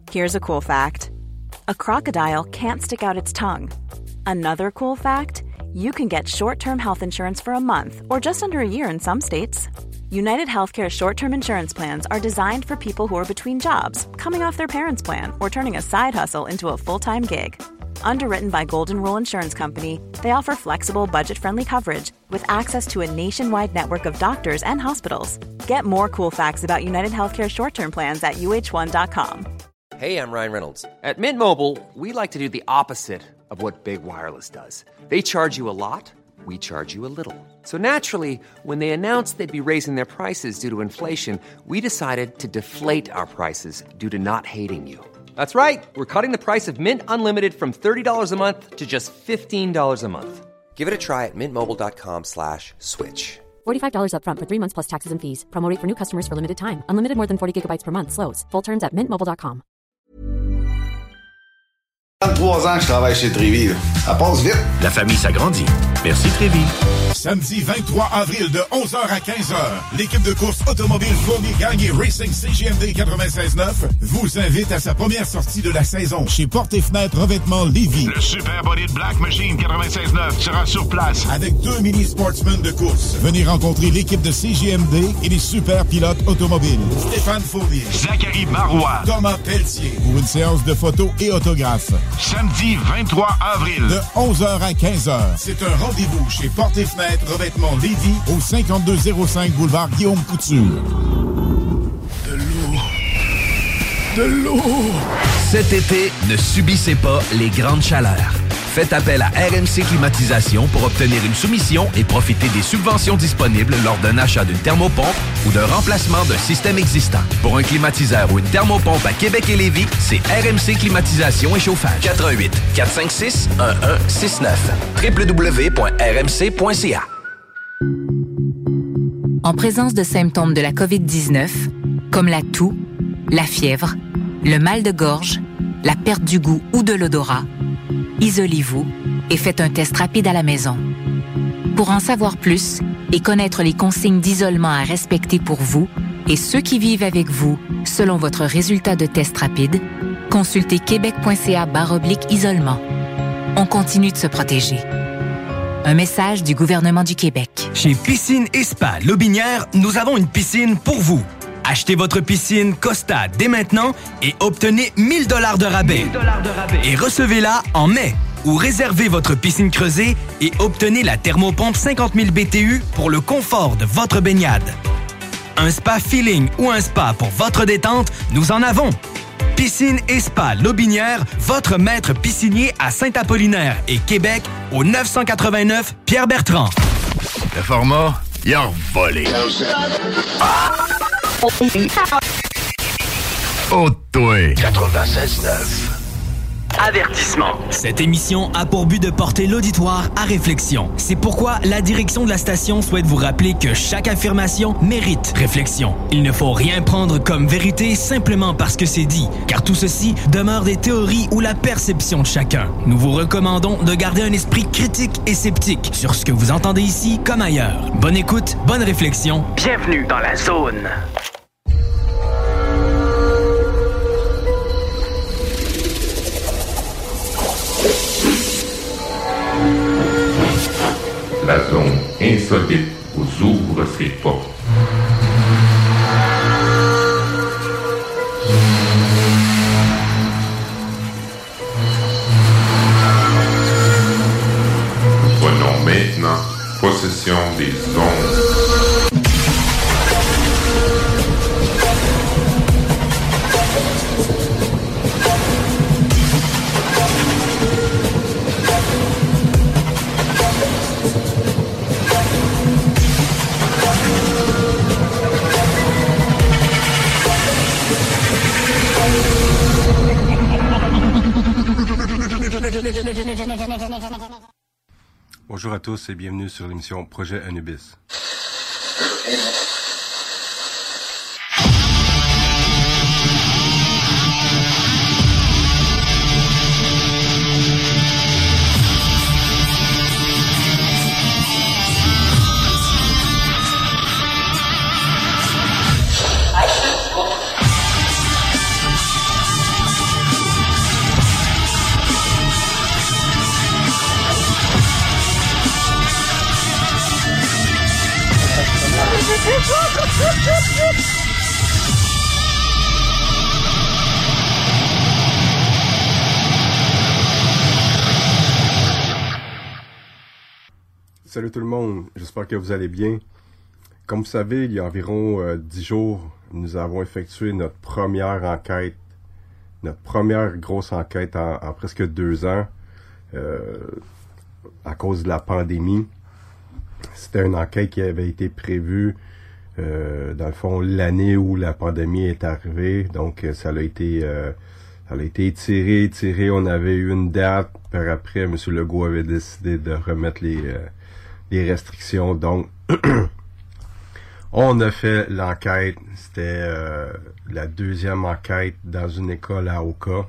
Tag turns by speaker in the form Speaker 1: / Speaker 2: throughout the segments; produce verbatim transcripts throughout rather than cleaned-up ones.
Speaker 1: Here's a cool fact. A crocodile can't stick out its tongue. Another cool fact, you can get short-term health insurance for a month or just under a year in some states. United Healthcare short-term insurance plans are designed for people who are between jobs, coming off their parents' plan, or turning a side hustle into a full-time gig. Underwritten by Golden Rule Insurance Company, they offer flexible, budget-friendly coverage with access to a nationwide network of doctors and hospitals. Get more cool facts about United Healthcare short-term plans at U H one dot com.
Speaker 2: Hey, I'm Ryan Reynolds. At Mint Mobile, we like to do the opposite of what Big Wireless does. They charge you a lot, we charge you a little. So naturally, when they announced they'd be raising their prices due to inflation, we decided to deflate our prices due to not hating you. That's right. We're cutting the price of Mint Unlimited from thirty dollars a month to just fifteen dollars a month. Give it a try at mintmobile.com slash switch.
Speaker 3: forty-five dollars up front for three months plus taxes and fees. Promo rate for new customers for limited time. Unlimited more than forty gigabytes per month. Slows full terms at mint mobile dot com.
Speaker 4: vingt-trois ans que je travaille chez Tréville. Ça passe vite.
Speaker 5: La famille s'agrandit. Merci Tréville.
Speaker 6: Samedi vingt-trois avril de onze heures à quinze heures, l'équipe de course automobile Fournier Gagné Racing C G M D quatre-vingt-seize neuf vous invite à sa première sortie de la saison chez Portes et Fenêtres Revêtement Lévis.
Speaker 7: Le super body de Black Machine quatre-vingt-seize neuf sera sur place
Speaker 6: avec deux mini sportsmen de course. Venez rencontrer l'équipe de C G M D et les super pilotes automobiles. Stéphane Fournier,
Speaker 7: Zachary Marois,
Speaker 6: Thomas Pelletier pour une séance de photos et autographes.
Speaker 7: Samedi vingt-trois avril
Speaker 6: de onze heures à quinze heures. C'est un rendez-vous chez Portes et Fenêtres Revêtement Lévis au cinquante-deux zéro cinq boulevard Guillaume Couture.
Speaker 8: De l'eau. De l'eau.
Speaker 9: Cet été, ne subissez pas les grandes chaleurs. Faites appel à R M C Climatisation pour obtenir une soumission et profiter des subventions disponibles lors d'un achat d'une thermopompe ou d'un remplacement d'un système existant. Pour un climatiseur ou une thermopompe à Québec et Lévis, c'est R M C Climatisation et Chauffage. quatre un huit, quatre cinq six, un un six neuf. w w w point r m c point c a.
Speaker 10: En présence de symptômes de la covid dix-neuf, comme la toux, la fièvre, le mal de gorge, la perte du goût ou de l'odorat, isolez-vous et faites un test rapide à la maison. Pour en savoir plus et connaître les consignes d'isolement à respecter pour vous et ceux qui vivent avec vous selon votre résultat de test rapide, consultez québec point c a barre oblique isolement. On continue de se protéger. Un message du gouvernement du Québec.
Speaker 11: Chez Piscine et Spa Lobinière, nous avons une piscine pour vous. Achetez votre piscine Costa dès maintenant et obtenez mille dollars de rabais. mille dollars de rabais. Et recevez-la en mai. Ou réservez votre piscine creusée et obtenez la thermopompe cinquante mille B T U pour le confort de votre baignade. Un spa feeling ou un spa pour votre détente, nous en avons. Piscine et Spa Lobinière, votre maître piscinier à Saint-Apollinaire et Québec au neuf cent quatre-vingt-neuf Pierre-Bertrand.
Speaker 5: Le format, il a volé. Oh, toi!
Speaker 9: quatre-vingt-seize neuf.
Speaker 11: Avertissement. Cette émission a pour but de porter l'auditoire à réflexion. C'est pourquoi la direction de la station souhaite vous rappeler que chaque affirmation mérite réflexion. Il ne faut rien prendre comme vérité simplement parce que c'est dit, car tout ceci demeure des théories ou la perception de chacun. Nous vous recommandons de garder un esprit critique et sceptique sur ce que vous entendez ici comme ailleurs. Bonne écoute, bonne réflexion. Bienvenue dans la zone.
Speaker 12: La zone insolite vous ouvre ses portes. Prenons maintenant possession des ondes.
Speaker 13: Bonjour à tous et bienvenue sur l'émission Projet Anubis. salut tout le monde. J'espère que vous allez bien. Comme vous savez, il y a environ euh, dix jours, nous avons effectué notre première enquête, notre première grosse enquête en, en presque deux ans euh, à cause de la pandémie. C'était une enquête qui avait été prévue euh, dans le fond l'année où la pandémie est arrivée. Donc ça a été euh, ça a été étiré, étiré. On avait eu une date. Par après, M. Legault avait décidé de remettre les euh, les restrictions. Donc on a fait l'enquête. C'était euh, la deuxième enquête dans une école à Oka.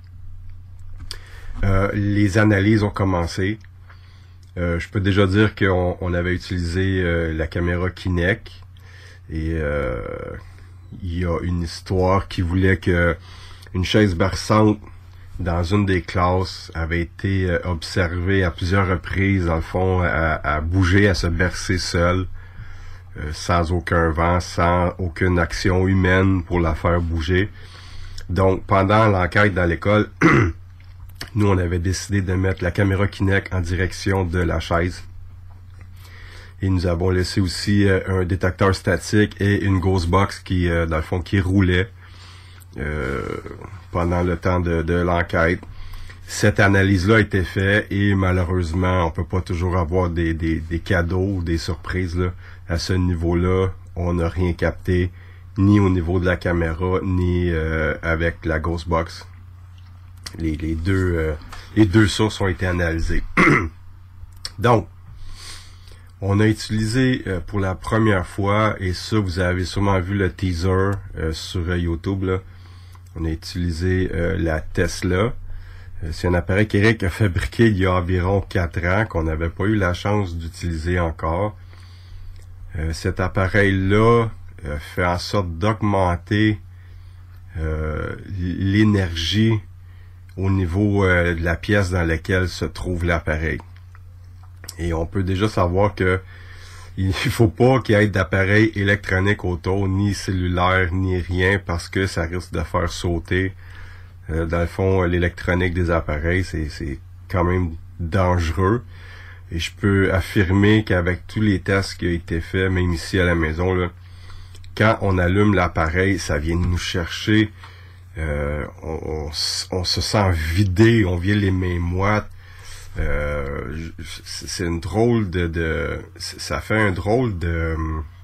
Speaker 13: Euh, les analyses ont commencé. Euh, je peux déjà dire qu'on on avait utilisé euh, la caméra Kinect et euh, il y a une histoire qui voulait que une chaise berçante dans une des classes avait été euh, observée à plusieurs reprises, dans le fond, à, à bouger, à se bercer seule, euh, sans aucun vent, sans aucune action humaine pour la faire bouger. Donc, pendant l'enquête dans l'école, nous, on avait décidé de mettre la caméra Kinect en direction de la chaise. Et nous avons laissé aussi euh, un détecteur statique et une ghost box qui, euh, dans le fond, qui roulait euh, pendant le temps de, de l'enquête. Cette analyse-là a été faite et malheureusement, on peut pas toujours avoir des, des, des cadeaux ou des surprises là. À ce niveau-là, on n'a rien capté, ni au niveau de la caméra, ni euh, avec la ghost box. Les, les deux euh, les deux sources ont été analysées. Donc, on a utilisé euh, pour la première fois, et ça vous avez sûrement vu le teaser euh, sur euh, YouTube, là. On a utilisé euh, la Tesla. Euh, c'est un appareil qu'Eric a fabriqué il y a environ quatre ans, qu'on n'avait pas eu la chance d'utiliser encore. Euh, cet appareil-là euh, fait en sorte d'augmenter euh, l'énergie au niveau euh, de la pièce dans laquelle se trouve l'appareil. Et on peut déjà savoir que il faut pas qu'il y ait d'appareil électronique autour, ni cellulaire, ni rien, parce que ça risque de faire sauter. Euh, dans le fond, l'électronique des appareils, c'est, c'est quand même dangereux. Et je peux affirmer qu'avec tous les tests qui ont été faits, même ici à la maison, là, quand on allume l'appareil, ça vient nous chercher. Euh, on, on, on se sent vidé, on vient les mains moites. Euh, c'est une drôle de, de ça fait un drôle de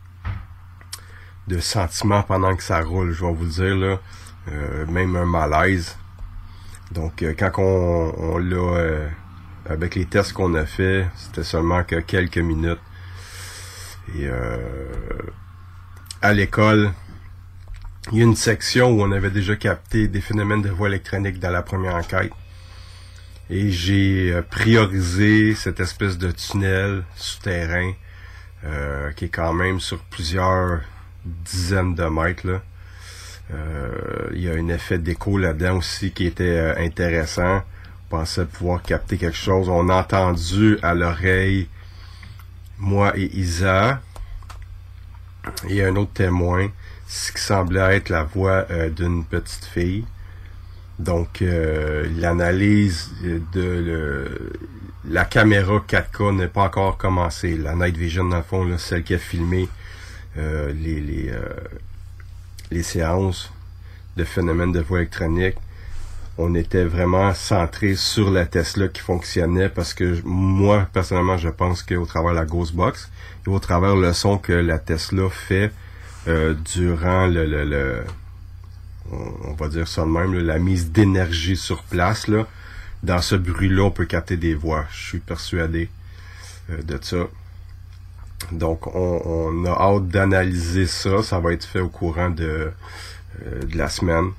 Speaker 13: de sentiment pendant que ça roule, je vais vous le dire là, euh, même un malaise. Donc euh, quand on, on l'a euh, avec les tests qu'on a fait, c'était seulement que quelques minutes. Et euh, à l'école, il y a une section où on avait déjà capté des phénomènes de voix électronique dans la première enquête. Et j'ai priorisé cette espèce de tunnel souterrain euh, qui est quand même sur plusieurs dizaines de mètres, là. Euh, il y a un effet d'écho là-dedans aussi qui était euh, intéressant. On pensait pouvoir capter quelque chose. On a entendu à l'oreille, moi et Isa, et un autre témoin, ce qui semblait être la voix euh, d'une petite fille. Donc, euh, l'analyse de le, la caméra quatre K n'est pas encore commencée. La Night Vision, dans le fond, là, celle qui a filmé euh, les, les, euh, les séances de phénomènes de voix électronique, on était vraiment centré sur la Tesla qui fonctionnait parce que moi, personnellement, je pense qu'au travers de la Ghost Box et au travers le son que la Tesla fait euh, durant le... le, le on va dire ça de même, là, la mise d'énergie sur place, là, dans ce bruit-là, on peut capter des voix. Je suis persuadé euh, de ça. Donc, on, on a hâte d'analyser ça. Ça va être fait au courant de, euh, de la semaine.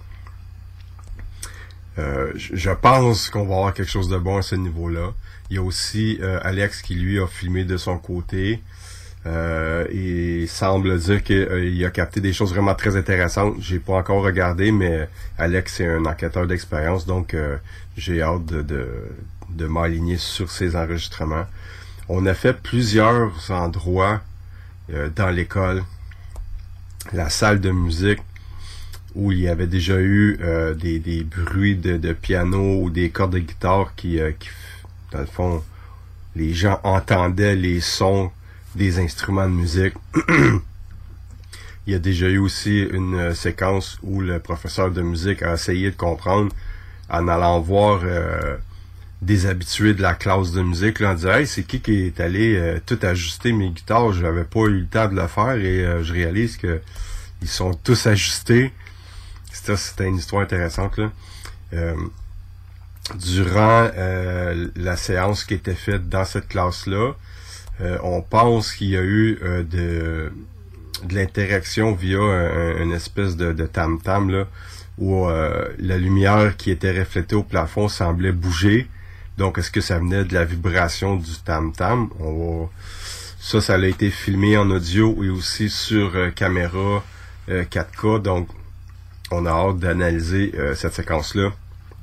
Speaker 13: Euh, je pense qu'on va avoir quelque chose de bon à ce niveau-là. Il y a aussi euh, Alex qui, lui, a filmé de son côté. Euh, il semble dire qu'il euh, a capté des choses vraiment très intéressantes. J'ai pas encore regardé, mais Alex est un enquêteur d'expérience, donc euh, j'ai hâte de, de, de m'aligner sur ses enregistrements. On a fait plusieurs endroits euh, dans l'école, la salle de musique, où il y avait déjà eu euh, des, des bruits de, de piano ou des cordes de guitare qui, euh, qui, dans le fond, les gens entendaient les sons des instruments de musique. Il y a déjà eu aussi une séquence où le professeur de musique a essayé de comprendre en allant voir euh, des habitués de la classe de musique, là, en disant « Hey, c'est qui qui est allé euh, tout ajuster mes guitares? Je n'avais pas eu le temps de le faire et euh, je réalise que ils sont tous ajustés. » C'était, c'était une histoire intéressante, là. Euh, durant euh, la séance qui était faite dans cette classe-là, euh, on pense qu'il y a eu euh, de... de l'interaction via un, une espèce de, de tam-tam là, où euh, la lumière qui était reflétée au plafond semblait bouger. Donc, est-ce que ça venait de la vibration du tam-tam? On va... Ça, ça a été filmé en audio et aussi sur euh, caméra euh, quatre K. Donc, on a hâte d'analyser euh, cette séquence-là.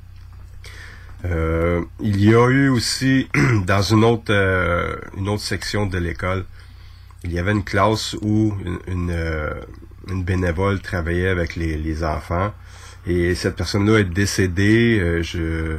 Speaker 13: Euh, il y a eu aussi, dans une autre, euh, une autre section de l'école, il y avait une classe où une, une, euh, une bénévole travaillait avec les, les enfants et cette personne-là est décédée, euh, je,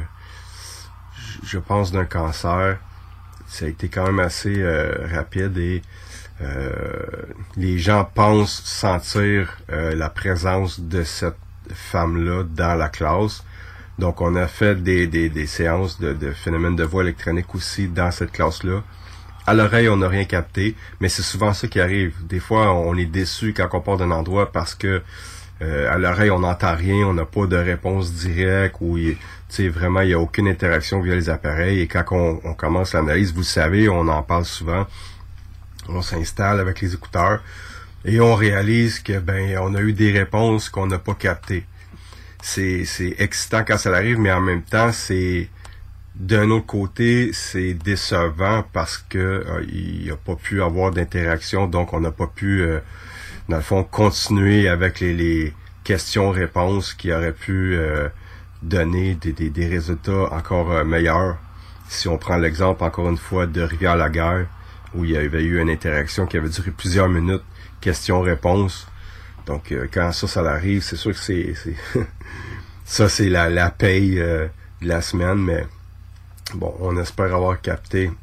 Speaker 13: je pense d'un cancer. Ça a été quand même assez euh, rapide et euh, les gens pensent sentir euh, la présence de cette femme-là dans la classe. Donc on a fait des, des, des séances de, de phénomènes de voix électronique aussi dans cette classe-là. À l'oreille, on n'a rien capté, mais c'est souvent ça qui arrive. Des fois, on est déçu quand on part d'un endroit parce que euh, à l'oreille, on n'entend rien, on n'a pas de réponse directe ou tu sais vraiment, il n'y a aucune interaction via les appareils. Et quand on, on commence l'analyse, vous le savez, on en parle souvent. On s'installe avec les écouteurs et on réalise que ben on a eu des réponses qu'on n'a pas captées. C'est, c'est excitant quand ça arrive, mais en même temps, c'est d'un autre côté, c'est décevant parce que euh, il n'y a pas pu avoir d'interaction, donc on n'a pas pu, euh, dans le fond, continuer avec les, les questions-réponses qui auraient pu euh, donner des, des, des résultats encore euh, meilleurs. Si on prend l'exemple, encore une fois, de Rivière-la-Guerre, où il y avait eu une interaction qui avait duré plusieurs minutes, questions-réponses. Donc, euh, quand ça, ça arrive, c'est sûr que c'est... c'est ça, c'est la, la paye euh, de la semaine, mais... Bon, on espère avoir capté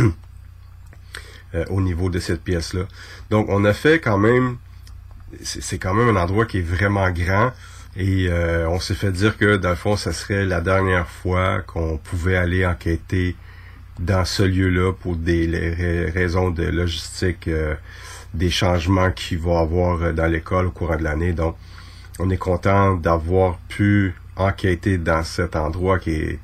Speaker 13: euh, au niveau de cette pièce-là. Donc, on a fait quand même... C'est, c'est quand même un endroit qui est vraiment grand. Et euh, on s'est fait dire que, dans le fond, ça serait la dernière fois qu'on pouvait aller enquêter dans ce lieu-là pour des les raisons de logistique, euh, des changements qu'il va y avoir dans l'école au courant de l'année. Donc, on est content d'avoir pu enquêter dans cet endroit qui est...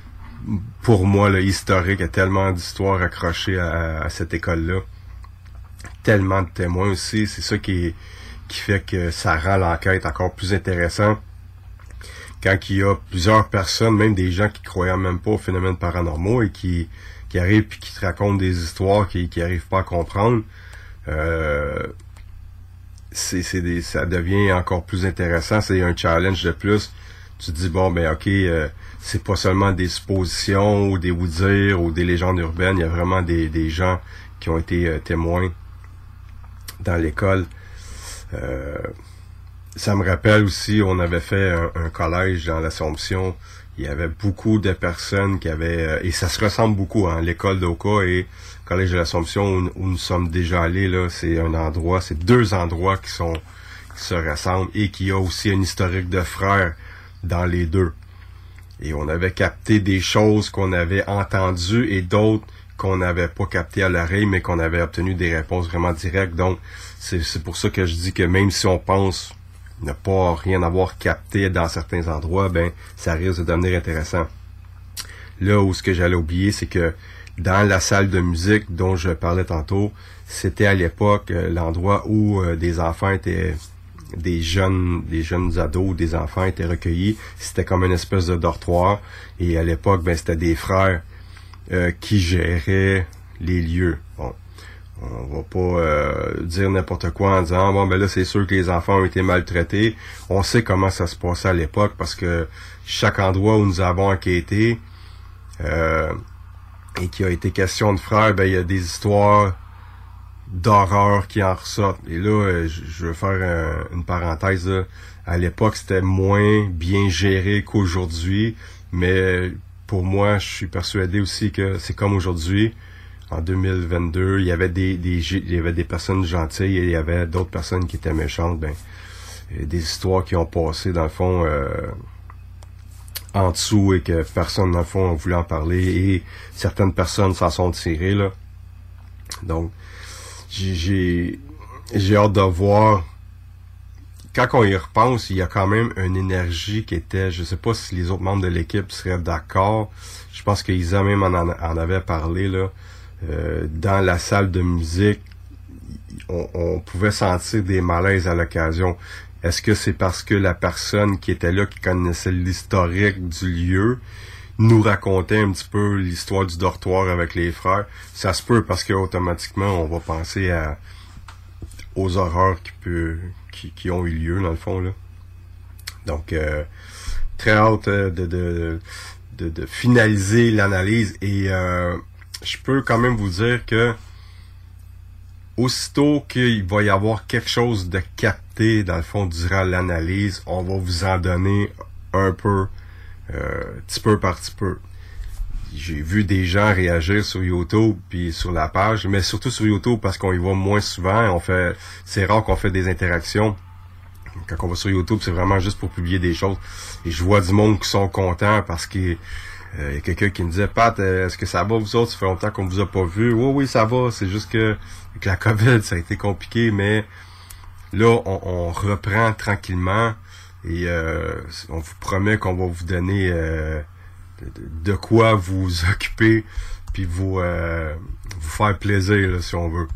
Speaker 13: pour moi, le historique, il y a tellement d'histoires accrochées à, à cette école-là. Tellement de témoins aussi. C'est ça qui, qui fait que ça rend l'enquête encore plus intéressante. Quand il y a plusieurs personnes, même des gens qui croyaient même pas aux phénomènes paranormaux et qui, qui arrivent et qui te racontent des histoires qu'ils qui n'arrivent pas à comprendre, euh, c'est, c'est des, ça devient encore plus intéressant. C'est un challenge de plus. Tu te dis, bon, ben ok, euh, c'est pas seulement des suppositions ou des oui-dire ou des légendes urbaines, il y a vraiment des, des gens qui ont été euh, témoins dans l'école. Euh, ça me rappelle aussi, on avait fait un, un collège dans l'Assomption, il y avait beaucoup de personnes qui avaient, euh, et ça se ressemble beaucoup, hein, l'école d'Oka et le collège de l'Assomption où, où nous sommes déjà allés, là, c'est un endroit, c'est deux endroits qui sont qui se ressemblent et qui a aussi un historique de frères dans les deux. Et on avait capté des choses qu'on avait entendues et d'autres qu'on n'avait pas captées à l'oreille, mais qu'on avait obtenu des réponses vraiment directes. Donc, c'est, c'est pour ça que je dis que même si on pense ne pas rien avoir capté dans certains endroits, ben, ça risque de devenir intéressant. Là où ce que j'allais oublier, c'est que dans la salle de musique dont je parlais tantôt, c'était à l'époque euh, l'endroit où euh, des enfants étaient... des jeunes des jeunes ados, des enfants étaient recueillis. C'était comme une espèce de dortoir. Et à l'époque, ben c'était des frères euh, qui géraient les lieux. Bon, on va pas euh, dire n'importe quoi en disant bon ben là c'est sûr que les enfants ont été maltraités. On sait comment ça se passait à l'époque parce que chaque endroit où nous avons enquêté euh, et qu'il a été question de frères, ben il y a des histoires d'horreur qui en ressortent. Et là, je veux faire un, une parenthèse. Là. À l'époque, c'était moins bien géré qu'aujourd'hui, mais pour moi, je suis persuadé aussi que c'est comme aujourd'hui. en deux mille vingt-deux, il y avait des, des il y avait des personnes gentilles et il y avait d'autres personnes qui étaient méchantes. Ben, des histoires qui ont passé dans le fond euh, en dessous et que personne dans le fond a voulu en parler et certaines personnes s'en sont tirées là. Donc j'ai j'ai, j'ai hâte de voir. Quand on y repense, il y a quand même une énergie qui était, je sais pas si les autres membres de l'équipe seraient d'accord. Je pense qu'Isa même en, en avait parlé là. Euh, dans la salle de musique, on, on pouvait sentir des malaises à l'occasion. Est-ce que c'est parce que la personne qui était là, qui connaissait l'historique du lieu, nous racontait un petit peu l'histoire du dortoir avec les frères? Ça se peut parce que automatiquement on va penser à aux horreurs qui peut qui, qui ont eu lieu dans le fond là. Donc euh, très hâte de de, de de finaliser l'analyse et euh, je peux quand même vous dire que aussitôt qu'il va y avoir quelque chose de capté dans le fond durant l'analyse, on va vous en donner un peu, euh, petit peu par petit peu. J'ai vu des gens réagir sur YouTube puis sur la page, mais surtout sur YouTube parce qu'on y va moins souvent. On fait, c'est rare qu'on fait des interactions. Quand on va sur YouTube, c'est vraiment juste pour publier des choses. Et je vois du monde qui sont contents parce qu'il euh, y a quelqu'un qui me disait « Pat, est-ce que ça va vous autres? Ça fait longtemps qu'on vous a pas vu. » Oui, oui, ça va. C'est juste que avec la COVID, ça a été compliqué, mais là, on, on reprend tranquillement et euh, on vous promet qu'on va vous donner euh, de, de quoi vous occuper puis vous, euh, vous faire plaisir, là, si on veut.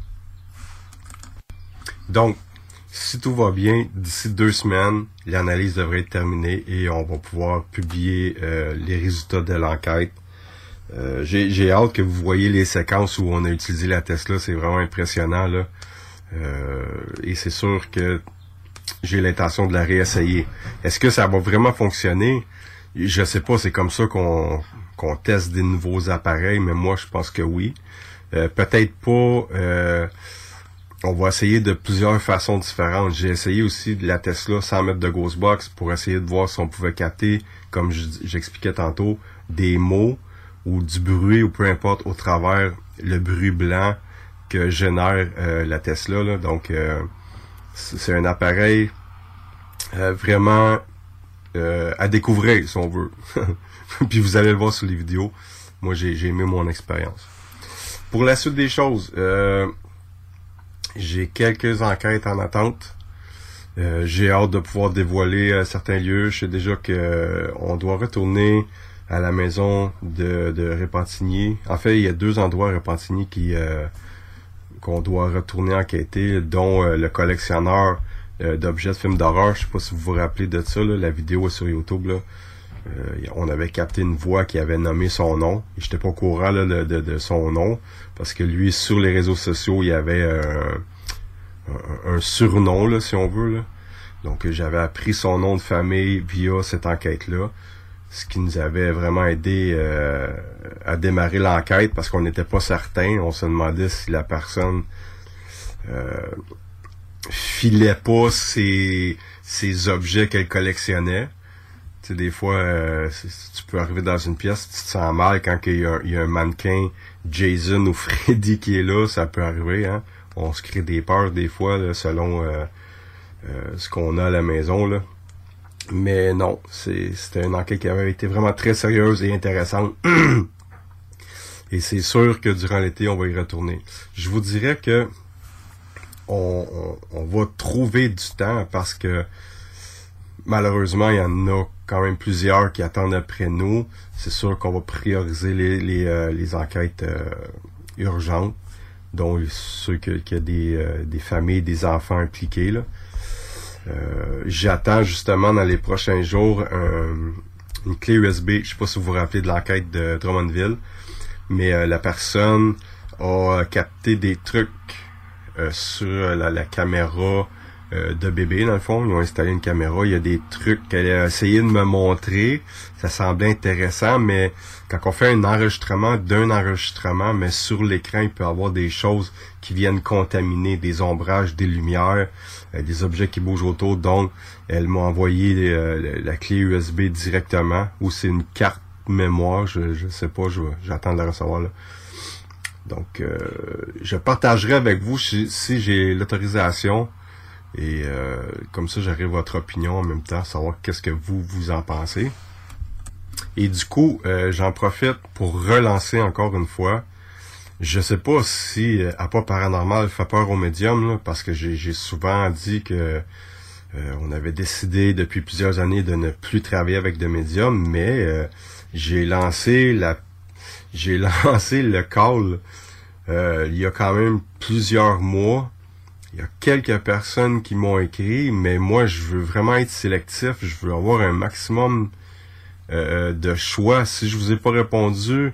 Speaker 13: Donc, si tout va bien, d'ici deux semaines, l'analyse devrait être terminée et on va pouvoir publier euh, les résultats de l'enquête. Euh, j'ai, j'ai hâte que vous voyez les séquences où on a utilisé la Tesla, c'est vraiment impressionnant là. Euh, et c'est sûr que j'ai l'intention de la réessayer. Est-ce que ça va vraiment fonctionner? Je sais pas, c'est comme ça qu'on qu'on teste des nouveaux appareils, mais moi je pense que oui. Euh, peut-être pas. Euh, on va essayer de plusieurs façons différentes. J'ai essayé aussi de la Tesla sans mettre de Ghostbox pour essayer de voir si on pouvait capter, comme j'expliquais tantôt, des mots ou du bruit ou peu importe au travers le bruit blanc que génère euh, la Tesla là. Donc euh, c'est un appareil euh, vraiment euh, à découvrir si on veut. Puis vous allez le voir sur les vidéos. Moi j'ai, j'ai aimé mon expérience. Pour la suite des choses, euh, j'ai quelques enquêtes en attente. Euh, j'ai hâte de pouvoir dévoiler euh, certains lieux. Je sais déjà que euh, on doit retourner à la maison de, de Repentigny. En fait, il y a deux endroits à Repentigny qui euh, qu'on doit retourner enquêter, dont euh, le collectionneur euh, d'objets de films d'horreur. Je sais pas si vous vous rappelez de ça, là, la vidéo est sur YouTube. Là. Euh, on avait capté une voix qui avait nommé son nom. Et j'étais pas au courant là, de, de, de son nom, parce que lui, sur les réseaux sociaux, il y avait euh, un, un surnom, là, si on veut. Là. Donc, j'avais appris son nom de famille via cette enquête-là. Ce qui nous avait vraiment aidé euh, à démarrer l'enquête parce qu'on n'était pas certain. On se demandait si la personne euh, filait pas ses, ses objets qu'elle collectionnait. Tu sais, des fois, euh, tu peux arriver dans une pièce, tu te sens mal quand il y a, il y a un mannequin Jason ou Freddy qui est là, ça peut arriver. Hein? On se crée des peurs des fois là, selon euh, euh, ce qu'on a à la maison, là. Mais non, c'est, c'était une enquête qui avait été vraiment très sérieuse et intéressante. Et c'est sûr que durant l'été, on va y retourner. Je vous dirais que on, on, on va trouver du temps parce que malheureusement, il y en a quand même plusieurs qui attendent après nous. C'est sûr qu'on va prioriser les, les, euh, les enquêtes euh, urgentes, dont ceux qu'il y a des, euh, des familles, des enfants impliqués, là. Euh, j'attends justement dans les prochains jours un, une clé U S B. Je sais pas si vous vous rappelez de l'enquête de Drummondville, mais euh, la personne a capté des trucs euh, sur la, la caméra euh, de bébé. Dans le fond, ils ont installé une caméra. Il y a des trucs qu'elle a essayé de me montrer. Ça semblait intéressant, mais quand on fait un enregistrement d'un enregistrement, mais sur l'écran, il peut y avoir des choses qui viennent contaminer, des ombrages, des lumières, euh, des objets qui bougent autour. Donc, elle m'a envoyé euh, la clé U S B directement, ou c'est une carte mémoire, je je sais pas, je, j'attends de la recevoir là. Donc, euh, je partagerai avec vous si, si j'ai l'autorisation. Et euh, comme ça, j'aurai votre opinion en même temps, savoir qu'est-ce que vous, vous en pensez. Et du coup, euh, j'en profite pour relancer encore une fois. Je sais pas si euh, Appât Paranormal fait peur aux médiums, là, parce que j'ai, j'ai souvent dit que euh, on avait décidé depuis plusieurs années de ne plus travailler avec de médiums, mais euh, j'ai lancé la j'ai lancé le call euh, il y a quand même plusieurs mois. Il y a quelques personnes qui m'ont écrit, mais moi, je veux vraiment être sélectif. Je veux avoir un maximum euh, de choix. Si je vous ai pas répondu,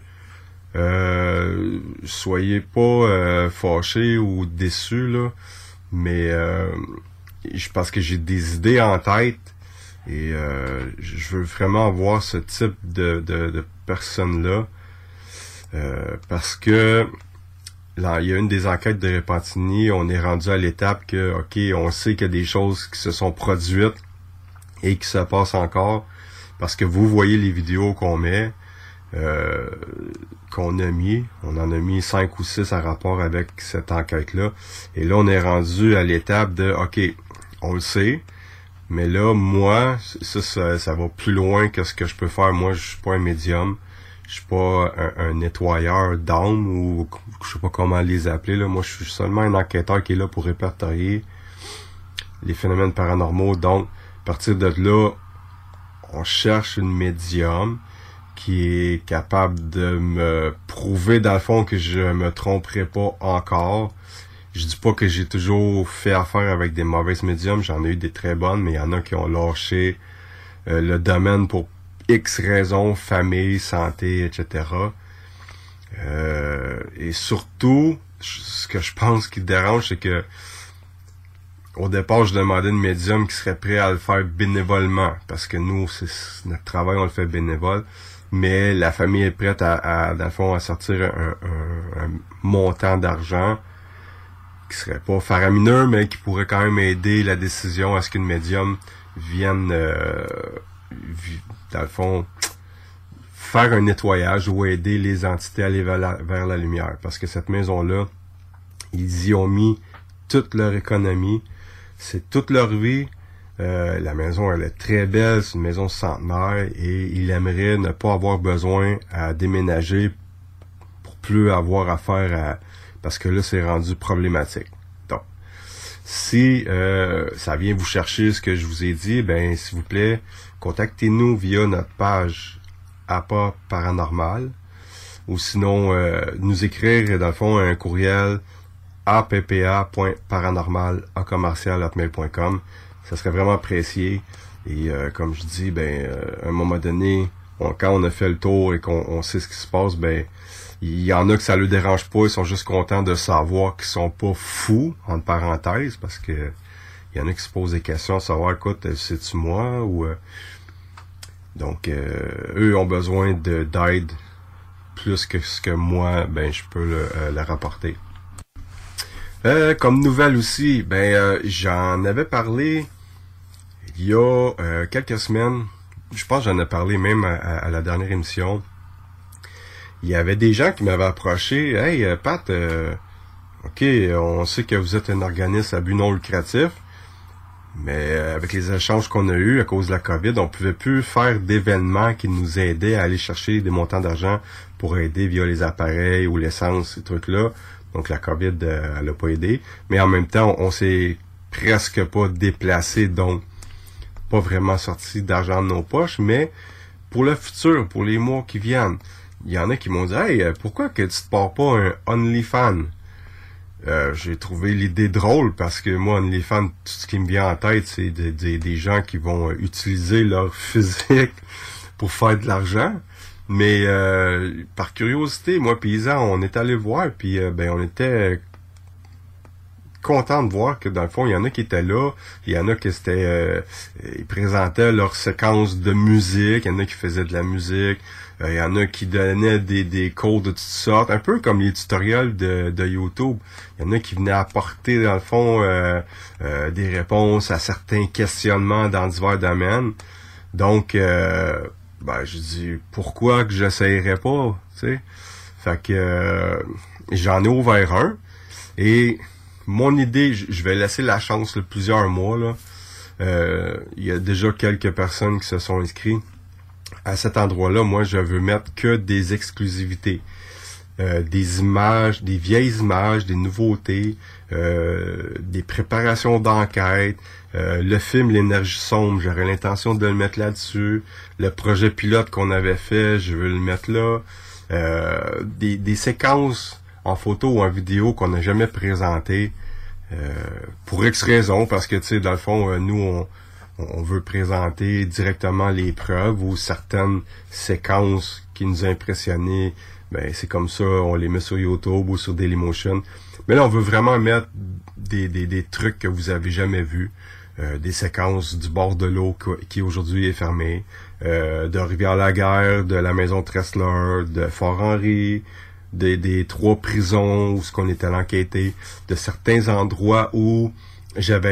Speaker 13: euh, soyez pas euh, fâchés ou déçus, là. Mais euh, parce que j'ai des idées en tête et euh, je veux vraiment avoir ce type de, de, de personnes-là. Euh, parce que là, il y a une des enquêtes de Repentigny, on est rendu à l'étape que, OK, on sait qu'il y a des choses qui se sont produites et qui se passent encore, parce que vous voyez les vidéos qu'on met, euh, qu'on a mis, on en a mis cinq ou six en rapport avec cette enquête-là, et là, on est rendu à l'étape de, OK, on le sait, mais là, moi, ça, ça, ça va plus loin que ce que je peux faire. Moi, je suis pas un médium. Je suis pas un, un nettoyeur d'âme ou je sais pas comment les appeler, là. Moi, je suis seulement un enquêteur qui est là pour répertorier les phénomènes paranormaux. Donc, à partir de là, on cherche une médium qui est capable de me prouver, dans le fond, que je me tromperai pas encore. Je dis pas que j'ai toujours fait affaire avec des mauvaises médiums. J'en ai eu des très bonnes, mais il y en a qui ont lâché euh, le domaine pour X raisons, famille, santé, et cetera. Euh, et surtout, ce que je pense qui dérange, c'est que au départ, je demandais une médium qui serait prêt à le faire bénévolement, parce que nous, c'est notre travail, on le fait bénévole, mais la famille est prête à, à dans le fond, à sortir un, un, un montant d'argent qui serait pas faramineux, mais qui pourrait quand même aider la décision à ce qu'une médium vienne euh, dans le fond, faire un nettoyage ou aider les entités à aller vers la, vers la lumière. Parce que cette maison-là, ils y ont mis toute leur économie, c'est toute leur vie. Euh, la maison, elle est très belle, c'est une maison centenaire et ils aimeraient ne pas avoir besoin à déménager pour plus avoir affaire à... Parce que là, c'est rendu problématique. Donc, si euh, ça vient vous chercher ce que je vous ai dit, ben s'il vous plaît, contactez-nous via notre page Appât Paranormal ou sinon euh, nous écrire dans le fond un courriel a p p a point paranormal à commercial hotmail point com. Ça serait vraiment apprécié et euh, comme je dis, ben euh, à un moment donné, on, quand on a fait le tour et qu'on on sait ce qui se passe, ben il y en a que ça le dérange pas, ils sont juste contents de savoir qu'ils sont pas fous, entre parenthèses, parce que il y en a qui se posent des questions, savoir, écoute, c'est-tu moi ou... Euh, donc, euh, eux ont besoin de d'aide plus que ce que moi, ben, je peux le, euh, le rapporter. Euh, comme nouvelle aussi, ben, euh, j'en avais parlé il y a euh, quelques semaines. Je pense que j'en ai parlé même à, à la dernière émission. Il y avait des gens qui m'avaient approché. « Hey, euh, Pat, euh, OK, on sait que vous êtes un organisme à but non lucratif. » Mais avec les échanges qu'on a eus à cause de la COVID, on pouvait plus faire d'événements qui nous aidaient à aller chercher des montants d'argent pour aider via les appareils ou l'essence, ces trucs-là. Donc la COVID, euh, elle a pas aidé. Mais en même temps, on, on s'est presque pas déplacé, donc pas vraiment sorti d'argent de nos poches. Mais pour le futur, pour les mois qui viennent, il y en a qui m'ont dit « Hey, pourquoi que tu te pars pas un OnlyFans? » Euh, j'ai trouvé l'idée drôle parce que moi, OnlyFans, tout ce qui me vient en tête, c'est de, de, des gens qui vont utiliser leur physique pour faire de l'argent. Mais euh, par curiosité, moi, paysan, on est allé voir, puis euh, ben on était content de voir que dans le fond, il y en a qui étaient là, il y en a qui étaient, euh, ils présentaient leur séquence de musique, il y en a qui faisaient de la musique. Il euh, y en a qui donnaient des, des cours de toutes sortes, un peu comme les tutoriels de, de YouTube. Il y en a qui venaient apporter, dans le fond, euh, euh, des réponses à certains questionnements dans divers domaines. Donc, euh, ben, je dis, pourquoi que j'essayerais pas, tu sais? Fait que euh, j'en ai ouvert un. Et mon idée, je vais laisser la chance là, plusieurs mois. Là. Euh, il y a déjà quelques personnes qui se sont inscrites. À cet endroit-là, moi, je veux mettre que des exclusivités. Euh, des images, des vieilles images, des nouveautés, euh, des préparations d'enquête, euh, le film L'énergie sombre, j'aurais l'intention de le mettre là-dessus, le projet pilote qu'on avait fait, je veux le mettre là, euh, des, des séquences en photo ou en vidéo qu'on n'a jamais présentées, euh, pour X raisons, parce que tu sais, dans le fond, euh, nous, on, on veut présenter directement les preuves ou certaines séquences qui nous ont impressionnés. Ben c'est comme ça, on les met sur YouTube ou sur Dailymotion. Mais là, on veut vraiment mettre des, des, des trucs que vous avez jamais vus. Euh, des séquences du bord de l'eau qui aujourd'hui est fermé, euh, de Rivière-la-Guerre, de la maison Tressler, de Fort-Henri, des, des trois prisons où ce qu'on était allé enquêter, de certains endroits où j'avais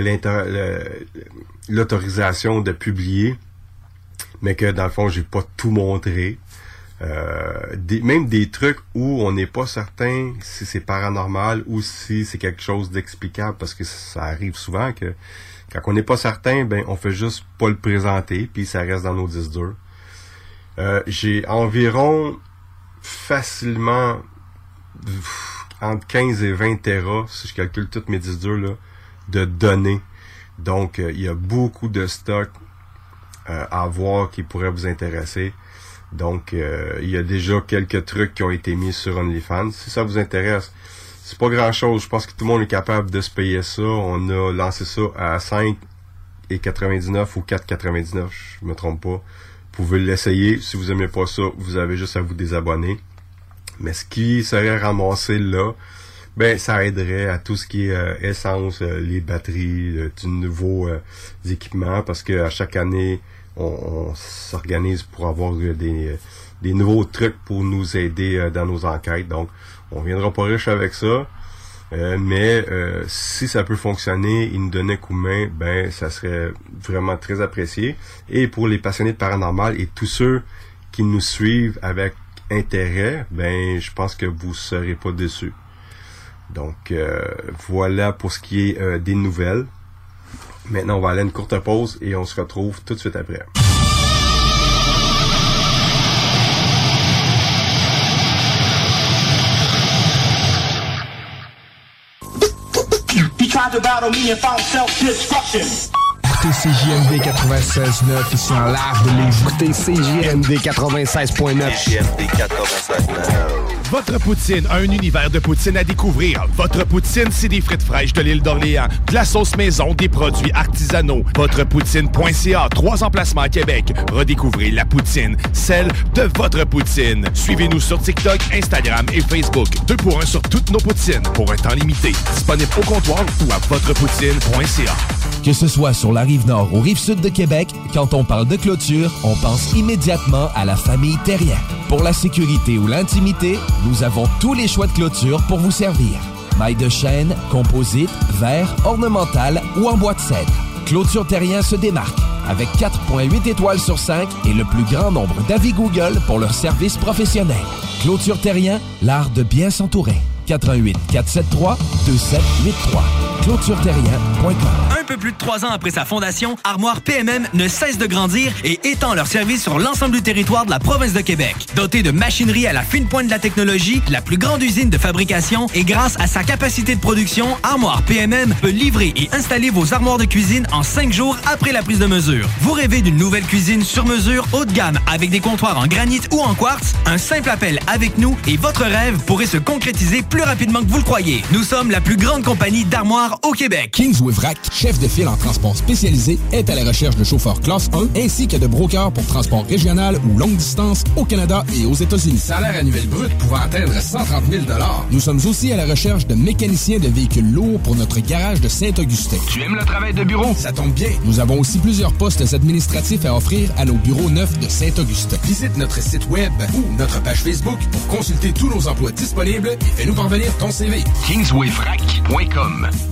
Speaker 13: l'autorisation de publier, mais que dans le fond, j'ai pas tout montré. Euh, des, même des trucs où on n'est pas certain si c'est paranormal ou si c'est quelque chose d'explicable, parce que ça arrive souvent que quand on n'est pas certain, ben on fait juste pas le présenter, puis ça reste dans nos disques durs. Euh, j'ai environ facilement pff, entre quinze et vingt téras, si je calcule tous mes disques durs, là, de données. Donc, euh, il y a beaucoup de stock euh, à voir qui pourrait vous intéresser. Donc, euh, il y a déjà quelques trucs qui ont été mis sur OnlyFans. Si ça vous intéresse, c'est pas grand-chose. Je pense que tout le monde est capable de se payer ça. On a lancé ça à cinq et quatre-vingt-dix-neuf ou quatre quatre-vingt-dix-neuf, je me trompe pas. Vous pouvez l'essayer. Si vous aimez pas ça, vous avez juste à vous désabonner. Mais ce qui serait ramassé là, ben ça aiderait à tout ce qui est euh, essence, euh, les batteries, euh, du nouveau euh, équipements, parce que à chaque année, on, on s'organise pour avoir euh, des, euh, des nouveaux trucs pour nous aider euh, dans nos enquêtes. Donc, on viendra pas riche avec ça, euh, mais euh, si ça peut fonctionner, il nous donnait un coup de main, ben ça serait vraiment très apprécié. Et pour les passionnés de paranormal et tous ceux qui nous suivent avec intérêt, ben je pense que vous serez pas déçus. Donc euh, voilà pour ce qui est euh, des nouvelles. Maintenant, on va aller à une courte pause et on se retrouve tout de suite après.
Speaker 14: He tried to battle me and found self-destruction.
Speaker 15: Écoutez C J M D quatre-vingt-seize neuf, ici en live de les écoutez C J M D quatre-vingt-seize neuf. C J M D quatre-vingt-seize neuf.
Speaker 16: Votre poutine, un univers de poutine à découvrir. Votre poutine, c'est des frites fraîches de l'île d'Orléans, de la sauce maison, des produits artisanaux. Votrepoutine point c a, trois emplacements à Québec. Redécouvrez la poutine, celle de votre poutine. Suivez-nous sur TikTok, Instagram et Facebook. Deux pour un sur toutes nos poutines, pour un temps limité. Disponible au comptoir ou à votrepoutine point c a.
Speaker 9: Que ce soit sur la Rive-Nord ou Rive-Sud de Québec, quand on parle de clôture, on pense immédiatement à la famille Terrien. Pour la sécurité ou l'intimité, nous avons tous les choix de clôture pour vous servir. Mailles de chêne, composite, verre, ornemental ou en bois de cèdre. Clôture Terrien se démarque avec quatre virgule huit étoiles sur cinq et le plus grand nombre d'avis Google pour leur service professionnel. Clôture Terrien, l'art de bien s'entourer. quatre un huit, quatre sept trois, deux sept huit trois. clôture terrien point com.
Speaker 11: Un peu plus de trois ans après sa fondation, Armoire P M M ne cesse de grandir et étend leur service sur l'ensemble du territoire de la province de Québec. Dotée de machinerie à la fine pointe de la technologie, la plus grande usine de fabrication et grâce à sa capacité de production, Armoire P M M peut livrer et installer vos armoires de cuisine en cinq jours après la prise de mesure. Vous rêvez d'une nouvelle cuisine sur mesure haut de gamme avec des comptoirs en granit ou en quartz? Un simple appel avec nous et votre rêve pourrait se concrétiser plus rapidement que vous le croyez. Nous sommes la plus grande compagnie d'armoires au Québec.
Speaker 15: Kingsway-Vrac, chef de file en transport spécialisé, est à la recherche de chauffeurs classe un ainsi que de brokers pour transport régional ou longue distance au Canada et aux États-Unis. Salaire annuel brut pouvant atteindre cent trente mille dollars. Nous sommes aussi à la recherche de mécaniciens de véhicules lourds pour notre garage de Saint-Augustin.
Speaker 7: Tu aimes le travail de bureau?
Speaker 15: Ça tombe bien. Nous avons aussi plusieurs postes administratifs à offrir à nos bureaux neufs de Saint-Augustin. Visite notre site web ou notre page Facebook pour consulter tous nos emplois disponibles et fais-nous parvenir ton C V.
Speaker 7: Kingsway Vrac point com.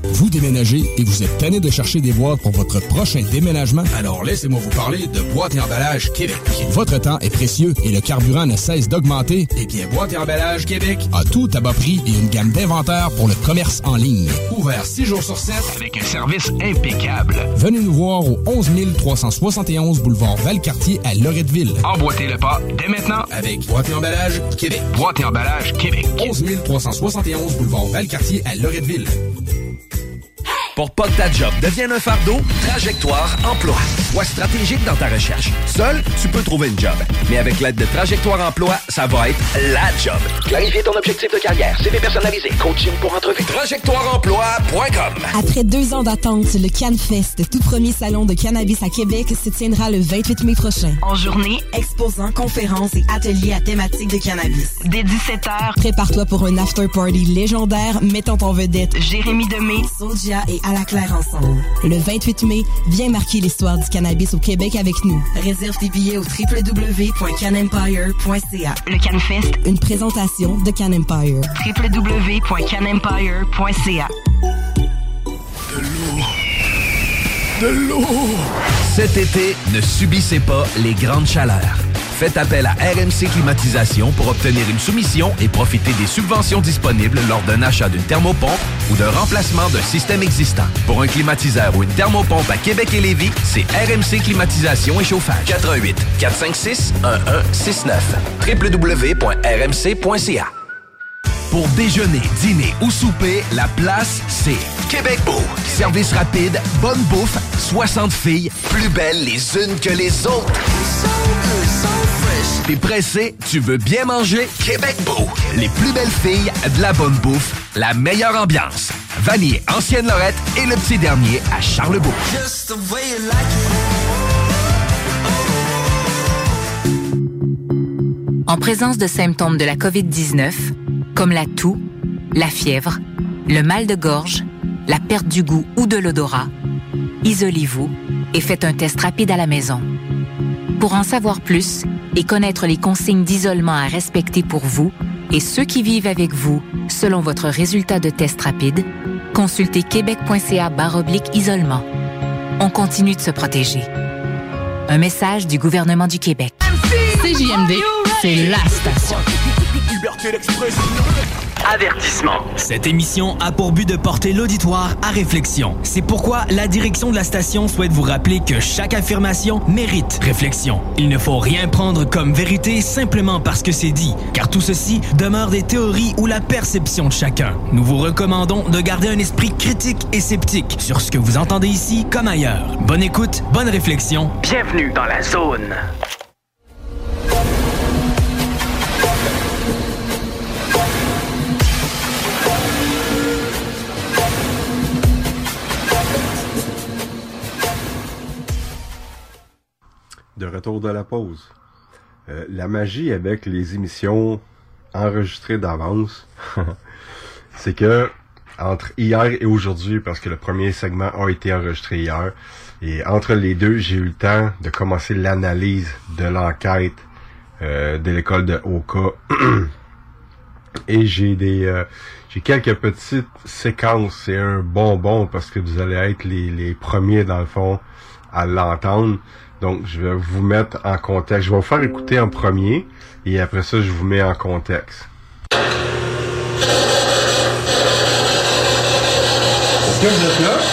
Speaker 15: Vous déménagez et vous êtes tanné de chercher des boîtes pour votre prochain déménagement? Alors laissez-moi vous parler de Boîte et Emballage Québec. Votre temps est précieux et le carburant ne cesse d'augmenter. Eh bien, Boîte et Emballage Québec a tout à bas prix et une gamme d'inventaires pour le commerce en ligne. Ouvert six jours sur sept
Speaker 11: avec un service impeccable.
Speaker 15: Venez nous voir au onze mille trois cent soixante et onze boulevard Valcartier à Loretteville.
Speaker 11: Emboîtez le pas dès maintenant
Speaker 15: avec Boîte et Emballage Québec.
Speaker 11: Boîte et Emballage Québec.
Speaker 15: onze mille trois cent soixante et onze boulevard Valcartier à Loretteville.
Speaker 9: Pour pas que ta job devienne un fardeau, Trajectoire Emploi. Sois stratégique dans ta recherche. Seul, tu peux trouver une job. Mais avec l'aide de Trajectoire Emploi, ça va être la job. Clarifier ton objectif de carrière, C V personnalisé, coaching pour entrevue. trajectoire emploi point com.
Speaker 17: Après deux ans d'attente, le CanFest, tout premier salon de cannabis à Québec, se tiendra le vingt-huit mai prochain.
Speaker 18: En journée, exposants, conférences et ateliers à thématique de cannabis. Dès dix-sept heures,
Speaker 17: prépare-toi pour un after-party légendaire mettant en vedette
Speaker 18: Jérémy Demé,
Speaker 17: Soulja et À la Claire ensemble. Le vingt-huit mai, viens marquer l'histoire du cannabis au Québec avec nous. Réserve tes billets au w w w point can empire point c a.
Speaker 18: Le CanFest,
Speaker 17: une présentation de Can Empire.
Speaker 18: w w w point can empire point c a.
Speaker 8: De l'eau. De l'eau.
Speaker 9: Cet été, ne subissez pas les grandes chaleurs. Faites appel à R M C Climatisation pour obtenir une soumission et profiter des subventions disponibles lors d'un achat d'une thermopompe ou d'un remplacement d'un système existant. Pour un climatiseur ou une thermopompe à Québec et Lévis, c'est R M C Climatisation et Chauffage. quatre un huit, quatre cinq six, un un six neuf. w w w point r m c point c a. Pour déjeuner, dîner ou souper, la place, c'est Québec Beau. Service rapide, bonne bouffe, soixante filles, plus belles les unes que les autres. T'es pressé, tu veux bien manger? Québec Beau. Les plus belles filles, de la bonne bouffe, la meilleure ambiance. Vanier, Ancienne-Lorette et le petit dernier à Charlebourg.
Speaker 10: En présence de symptômes de la covid dix-neuf, comme la toux, la fièvre, le mal de gorge, la perte du goût ou de l'odorat, isolez-vous et faites un test rapide à la maison. Pour en savoir plus et connaître les consignes d'isolement à respecter pour vous et ceux qui vivent avec vous selon votre résultat de test rapide, consultez québec point c a barre oblique isolement. On continue de se protéger. Un message du gouvernement du Québec.
Speaker 19: C J M D, c'est la station.
Speaker 11: Avertissement. Cette émission a pour but de porter l'auditoire à réflexion. C'est pourquoi la direction de la station souhaite vous rappeler que chaque affirmation mérite réflexion. Il ne faut rien prendre comme vérité simplement parce que c'est dit, car tout ceci demeure des théories ou la perception de chacun. Nous vous recommandons de garder un esprit critique et sceptique sur ce que vous entendez ici comme ailleurs. Bonne écoute, bonne réflexion. Bienvenue dans la zone.
Speaker 13: De retour de la pause. Euh, la magie avec les émissions enregistrées d'avance, c'est que entre hier et aujourd'hui, parce que le premier segment a été enregistré hier, et entre les deux, j'ai eu le temps de commencer l'analyse de l'enquête euh, de l'école de Oka. Et j'ai des euh, j'ai quelques petites séquences, c'est un bonbon parce que vous allez être les, les premiers dans le fond à l'entendre. Donc, je vais vous mettre en contexte. Je vais vous faire écouter en premier et après ça, je vous mets en contexte. Est-ce que vous êtes là?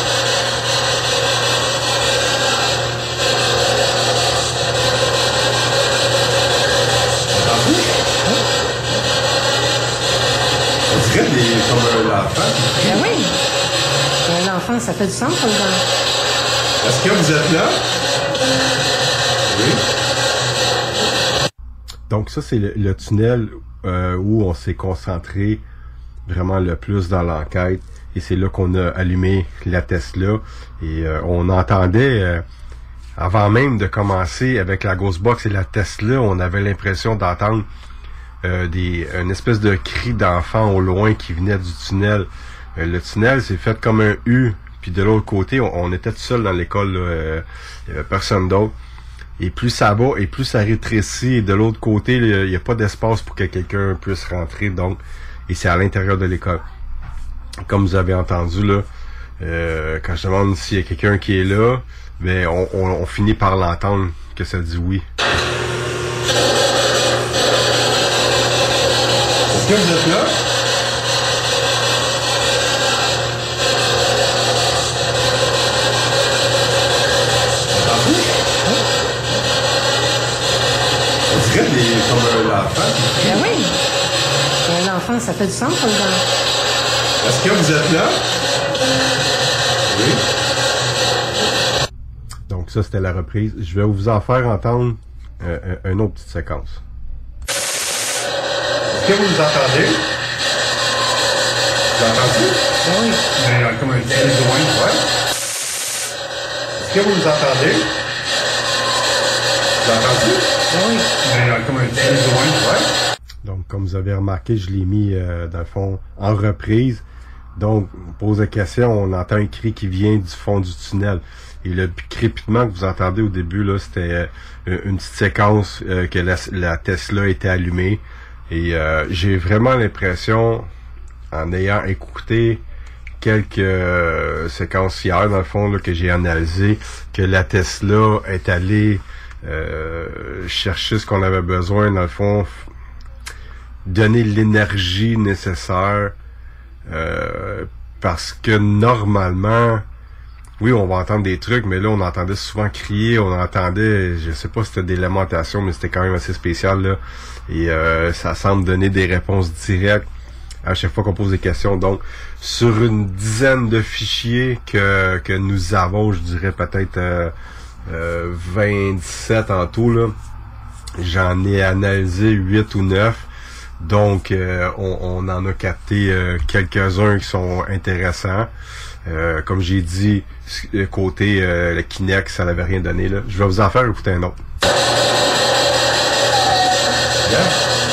Speaker 13: On dirait des, comme un enfant.
Speaker 20: Ben oui. Un enfant, ça fait du sens comme dans...
Speaker 13: Est-ce que vous êtes là? Oui. Donc ça, c'est le, le tunnel euh, où on s'est concentré vraiment le plus dans l'enquête. Et c'est là qu'on a allumé la Tesla. Et euh, on entendait, euh, avant même de commencer avec la Ghostbox et la Tesla, on avait l'impression d'entendre euh, des une espèce de cri d'enfant au loin qui venait du tunnel. Euh, le tunnel, c'est fait comme un U. Puis de l'autre côté, on, on était tout seul dans l'école, euh, il n'y avait personne d'autre. Et plus ça va, et plus ça rétrécit. Et de l'autre côté, il n'y a pas d'espace pour que quelqu'un puisse rentrer. Donc, et c'est à l'intérieur de l'école. Comme vous avez entendu, là, Euh, quand je demande s'il y a quelqu'un qui est là, ben on, on, on finit par l'entendre que ça dit oui. Est-ce que vous êtes là? On dirait des, comme un enfant.
Speaker 20: Ben oui. Un enfant, ça fait du sens comme dans...
Speaker 13: Est-ce que vous êtes là? Oui. Donc ça, c'était la reprise. Je vais vous en faire entendre euh, une autre petite séquence. Est-ce que vous nous entendez? Vous entendez?
Speaker 20: Oui.
Speaker 13: Mais euh, comme un petit peu loin, ouais. Est-ce que vous nous entendez? Vous entendez?
Speaker 20: Oui.
Speaker 13: Mais euh, comme un petit peu loin, ouais. Donc, comme vous avez remarqué, je l'ai mis, euh, dans le fond, en reprise. Donc, on pose la question, on entend un cri qui vient du fond du tunnel. Et le crépitement que vous entendez au début, là, c'était euh, une petite séquence euh, que la, la Tesla était allumée. Et euh, j'ai vraiment l'impression, en ayant écouté quelques euh, séquences hier, dans le fond, là, que j'ai analysé, que la Tesla est allée euh, chercher ce qu'on avait besoin, dans le fond, donner l'énergie nécessaire, euh, parce que normalement, oui, on va entendre des trucs, mais là, on entendait souvent crier, on entendait, je sais pas si c'était des lamentations, mais c'était quand même assez spécial, là, et euh, ça semble donner des réponses directes à chaque fois qu'on pose des questions. Donc, sur une dizaine de fichiers que, que nous avons, je dirais peut-être euh, euh, vingt-sept en tout, là, j'en ai analysé huit ou neuf. Donc, euh, on, on en a capté euh, quelques-uns qui sont intéressants. Euh, comme j'ai dit, côté euh, le Kinect, ça n'avait rien donné, là. Je vais vous en faire écouter un autre. Yeah.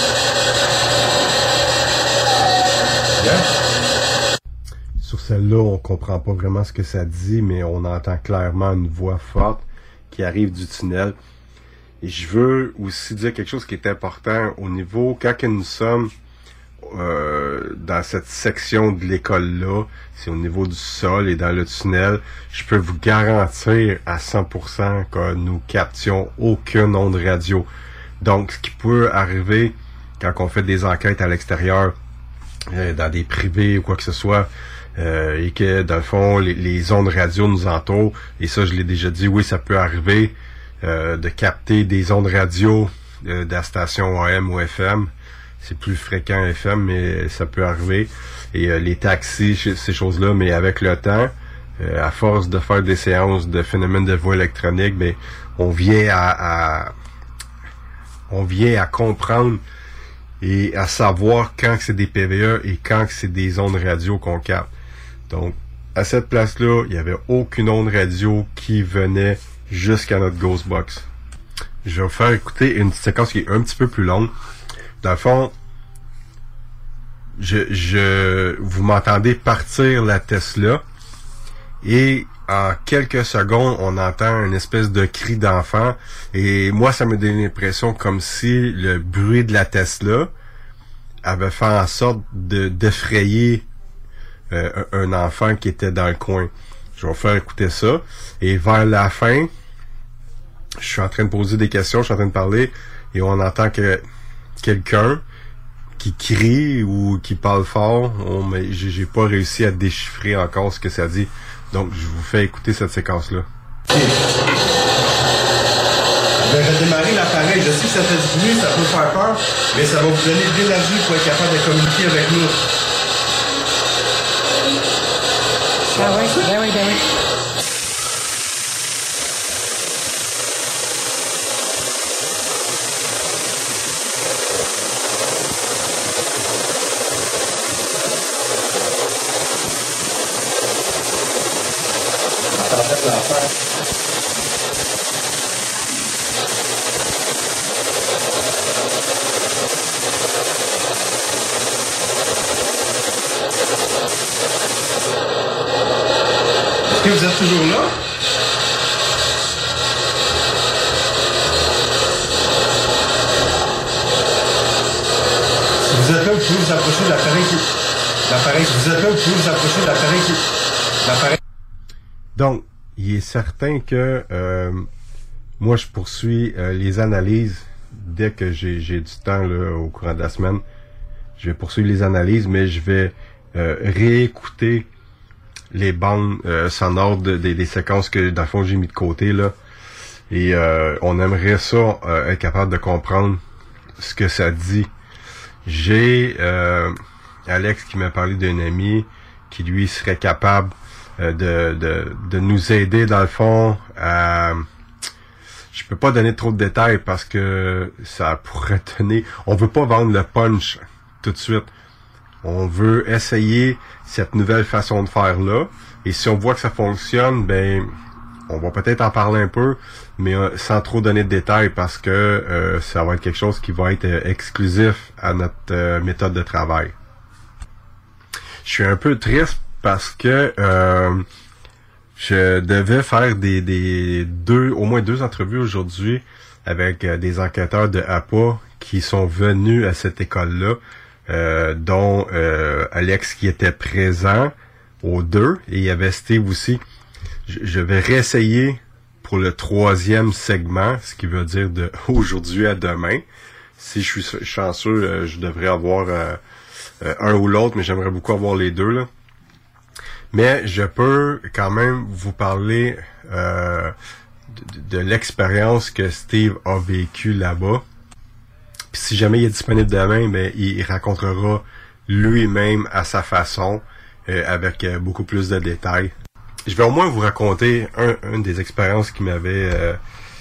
Speaker 13: Yeah. Sur celle-là, on comprend pas vraiment ce que ça dit, mais on entend clairement une voix forte qui arrive du tunnel. Et je veux aussi dire quelque chose qui est important au niveau, quand que nous sommes euh, dans cette section de l'école-là, c'est au niveau du sol et dans le tunnel, je peux vous garantir à cent pour cent que nous captions aucune onde radio. Donc, ce qui peut arriver quand on fait des enquêtes à l'extérieur, euh, dans des privés ou quoi que ce soit, euh, et que, dans le fond, les, les ondes radio nous entourent, et ça, je l'ai déjà dit, oui, ça peut arriver, Euh, de capter des ondes radio euh, de la station A M ou F M. C'est plus fréquent F M, mais ça peut arriver. Et euh, les taxis, ces choses-là, mais avec le temps, euh, à force de faire des séances de phénomènes de voix électronique, ben, on vient à, à on vient à comprendre et à savoir quand c'est des P V E et quand c'est des ondes radio qu'on capte. Donc, à cette place-là, il n'y avait aucune onde radio qui venait jusqu'à notre Ghostbox. Je vais vous faire écouter une séquence qui est un petit peu plus longue. Dans le fond, je, je, vous m'entendez partir la Tesla et en quelques secondes, on entend une espèce de cri d'enfant et moi, ça me donne l'impression comme si le bruit de la Tesla avait fait en sorte de d'effrayer euh, un enfant qui était dans le coin. Je vais vous faire écouter ça et vers la fin, je suis en train de poser des questions, je suis en train de parler, et on entend que quelqu'un qui crie ou qui parle fort, on, mais j'ai, j'ai pas réussi à déchiffrer encore ce que ça dit. Donc, je vous fais écouter cette séquence-là. Okay. Je vais redémarrer l'appareil. Je sais que ça fait du bruit, ça peut faire peur, mais ça va vous donner de l'énergie pour être capable de communiquer avec nous.
Speaker 20: Ah oui, ben oui, ben oui.
Speaker 13: Est-ce que vous êtes toujours là? Si vous êtes là, vous pouvez vous approcher de l'appareil qui... L'appareil, si vous êtes là, vous pouvez vous approcher de l'appareil qui... Donc, il est certain que euh, moi, je poursuis euh, les analyses dès que j'ai, j'ai du temps là, au courant de la semaine. Je vais poursuivre les analyses, mais je vais euh, réécouter les bandes euh, sonores de, des, des séquences que, dans le fond, j'ai mis de côté, là. Et euh, on aimerait ça, euh, être capable de comprendre ce que ça dit. J'ai euh, Alex qui m'a parlé d'un ami qui, lui, serait capable euh, de, de, de nous aider, dans le fond, à... Je peux pas donner trop de détails parce que ça pourrait donner... On veut pas vendre le punch tout de suite. On veut essayer cette nouvelle façon de faire là. Et si on voit que ça fonctionne, ben on va peut-être en parler un peu, mais euh, sans trop donner de détails parce que euh, ça va être quelque chose qui va être euh, exclusif à notre euh, méthode de travail. Je suis un peu triste parce que euh, je devais faire des, des deux, au moins deux entrevues aujourd'hui avec euh, des enquêteurs de A P A qui sont venus à cette école-là. Euh, dont euh, Alex qui était présent aux deux, et il y avait Steve aussi. Je, je vais réessayer pour le troisième segment, ce qui veut dire de aujourd'hui à demain. Si je suis chanceux, euh, je devrais avoir euh, euh, un ou l'autre, mais j'aimerais beaucoup avoir les deux, là. Mais je peux quand même vous parler euh, de, de l'expérience que Steve a vécue là-bas. Puis si jamais il est disponible demain, ben il, il racontera lui-même à sa façon, euh, avec euh, beaucoup plus de détails. Je vais au moins vous raconter un, une des expériences qui m'avait euh,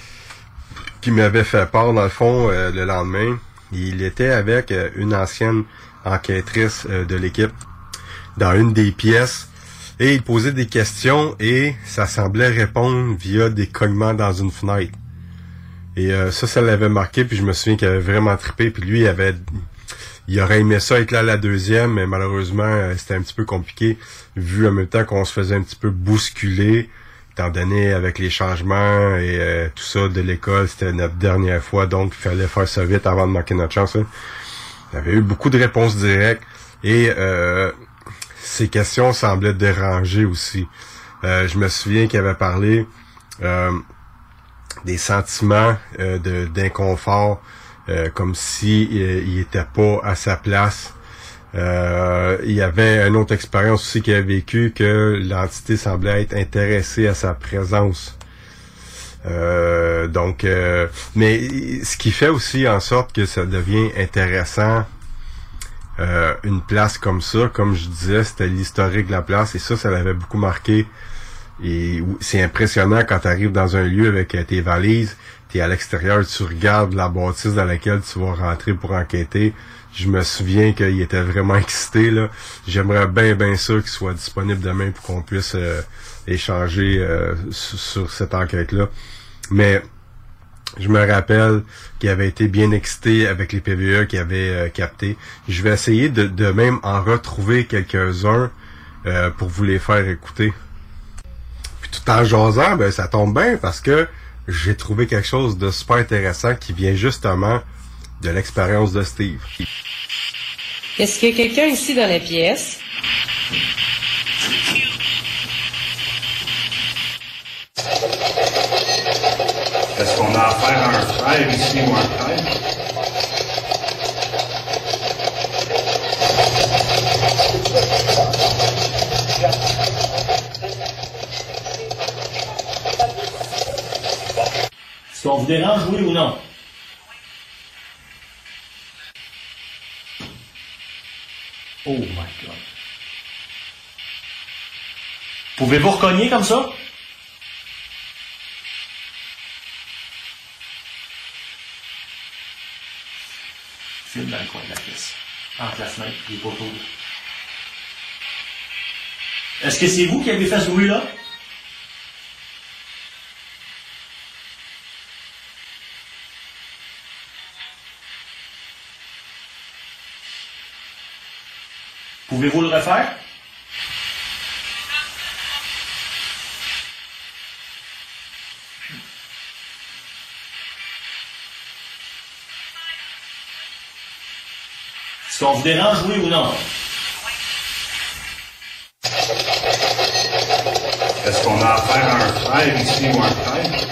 Speaker 13: qui m'avait fait peur dans le fond euh, le lendemain. Il était avec euh, une ancienne enquêtrice euh, de l'équipe dans une des pièces et il posait des questions et ça semblait répondre via des cognements dans une fenêtre. Et euh, ça, ça l'avait marqué, puis je me souviens qu'il avait vraiment trippé, puis lui, il avait, il aurait aimé ça être là à la deuxième, mais malheureusement, euh, c'était un petit peu compliqué, vu en même temps qu'on se faisait un petit peu bousculer, étant donné avec les changements et euh, tout ça de l'école, c'était notre dernière fois, donc il fallait faire ça vite avant de manquer notre chance. Hein. Il y avait eu beaucoup de réponses directes, et euh, ces questions semblaient déranger aussi. Euh, je me souviens qu'il avait parlé... Euh, des sentiments euh, de d'inconfort, euh, comme si euh, il était pas à sa place. Euh, il y avait une autre expérience aussi qu'il a vécu, que l'entité semblait être intéressée à sa présence. Euh, donc, euh, mais ce qui fait aussi en sorte que ça devient intéressant, euh, une place comme ça, comme je disais, c'était l'historique de la place, et ça, ça l'avait beaucoup marqué. Et c'est impressionnant quand tu arrives dans un lieu avec tes valises, tu es à l'extérieur, tu regardes la bâtisse dans laquelle tu vas rentrer pour enquêter. Je me souviens qu'il était vraiment excité, là. J'aimerais bien, bien ça qu'il soit disponible demain pour qu'on puisse euh, échanger euh, sur, sur cette enquête-là. Mais je me rappelle qu'il avait été bien excité avec les P V E qu'il avait euh, capté. Je vais essayer de, de même en retrouver quelques-uns euh, pour vous les faire écouter. Tout en jasant, ben ça tombe bien parce que j'ai trouvé quelque chose de super intéressant qui vient justement de l'expérience de Steve.
Speaker 20: Est-ce qu'il y a quelqu'un ici dans la pièce?
Speaker 7: Est-ce qu'on a affaire à un frère ici ou un frère?
Speaker 21: Est-ce qu'on vous dérange, oui ou non? Oh my God. Pouvez-vous recogner comme ça? Filme dans le coin de la pièce. Entre la fenêtre et les poteaux. Est-ce que c'est vous qui avez fait ce bruit-là? Pouvez-vous le refaire? Est-ce qu'on vous dérange, oui ou non? Est-ce qu'on a affaire à un frère ici ou un frère?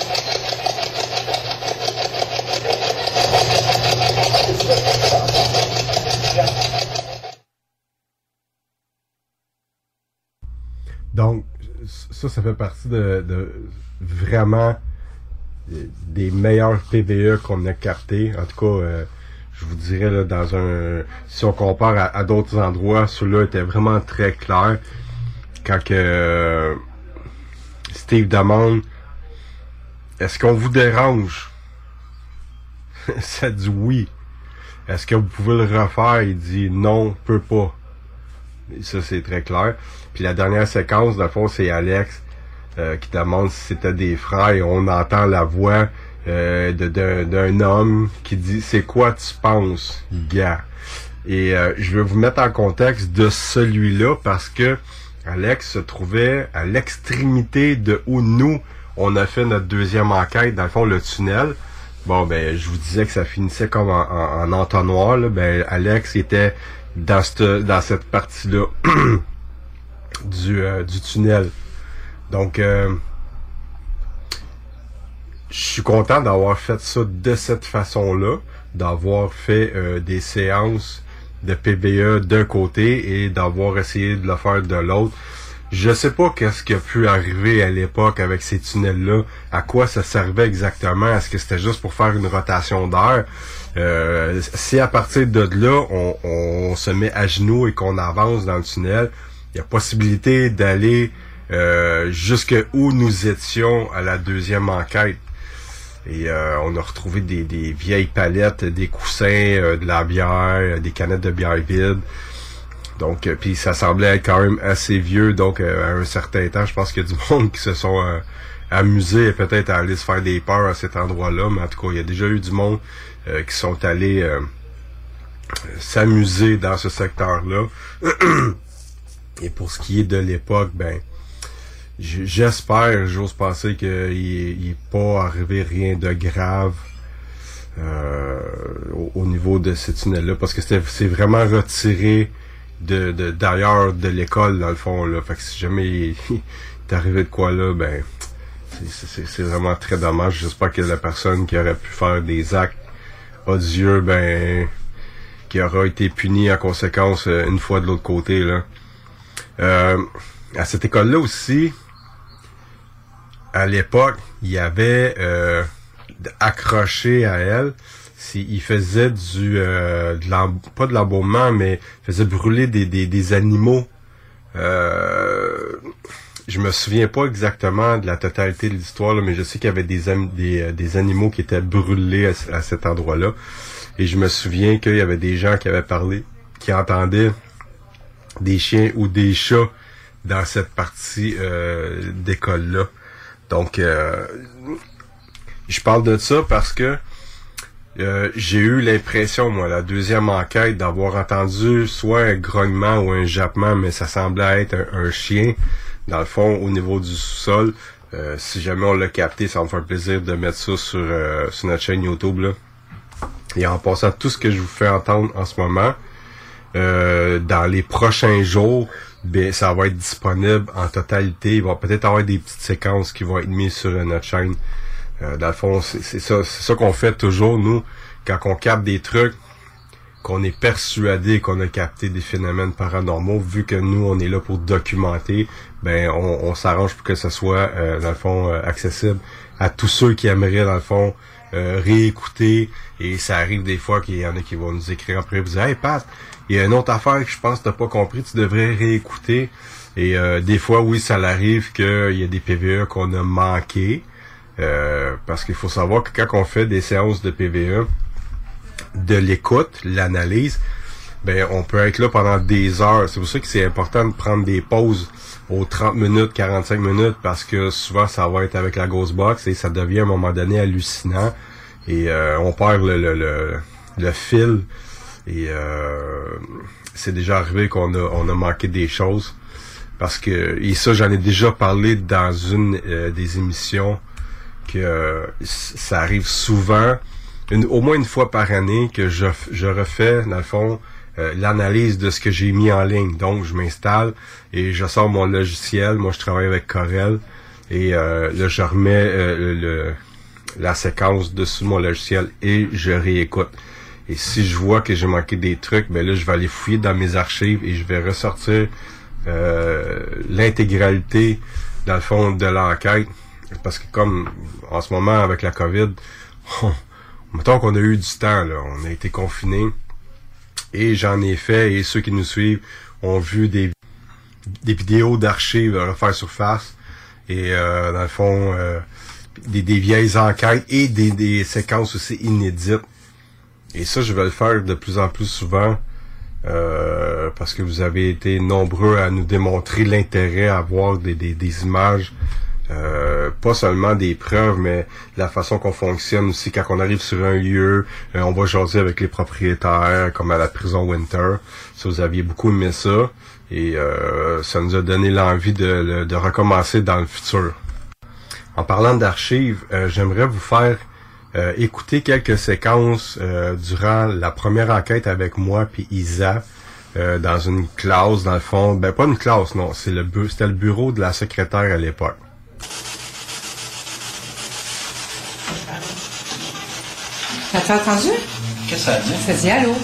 Speaker 13: Donc, ça, ça fait partie de, de vraiment des meilleurs P V E qu'on a captés. En tout cas, euh, je vous dirais, là, dans un... Si on compare à, à d'autres endroits, celui-là était vraiment très clair. Quand que euh, Steve demande « Est-ce qu'on vous dérange? » Ça dit oui. « Est-ce que vous pouvez le refaire? » Il dit « Non, peut pas. » Et ça, c'est très clair. Puis la dernière séquence, dans le fond, c'est Alex euh, qui demande si c'était des frères. Et on entend la voix euh, de, d'un, d'un homme qui dit « C'est quoi tu penses, gars? » Et euh, je vais vous mettre en contexte de celui-là parce que Alex se trouvait à l'extrémité de où nous, on a fait notre deuxième enquête, dans le fond, le tunnel. Bon, ben, je vous disais que ça finissait comme en, en, en entonnoir, là. Ben, Alex était dans cette, dans cette partie-là du, euh, du tunnel. Donc, euh, je suis content d'avoir fait ça de cette façon-là, d'avoir fait euh, des séances de P V E d'un côté et d'avoir essayé de le faire de l'autre. Je sais pas qu'est-ce qui a pu arriver à l'époque avec ces tunnels-là, à quoi ça servait exactement, est-ce que c'était juste pour faire une rotation d'air? Euh, si à partir de là, on, on se met à genoux et qu'on avance dans le tunnel, il y a possibilité d'aller euh, jusque où nous étions à la deuxième enquête. Et euh, on a retrouvé des, des vieilles palettes, des coussins, euh, de la bière, des canettes de bière vide. Donc, euh, puis ça semblait être quand même assez vieux. Donc, euh, à un certain temps, je pense qu'il y a du monde qui se sont euh, amusés peut-être à aller se faire des peurs à cet endroit-là. Mais en tout cas, il y a déjà eu du monde euh, qui sont allés euh, s'amuser dans ce secteur-là. Et pour ce qui est de l'époque, ben, j'espère, j'ose penser qu'il n'est pas arrivé rien de grave euh, au, au niveau de ce tunnel-là, parce que c'était, c'est vraiment retiré de, de d'ailleurs de l'école, dans le fond, là. Fait que si jamais il, il est arrivé de quoi là, ben, c'est, c'est, c'est vraiment très dommage. J'espère que la personne qui aurait pu faire des actes odieux, ben, qui aura été punie en conséquence une fois de l'autre côté, là. Euh, à cette école-là aussi, à l'époque, il y avait euh, accroché à elle, il faisait du euh, de pas de l'embaumement, mais faisait brûler des, des, des animaux. Euh, je me souviens pas exactement de la totalité de l'histoire, là, mais je sais qu'il y avait des, des, des animaux qui étaient brûlés à, à cet endroit-là. Et je me souviens qu'il y avait des gens qui avaient parlé, qui entendaient des chiens ou des chats dans cette partie euh, d'école-là. Donc, euh, je parle de ça parce que euh, j'ai eu l'impression, moi, la deuxième enquête, d'avoir entendu soit un grognement ou un jappement, mais ça semblait être un, un chien, dans le fond, au niveau du sous-sol. Euh, si jamais on l'a capté, ça va me faire plaisir de mettre ça sur, euh, sur notre chaîne YouTube, là. Et en passant tout ce que je vous fais entendre en ce moment, euh, dans les prochains jours, bien, ça va être disponible en totalité. Il va peut-être avoir des petites séquences qui vont être mises sur notre chaîne. Euh, dans le fond, c'est, c'est ça, c'est ça qu'on fait toujours, nous, quand on capte des trucs, qu'on est persuadé qu'on a capté des phénomènes paranormaux, vu que nous, on est là pour documenter, ben, on, on s'arrange pour que ce soit, euh, dans le fond, euh, accessible à tous ceux qui aimeraient, dans le fond, euh, réécouter. Et ça arrive des fois qu'il y en a qui vont nous écrire après, vous dire, hey Pat, il y a une autre affaire que je pense que t'as pas compris, tu devrais réécouter. Et euh, des fois, oui, ça arrive qu'il y a des P V E qu'on a manqué. Euh, parce qu'il faut savoir que quand on fait des séances de P V E, de l'écoute, l'analyse, ben on peut être là pendant des heures. C'est pour ça que c'est important de prendre des pauses aux trente minutes, quarante-cinq minutes, parce que souvent ça va être avec la ghost box et ça devient à un moment donné hallucinant. Et euh, on perd le, le, le, le fil. Et euh, c'est déjà arrivé qu'on a on a manqué des choses. Parce que, et ça j'en ai déjà parlé dans une euh, des émissions, que euh, ça arrive souvent, une, au moins une fois par année, que je, je refais, dans le fond, euh, l'analyse de ce que j'ai mis en ligne. Donc, je m'installe et je sors mon logiciel. Moi, je travaille avec Corel. Et euh, là, je remets euh, le, la séquence dessus mon logiciel et je réécoute. Et si je vois que j'ai manqué des trucs, ben là, je vais aller fouiller dans mes archives et je vais ressortir euh, l'intégralité, dans le fond, de l'enquête. Parce que comme en ce moment, avec la COVID, on, mettons qu'on a eu du temps, là, on a été confinés. Et j'en ai fait, et ceux qui nous suivent ont vu des, des vidéos d'archives refaire surface. Et euh, dans le fond, euh, des, des vieilles enquêtes et des, des séquences aussi inédites. Et ça, je vais le faire de plus en plus souvent euh, parce que vous avez été nombreux à nous démontrer l'intérêt à voir des, des, des images, euh, pas seulement des preuves, mais la façon qu'on fonctionne aussi. Quand on arrive sur un lieu, euh, on va jaser avec les propriétaires, comme à la prison Winter. Si vous aviez beaucoup aimé ça, et euh, ça nous a donné l'envie de, de recommencer dans le futur. En parlant d'archives, euh, j'aimerais vous faire Euh, écouter quelques séquences euh, durant la première enquête avec moi puis Isa euh, dans une classe, dans le fond. Ben, pas une classe, non. C'est le bu- c'était le bureau de la secrétaire à l'époque.
Speaker 20: As-tu entendu?
Speaker 21: Qu'est-ce que ça dit?
Speaker 20: Ça dit allô?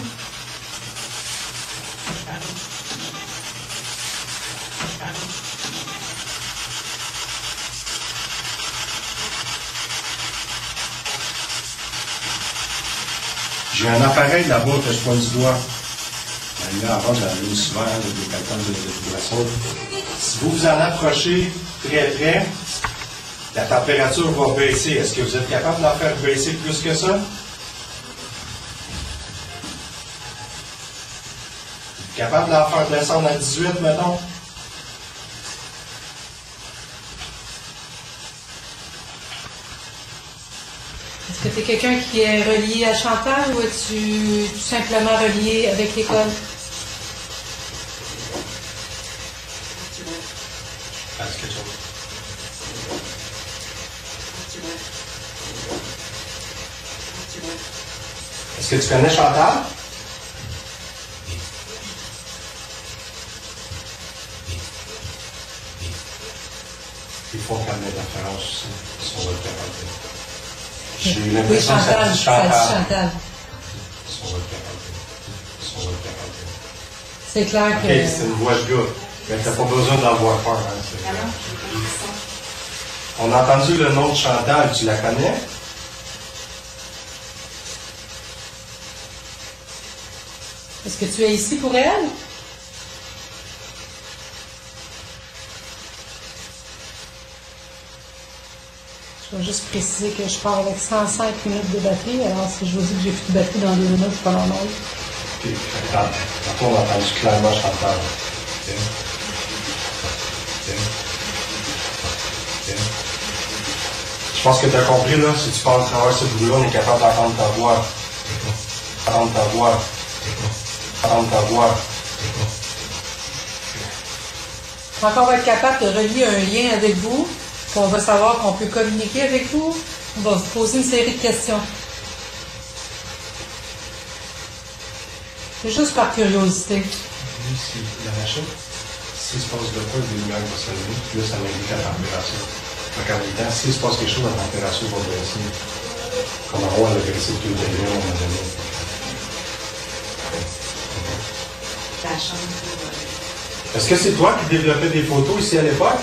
Speaker 1: J'ai un appareil là-bas que je pointe du doigt. Là, avant, j'avais eu souvent hein, des quelqu'un de, de boisson. Si vous vous en approchez très près, la température va baisser. Est-ce que vous êtes capable de la faire baisser plus que ça? Capable de la faire descendre à dix-huit, mettons?
Speaker 20: Est-ce que tu es quelqu'un qui est relié à Chantal ou es-tu tout simplement relié avec l'école?
Speaker 1: Est-ce que tu connais Chantal? Il faut faire de l'interférence sur le terrain. J'ai eu l'impression
Speaker 20: oui, Chantal,
Speaker 1: que ça dit Chantal.
Speaker 20: Ça dit Chantal.
Speaker 1: Sur le terrain. Sur le terrain.
Speaker 20: C'est clair que...
Speaker 1: OK, c'est une voix de gars. Mais t'as pas besoin d'avoir peur. Hein,
Speaker 20: Alors,
Speaker 1: on a entendu le nom de Chantal. Tu la connais?
Speaker 20: est-ce que tu es ici pour elle? Je vais juste préciser que je pars avec cent cinq minutes de batterie. Alors, si je vous dis que j'ai plus de batterie dans deux minutes, c'est pas normal.
Speaker 1: OK. Attends. Après, on a entendu clairement Chantal. OK. OK. OK. Je pense que tu as compris, là. Si tu parles à travers ce bruit-là, on est capable d'entendre ta voix. Entendre ta voix. Entendre ta voix.
Speaker 20: Quand on va être capable de relier un lien avec vous, qu'on va savoir qu'on peut communiquer avec vous, on va vous poser une série de questions. C'est juste par curiosité.
Speaker 1: Si la machine, s'il se passe de quoi, des lumières vont s'allumer, puis là, ça m'indique la température. Donc, en même temps, s'il se passe quelque chose, la température va baisser. Comme en haut, elle a baissé de deux degrés à un moment donné.
Speaker 20: La chambre.
Speaker 1: Est-ce que c'est toi qui développais des photos ici à l'époque?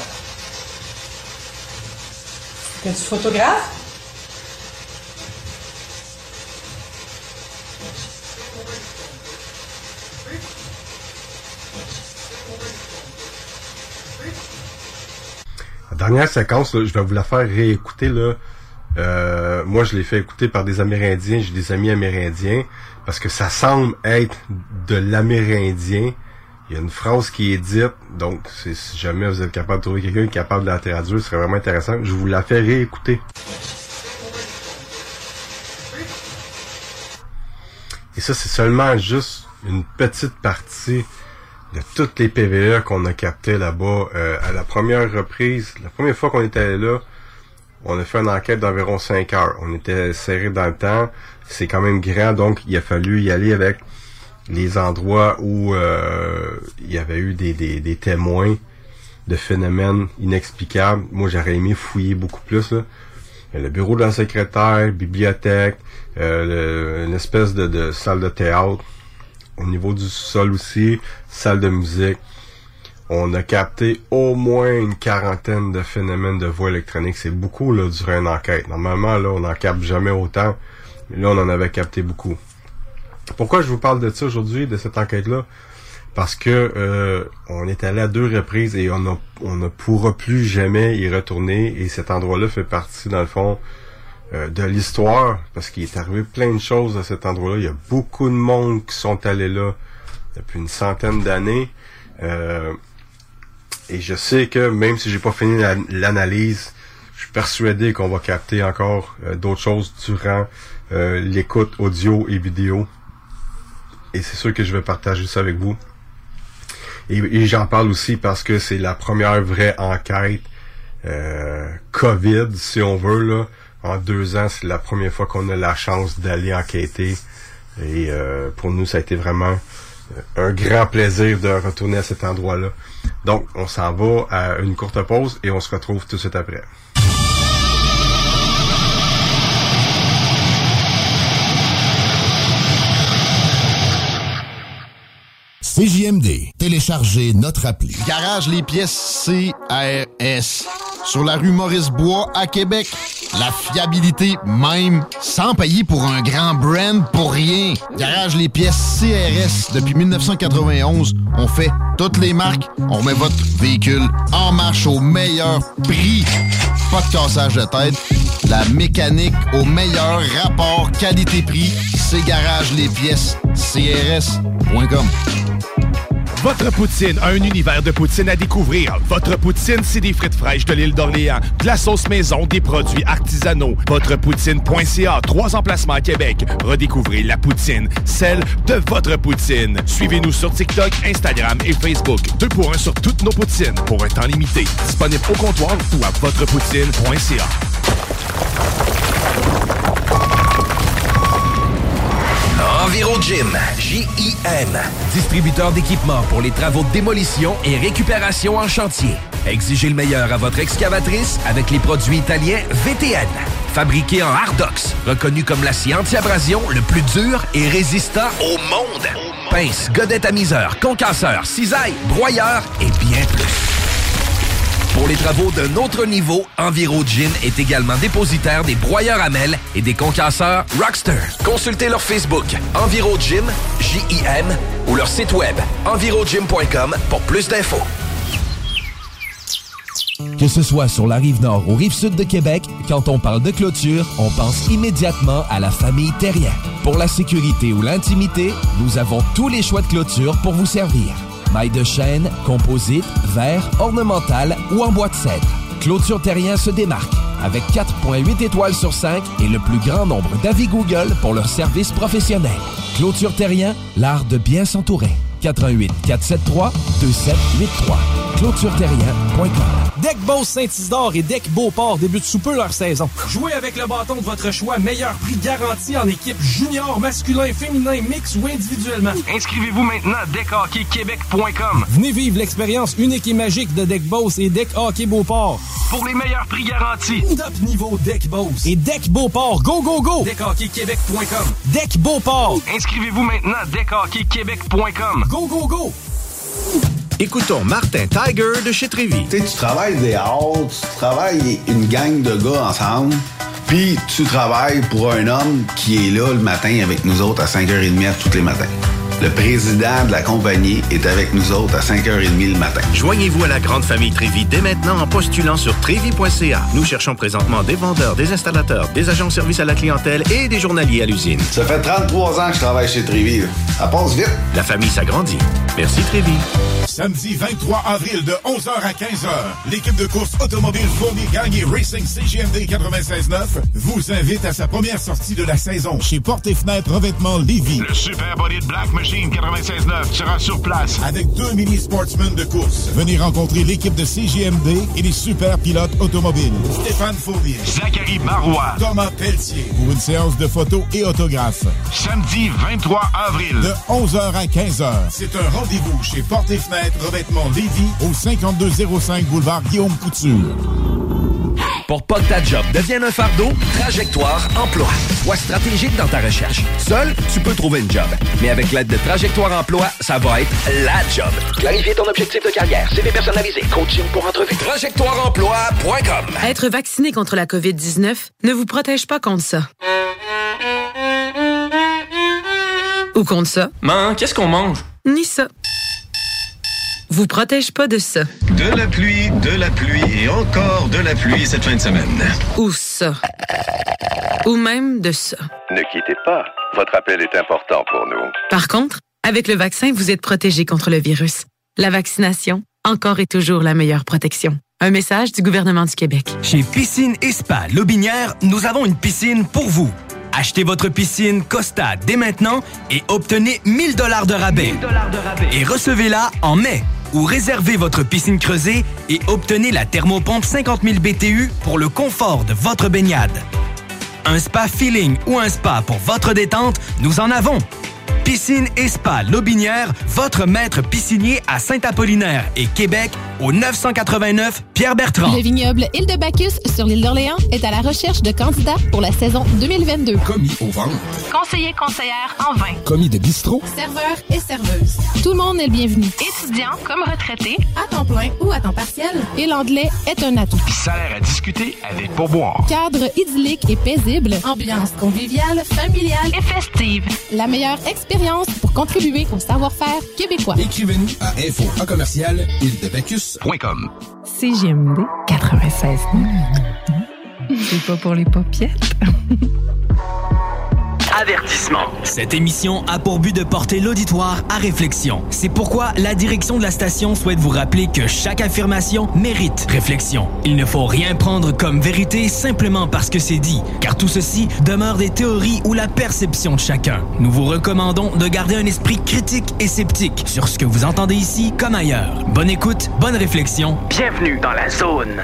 Speaker 20: Es-tu photographe?
Speaker 13: La dernière séquence, là, je vais vous la faire réécouter. Là. Euh, moi, je l'ai fait écouter par des Amérindiens. J'ai des amis amérindiens. Parce que ça semble être de l'amérindien. Il y a une phrase qui est dite. Donc, si jamais vous êtes capable de trouver quelqu'un qui est capable de la traduire, ce serait vraiment intéressant. Je vous la fais réécouter. Et ça, c'est seulement juste une petite partie de toutes les P V E qu'on a captées là-bas. Euh, à la première reprise, la première fois qu'on était allé là, on a fait une enquête d'environ cinq heures. On était serré dans le temps. C'est quand même grand, donc il a fallu y aller avec les endroits où euh, il y avait eu des, des, des témoins de phénomènes inexplicables. Moi, j'aurais aimé fouiller beaucoup plus, là. Le bureau de la secrétaire, bibliothèque, euh, le, une espèce de, de salle de théâtre. Au niveau du sol aussi, salle de musique. On a capté au moins une quarantaine de phénomènes de voix électroniques. C'est beaucoup, là, durant une enquête. Normalement, là, on n'en capte jamais autant. Mais là, on en avait capté beaucoup. Pourquoi je vous parle de ça aujourd'hui, de cette enquête-là? Parce que euh, on est allé à deux reprises et on a, on ne pourra plus jamais y retourner. Et cet endroit-là fait partie, dans le fond, euh, de l'histoire. Parce qu'il est arrivé plein de choses à cet endroit-là. Il y a beaucoup de monde qui sont allés là depuis une centaine d'années. Euh, et je sais que même si j'ai pas fini la, l'analyse, je suis persuadé qu'on va capter encore euh, d'autres choses durant euh, l'écoute audio et vidéo. Et c'est sûr que je vais partager ça avec vous. Et, et j'en parle aussi parce que c'est la première vraie enquête euh, COVID, si on veut, là. En deux ans, c'est la première fois qu'on a la chance d'aller enquêter. Et euh, pour nous, ça a été vraiment un grand plaisir de retourner à cet endroit-là. Donc, on s'en va à une courte pause et on se retrouve tout de suite après.
Speaker 6: C J M D. Téléchargez notre appli. Garage les pièces C R S. Sur la rue Maurice-Bois à Québec. La fiabilité même, sans payer pour un grand brand pour rien. Garage les pièces C R S. Depuis dix-neuf cent quatre-vingt-onze, on fait toutes les marques. On met votre véhicule en marche au meilleur prix. Pas de cassage de tête. La mécanique au meilleur rapport qualité-prix. C'est Garage les pièces C R S point com.
Speaker 16: Votre poutine, un univers de poutine à découvrir. Votre poutine, c'est des frites fraîches de l'île d'Orléans, de la sauce maison, des produits artisanaux. Votrepoutine point c a, trois emplacements à Québec. Redécouvrez la poutine, celle de votre poutine. Suivez-nous sur TikTok, Instagram et Facebook. Deux pour un sur toutes nos poutines, pour un temps limité. Disponible au comptoir ou à votrepoutine point c a.
Speaker 9: EnviroGym, J I M, distributeur d'équipements pour les travaux de démolition et récupération en chantier. Exigez le meilleur à votre excavatrice avec les produits italiens V T N. Fabriqué en Hardox, reconnu comme l'acier anti-abrasion le plus dur et résistant au monde. Pince, godette à miseur, concasseur, cisaille, broyeur et bien plus. Pour les travaux d'un autre niveau, EnviroGym est également dépositaire des broyeurs à mêles et des concasseurs Rockster. Consultez leur Facebook EnviroGym, J I M, ou leur site web envirogym point com pour plus d'infos.
Speaker 2: Que ce soit sur la rive nord ou rive sud de Québec, quand on parle de clôture, on pense immédiatement à la famille Terrien. Pour la sécurité ou l'intimité, nous avons tous les choix de clôture pour vous servir. Maille de chêne, composite, verre, ornemental ou en bois de cèdre. Clôture Terrien se démarque avec quatre virgule huit étoiles sur cinq et le plus grand nombre d'avis Google pour leur service professionnel. Clôture Terrien, l'art de bien s'entourer. quatre un huit, quatre sept trois, deux sept huit trois. clôture terrien point com.
Speaker 22: Deck Boss Saint-Isidore et Deck Beauport débutent sous peu leur saison. Jouez avec le bâton de votre choix, meilleur prix garanti en équipe junior, masculin, féminin, mix ou individuellement.
Speaker 23: Inscrivez-vous maintenant à deck hockey québec point com.
Speaker 22: Venez vivre l'expérience unique et magique de Deck Boss et Deck Hockey Beauport.
Speaker 23: Pour les meilleurs prix garantis.
Speaker 22: Top niveau Deck Boss et Deck Beauport. Go, go, go! deck hockey québec point com. Deck Beauport.
Speaker 23: Inscrivez-vous maintenant à deck hockey québec point com.
Speaker 22: Go, go, go!
Speaker 5: Écoutons Martin Tiger de chez Trévy.
Speaker 4: Tu sais, tu travailles des heures, tu travailles une gang de gars ensemble, puis tu travailles pour un homme qui est là le matin avec nous autres à cinq heures trente tous les matins. Le président de la compagnie est avec nous autres à cinq heures trente le matin.
Speaker 5: Joignez-vous à la grande famille Trévy dès maintenant en postulant sur trévy point c a. Nous cherchons présentement des vendeurs, des installateurs, des agents de service à la clientèle et des journaliers à l'usine.
Speaker 4: Ça fait trente-trois ans que je travaille chez Trévy. Ça passe vite.
Speaker 5: La famille s'agrandit. Merci Trévy.
Speaker 6: Samedi vingt-trois avril de onze heures à quinze heures, l'équipe de course automobile Fournier Gagné Racing C G M D quatre-vingt-seize neuf vous invite à sa première sortie de la saison chez Portes et Fenêtres Revêtement Lévis.
Speaker 7: Le super body de Black Machine quatre-vingt-seize neuf sera sur place.
Speaker 6: Avec deux mini-sportsmen de course. Venez rencontrer l'équipe de C G M D et les super pilotes automobiles. Stéphane Fournier,
Speaker 7: Zachary Marois,
Speaker 6: Thomas Pelletier pour une séance de photos et autographes.
Speaker 7: Samedi vingt-trois avril.
Speaker 6: De onze heures à quinze heures. C'est un rendez-vous chez Portes et Fenêtres Revêtement Lévis au cinquante-deux zéro cinq boulevard Guillaume Couture.
Speaker 9: Pour pas que ta job devienne un fardeau, Trajectoire Emploi. Sois stratégique dans ta recherche. Seul, tu peux trouver une job. Mais avec l'aide de Trajectoire Emploi, ça va être la job. Clarifier ton objectif de carrière, C V personnalisé, coaching pour entrevue. trajectoire emploi point com.
Speaker 3: Être vacciné contre la covid dix-neuf ne vous protège pas contre ça. Ou contre ça.
Speaker 12: Maman, qu'est-ce qu'on mange?
Speaker 3: Ni ça. Vous protège pas de ça.
Speaker 14: De la pluie, de la pluie et encore de la pluie cette fin de semaine.
Speaker 3: Ou ça. Ou même de ça.
Speaker 24: Ne quittez pas. Votre appel est important pour nous.
Speaker 3: Par contre, avec le vaccin, vous êtes protégé contre le virus. La vaccination, encore et toujours la meilleure protection. Un message du gouvernement du Québec.
Speaker 11: Chez Piscine et Spa Lobinière, nous avons une piscine pour vous. Achetez votre piscine Costa dès maintenant et obtenez mille dollars de rabais. Et recevez-la en mai. Ou réservez votre piscine creusée et obtenez la thermopompe cinquante mille B T U pour le confort de votre baignade. Un spa feeling ou un spa pour votre détente, nous en avons. Piscine et Spa Lobinière, votre maître piscinier à Saint-Apollinaire et Québec au neuf cent quatre-vingt-neuf Pierre-Bertrand.
Speaker 25: Le vignoble Île de Bacchus sur l'île d'Orléans est à la recherche de candidats pour la saison deux mille vingt-deux.
Speaker 15: Commis au ventre.
Speaker 25: Conseiller conseillère en vin.
Speaker 15: Commis de bistrot.
Speaker 25: Serveur et serveuse. Tout le monde est le bienvenu. Étudiant comme retraité, à temps plein ou à temps partiel. Et l'anglais est un atout.
Speaker 7: Salaire à discuter avec pourboire.
Speaker 25: Cadre idyllique et paisible. Ambiance conviviale, familiale et festive. La meilleure expérience pour contribuer au savoir-faire québécois.
Speaker 15: Écrivez-nous à info en commercial île de Bacchus point com.
Speaker 10: C G M D quatre-vingt-seize neuf. C'est pas pour les paupiètes.
Speaker 11: Avertissement. Cette émission a pour but de porter l'auditoire à réflexion. C'est pourquoi la direction de la station souhaite vous rappeler que chaque affirmation mérite réflexion. Il ne faut rien prendre comme vérité simplement parce que c'est dit, car tout ceci demeure des théories ou la perception de chacun. Nous vous recommandons de garder un esprit critique et sceptique sur ce que vous entendez ici comme ailleurs. Bonne écoute, bonne réflexion. Bienvenue dans la zone.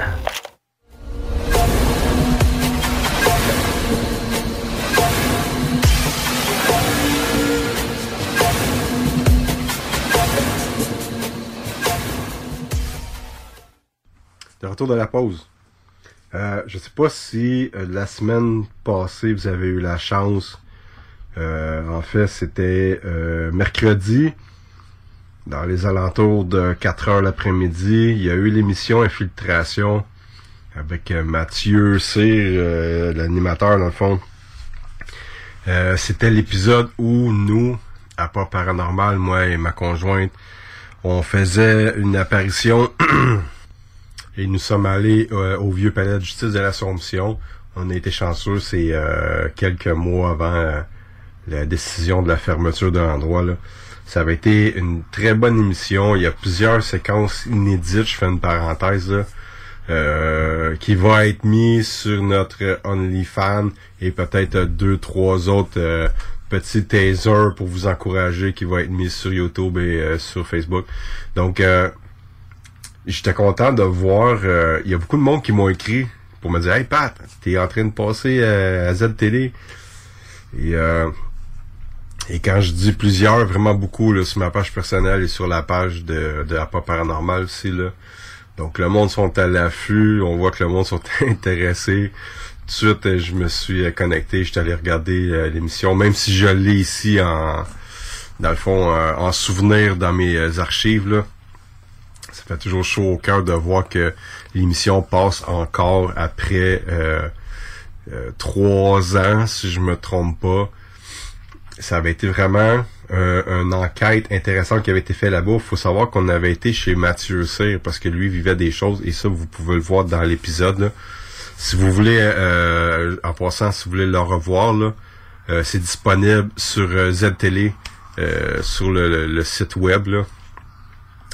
Speaker 13: De retour de la pause. Euh, je sais pas si euh, la semaine passée vous avez eu la chance. Euh, en fait, c'était euh, mercredi, dans les alentours de quatre heures l'après-midi. Il y a eu l'émission Infiltration avec euh, Mathieu Cyr, euh, l'animateur dans le fond. Euh, c'était l'épisode où nous, à Pas Paranormal, moi et ma conjointe, on faisait une apparition. Et nous sommes allés euh, au vieux palais de justice de l'Assomption. On a été chanceux, c'est euh, quelques mois avant euh, la décision de la fermeture de l'endroit, là. Ça avait été une très bonne émission. Il y a plusieurs séquences inédites, je fais une parenthèse là, euh, qui va être mis sur notre OnlyFans et peut-être deux, trois autres euh, petits tasers pour vous encourager qui va être mis sur YouTube et euh, sur Facebook. Donc, euh, j'étais content de voir, il euh, y a beaucoup de monde qui m'ont écrit pour me dire « Hey Pat, t'es en train de passer euh, à Z-Télé. » Et euh, et quand je dis plusieurs, vraiment beaucoup là, sur ma page personnelle et sur la page de, de Pas Paranormal aussi, là. Donc le monde sont à l'affût, on voit que le monde sont intéressés. Tout de suite, je me suis connecté, j'étais allé regarder euh, l'émission, même si je l'ai ici en dans le fond euh, en souvenir dans mes archives là. Ça fait toujours chaud au cœur de voir que l'émission passe encore après euh, euh, trois ans, si je me trompe pas. Ça avait été vraiment euh, une enquête intéressante qui avait été faite là-bas. Il faut savoir qu'on avait été chez Mathieu Cyr parce que lui vivait des choses et ça, vous pouvez le voir dans l'épisode, là. Si vous voulez, euh, en passant, si vous voulez le revoir, là, euh, c'est disponible sur euh, Z-Télé, euh, sur le, le, le site web, là.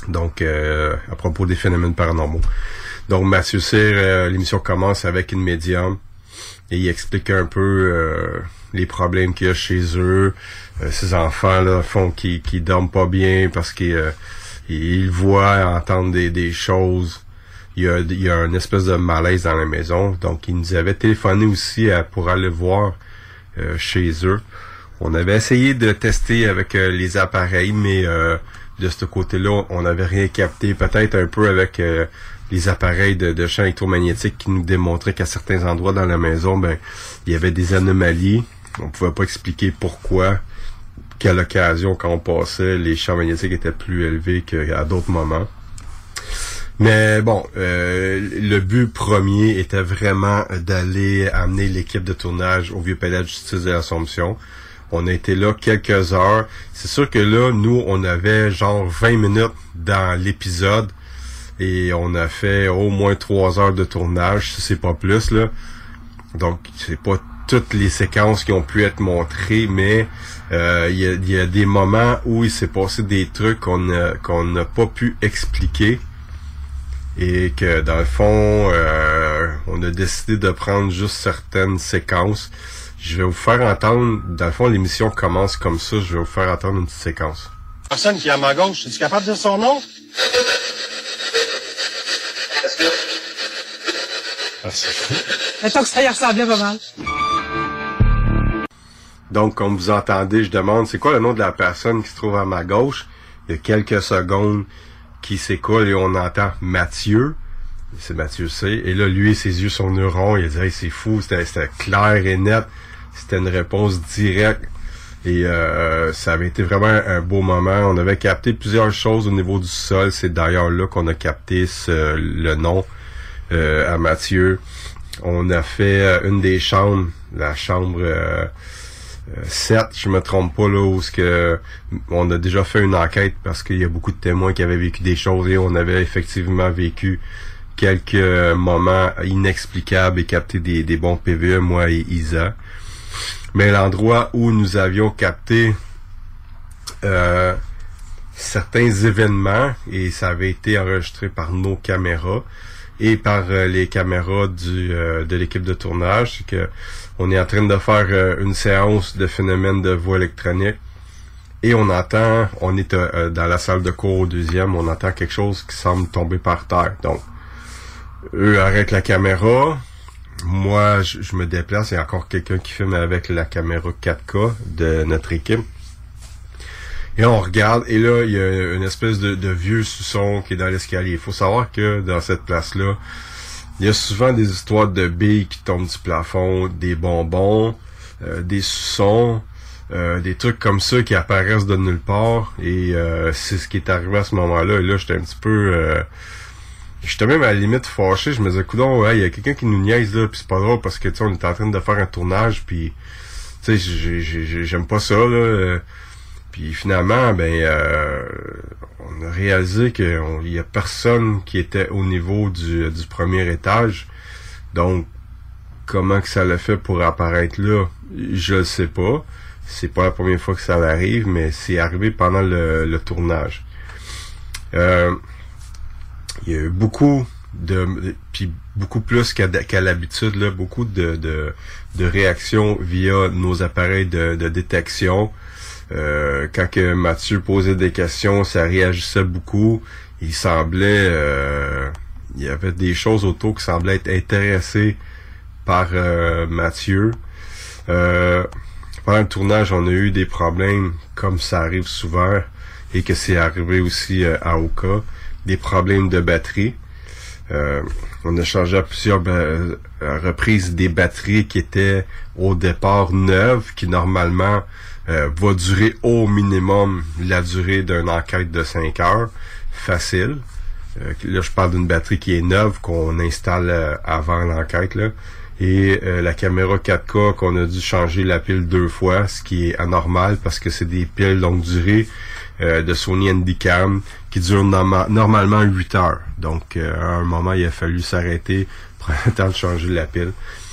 Speaker 13: Donc, euh, à propos des phénomènes paranormaux. Donc, Mathieu Cyr, euh, l'émission commence avec une médium et il explique un peu euh, les problèmes qu'il y a chez eux. Euh, ces enfants là font qu'ils qui dorment pas bien parce qu'ils euh, ils voient, entendent des, des choses. Il y a, il y a une espèce de malaise dans la maison. Donc, ils nous avaient téléphoné aussi à, pour aller voir euh, chez eux. On avait essayé de tester avec euh, les appareils, mais euh, de ce côté-là, on n'avait rien capté. Peut-être un peu avec euh, les appareils de, de champs électromagnétiques qui nous démontraient qu'à certains endroits dans la maison, ben il y avait des anomalies. On pouvait pas expliquer pourquoi, quelle occasion, quand on passait, les champs magnétiques étaient plus élevés qu'à d'autres moments. Mais bon, euh, le but premier était vraiment d'aller amener l'équipe de tournage au Vieux Palais de Justice de l'Assomption. On a été là quelques heures. C'est sûr que là, nous, on avait genre vingt minutes dans l'épisode et on a fait au moins trois heures de tournage, si c'est pas plus, là. Donc, c'est pas toutes les séquences qui ont pu être montrées, mais euh, il y, a, il y a des moments où il s'est passé des trucs qu'on a, qu'on n'a pas pu expliquer et que, dans le fond, euh, on a décidé de prendre juste certaines séquences. Je vais vous faire entendre, dans le fond, l'émission commence comme ça, je vais vous faire entendre une petite séquence.
Speaker 8: Personne qui est à ma gauche, es-tu capable de dire son nom?
Speaker 1: Ah, c'est fou.
Speaker 20: Mettons que ça y ressemblait pas mal.
Speaker 13: Donc, comme vous entendez, je demande, c'est quoi le nom de la personne qui se trouve à ma gauche? Il y a quelques secondes qui s'écoulent et on entend Mathieu. C'est Mathieu C. Et là, lui, ses yeux sont ronds. Il a dit, hey, c'est fou, c'était, c'était clair et net. C'était une réponse directe. Et euh, ça avait été vraiment un beau moment. On avait capté plusieurs choses au niveau du sol. C'est d'ailleurs là qu'on a capté ce, le nom euh, à Mathieu. On a fait euh, une des chambres, la chambre euh, euh, sept, je me trompe pas, là, où ce que on a déjà fait une enquête parce qu'il y a beaucoup de témoins qui avaient vécu des choses et on avait effectivement vécu quelques moments inexplicables et capté des, des bons P V E, moi et Isa. Mais l'endroit où nous avions capté euh, certains événements, et ça avait été enregistré par nos caméras et par euh, les caméras du euh, de l'équipe de tournage, c'est que on est en train de faire euh, une séance de phénomènes de voix électronique et on entend, on est euh, dans la salle de cours au deuxième, on entend quelque chose qui semble tomber par terre. Donc, eux arrêtent la caméra. Moi, je, je me déplace. Il y a encore quelqu'un qui filme avec la caméra quatre K de notre équipe. Et on regarde. Et là, il y a une espèce de, de vieux soupçon qui est dans l'escalier. Il faut savoir que dans cette place-là, il y a souvent des histoires de billes qui tombent du plafond, des bonbons, euh, des soupçons, euh, des trucs comme ça qui apparaissent de nulle part. Et euh, c'est ce qui est arrivé à ce moment-là. Et là, j'étais un petit peu... Euh, J'étais même à la limite fâché, je me disais, coudonc, ouais, il y a quelqu'un qui nous niaise là, pis c'est pas drôle parce que tu sais, on est en train de faire un tournage, puis tu sais, j'aime pas ça là. Puis finalement, ben, euh, on a réalisé qu'il y a personne qui était au niveau du, du premier étage. Donc, comment que ça l'a fait pour apparaître là, je le sais pas. C'est pas la première fois que ça arrive, mais c'est arrivé pendant le, le tournage. Euh, Il y a eu beaucoup de, puis beaucoup plus qu'à, qu'à l'habitude, là, beaucoup de, de, de réactions via nos appareils de, de détection. Euh, quand que Mathieu posait des questions, ça réagissait beaucoup. Il semblait, euh, il y avait des choses autour qui semblaient être intéressées par euh, Mathieu. Euh, pendant le tournage, on a eu des problèmes, comme ça arrive souvent, et que c'est arrivé aussi euh, à Oka. Des problèmes de batterie. Euh, on a changé à plusieurs ba- reprises des batteries qui étaient au départ neuves, qui normalement euh, va durer au minimum la durée d'une enquête de cinq heures. Facile. Euh, là, je parle d'une batterie qui est neuve, qu'on installe euh, avant l'enquête, là. Et euh, la caméra quatre K qu'on a dû changer la pile deux fois, ce qui est anormal parce que c'est des piles longue durée euh, de Sony Handycam qui durent norma- normalement huit heures. Donc euh, à un moment, il a fallu s'arrêter, prendre le temps de changer la pile.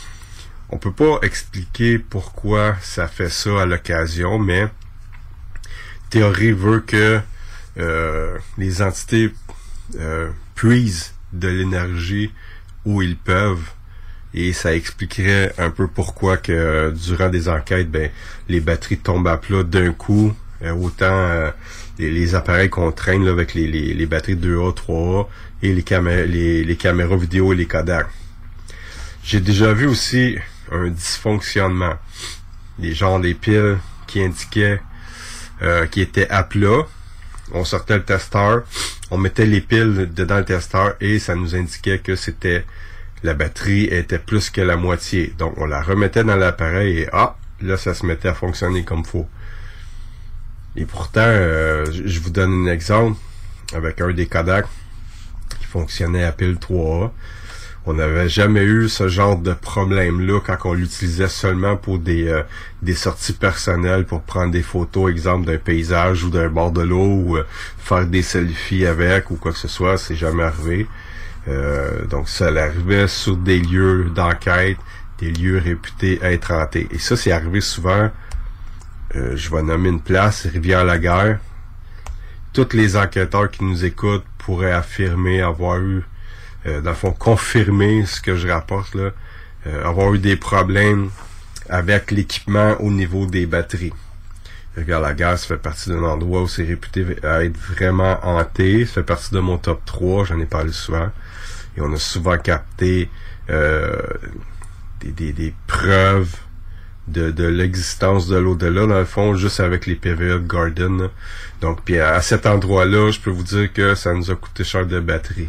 Speaker 13: On peut pas expliquer pourquoi ça fait ça à l'occasion, mais théorie veut que euh, les entités euh, puisent de l'énergie où ils peuvent. Et ça expliquerait un peu pourquoi que euh, durant des enquêtes, ben les batteries tombent à plat d'un coup. Euh, autant euh, les, les appareils qu'on traîne là, avec les, les, les batteries deux A, trois A et les, camé- les, les caméras vidéo et les Kodak. J'ai déjà vu aussi un dysfonctionnement. Des genres des piles qui indiquaient euh, qui étaient à plat. On sortait le testeur, on mettait les piles dedans le testeur et ça nous indiquait que c'était la batterie était plus que la moitié. Donc, on la remettait dans l'appareil et ah, là, ça se mettait à fonctionner comme faut. Et pourtant, euh, je vous donne un exemple avec un des Kodak qui fonctionnait à pile trois A. On n'avait jamais eu ce genre de problème-là quand on l'utilisait seulement pour des euh, des sorties personnelles, pour prendre des photos, exemple d'un paysage ou d'un bord de l'eau, ou euh, faire des selfies avec ou quoi que ce soit. C'est jamais arrivé. Euh, donc ça arrivait sur des lieux d'enquête, des lieux réputés être hantés. Et ça, c'est arrivé souvent, euh, je vais nommer une place, Rivière-la-Guerre. Tous les enquêteurs qui nous écoutent pourraient affirmer avoir eu, euh, dans le fond, confirmer ce que je rapporte là, euh, avoir eu des problèmes avec l'équipement au niveau des batteries. Rivière-la-Guerre, ça fait partie d'un endroit où c'est réputé à être vraiment hanté. Ça fait partie de mon top trois, j'en ai parlé souvent. Et on a souvent capté euh, des, des, des preuves de, de l'existence de l'au-delà, dans le fond, juste avec les P V A de Garden. Là. Donc, puis à, à cet endroit-là, je peux vous dire que ça nous a coûté cher de batterie.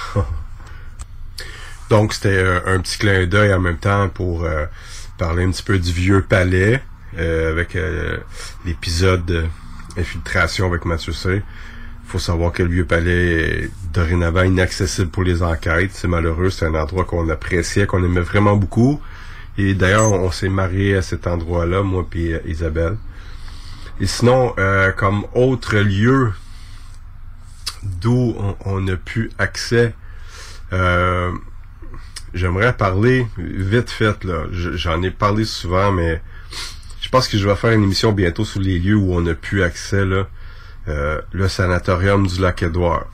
Speaker 13: Donc, c'était euh, un petit clin d'œil en même temps pour euh, parler un petit peu du vieux palais. Euh, avec euh, l'épisode de Infiltration avec Mathieu C. Il faut savoir que le Vieux Palais est dorénavant inaccessible pour les enquêtes. C'est malheureux, c'est un endroit qu'on appréciait, qu'on aimait vraiment beaucoup. Et d'ailleurs, on s'est marié à cet endroit-là, moi et euh, Isabelle. Et sinon, euh, comme autre lieu d'où on, on a pu accès, euh, j'aimerais parler vite fait, là. J'en ai parlé souvent, mais je pense que je vais faire une émission bientôt sur les lieux où on a pu accès, là. Euh, le sanatorium du Lac-Édouard.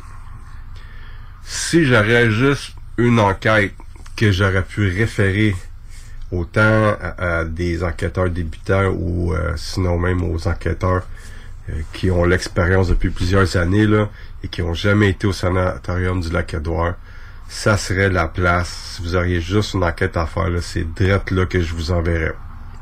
Speaker 13: Si j'aurais juste une enquête que j'aurais pu référer autant à, à des enquêteurs débutants ou euh, sinon même aux enquêteurs euh, qui ont l'expérience depuis plusieurs années là et qui ont jamais été au sanatorium du Lac-Édouard, ça serait la place. Si vous auriez juste une enquête à faire, là, c'est direct là que je vous enverrai.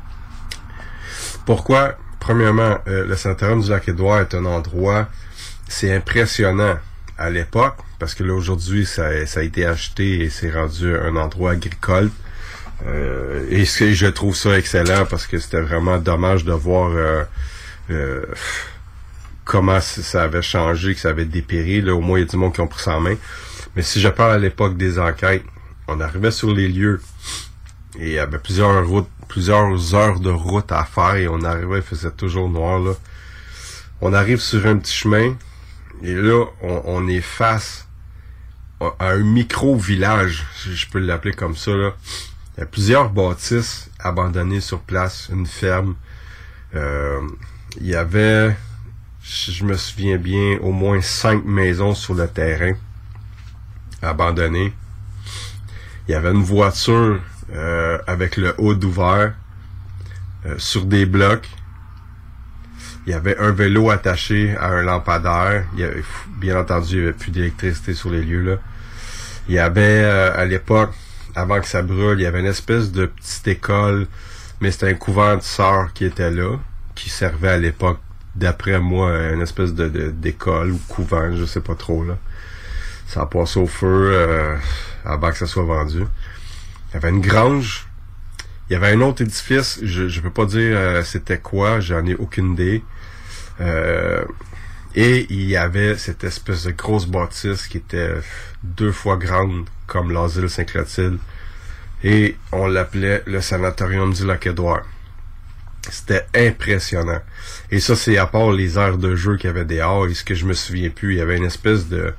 Speaker 13: Pourquoi? Premièrement, euh, le sanatorium du Lac-Édouard est un endroit, c'est impressionnant à l'époque, parce que là aujourd'hui ça, ça a été acheté et c'est rendu un endroit agricole. Euh, et je trouve ça excellent parce que c'était vraiment dommage de voir euh, euh, comment ça avait changé, que ça avait dépéri. Là, au moins il y a du monde qui ont pris ça en main. Mais si je parle à l'époque des enquêtes, on arrivait sur les lieux et il y avait plusieurs routes, plusieurs heures de route à faire et on arrivait, il faisait toujours noir là. On arrive sur un petit chemin et là, on, on est face à un micro-village, si je peux l'appeler comme ça là. Il y a plusieurs bâtisses abandonnées sur place, une ferme. Euh, il y avait, si je me souviens bien, au moins cinq maisons sur le terrain abandonnées. Il y avait une voiture euh, avec le hood ouvert euh, sur des blocs. Il y avait un vélo attaché à un lampadaire. Il y avait, bien entendu, il n'y avait plus d'électricité sur les lieux là. Il y avait euh, à l'époque, avant que ça brûle, il y avait une espèce de petite école, mais c'était un couvent de sœurs qui était là, qui servait à l'époque, d'après moi, une espèce de, de d'école ou couvent, je sais pas trop là. Ça a passé au feu euh, avant que ça soit vendu. Il y avait une grange. Il y avait un autre édifice, je je peux pas dire euh, c'était quoi, j'en ai aucune idée. Euh, et il y avait cette espèce de grosse bâtisse qui était deux fois grande comme l'asile Saint-Clotilde. Et on l'appelait le sanatorium du Lac-Édouard. C'était impressionnant. Et ça, c'est à part les aires de jeu qu'il y avait dehors. Et ce que je me souviens plus, il y avait une espèce de...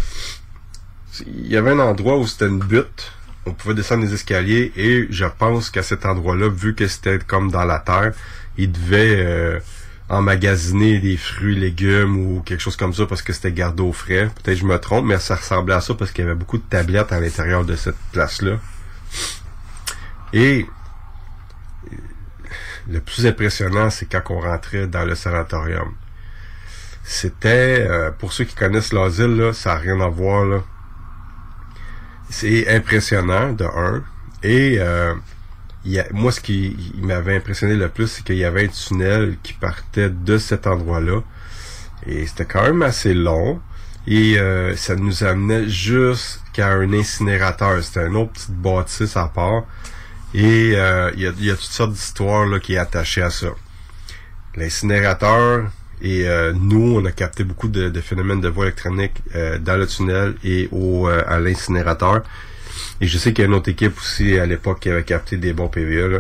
Speaker 13: Il y avait un endroit où c'était une butte. On pouvait descendre les escaliers. Et je pense qu'à cet endroit-là, vu que c'était comme dans la terre, il devait... Euh, emmagasiner des fruits, légumes ou quelque chose comme ça parce que c'était gardé au frais. Peut-être que je me trompe, mais ça ressemblait à ça parce qu'il y avait beaucoup de tablettes à l'intérieur de cette place-là. Et le plus impressionnant, c'est quand on rentrait dans le sanatorium. C'était, euh, pour ceux qui connaissent l'asile, là, ça n'a rien à voir, là. C'est impressionnant, de un. Et euh, il y a, moi, ce qui il m'avait impressionné le plus, c'est qu'il y avait un tunnel qui partait de cet endroit-là. Et c'était quand même assez long. Et euh, ça nous amenait jusqu'à un incinérateur. C'était une autre petite bâtisse à part. Et euh, il y, a, il y a toutes sortes d'histoires là qui est attachées à ça. L'incinérateur et euh, nous, on a capté beaucoup de, de phénomènes de voie électronique euh, dans le tunnel et au euh, à l'incinérateur. Et je sais qu'il y a une autre équipe aussi à l'époque qui avait capté des bons P V A. Là.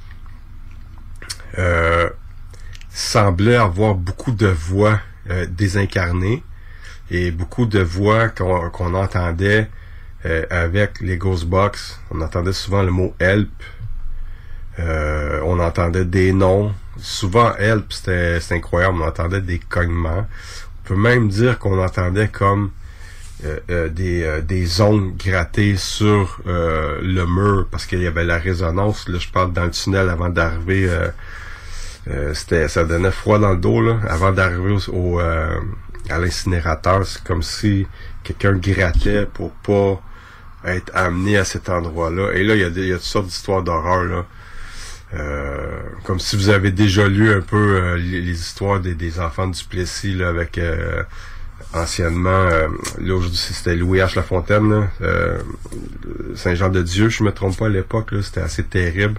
Speaker 13: Euh, semblait avoir beaucoup de voix euh, désincarnées et beaucoup de voix qu'on, qu'on entendait Euh, avec les Ghostbox. On entendait souvent le mot help. Euh, on entendait des noms. Souvent help, c'était, c'était incroyable. On entendait des cognements. On peut même dire qu'on entendait comme euh, euh, des, euh, des ongles grattés sur euh, le mur parce qu'il y avait la résonance. Là, je parle dans le tunnel avant d'arriver. Euh, euh, c'était, ça donnait froid dans le dos là. Avant d'arriver au, au euh, à l'incinérateur, c'est comme si quelqu'un grattait pour pas être amené à cet endroit-là. Et là, il y a, des, il y a toutes sortes d'histoires d'horreur, là. Euh, comme si vous avez déjà lu un peu euh, les, les histoires des, des enfants du Plessis, là, avec euh, anciennement, euh, là, aujourd'hui, c'était Louis H. Lafontaine, là, euh, Saint-Jean-de-Dieu, je me trompe pas à l'époque, là, c'était assez terrible.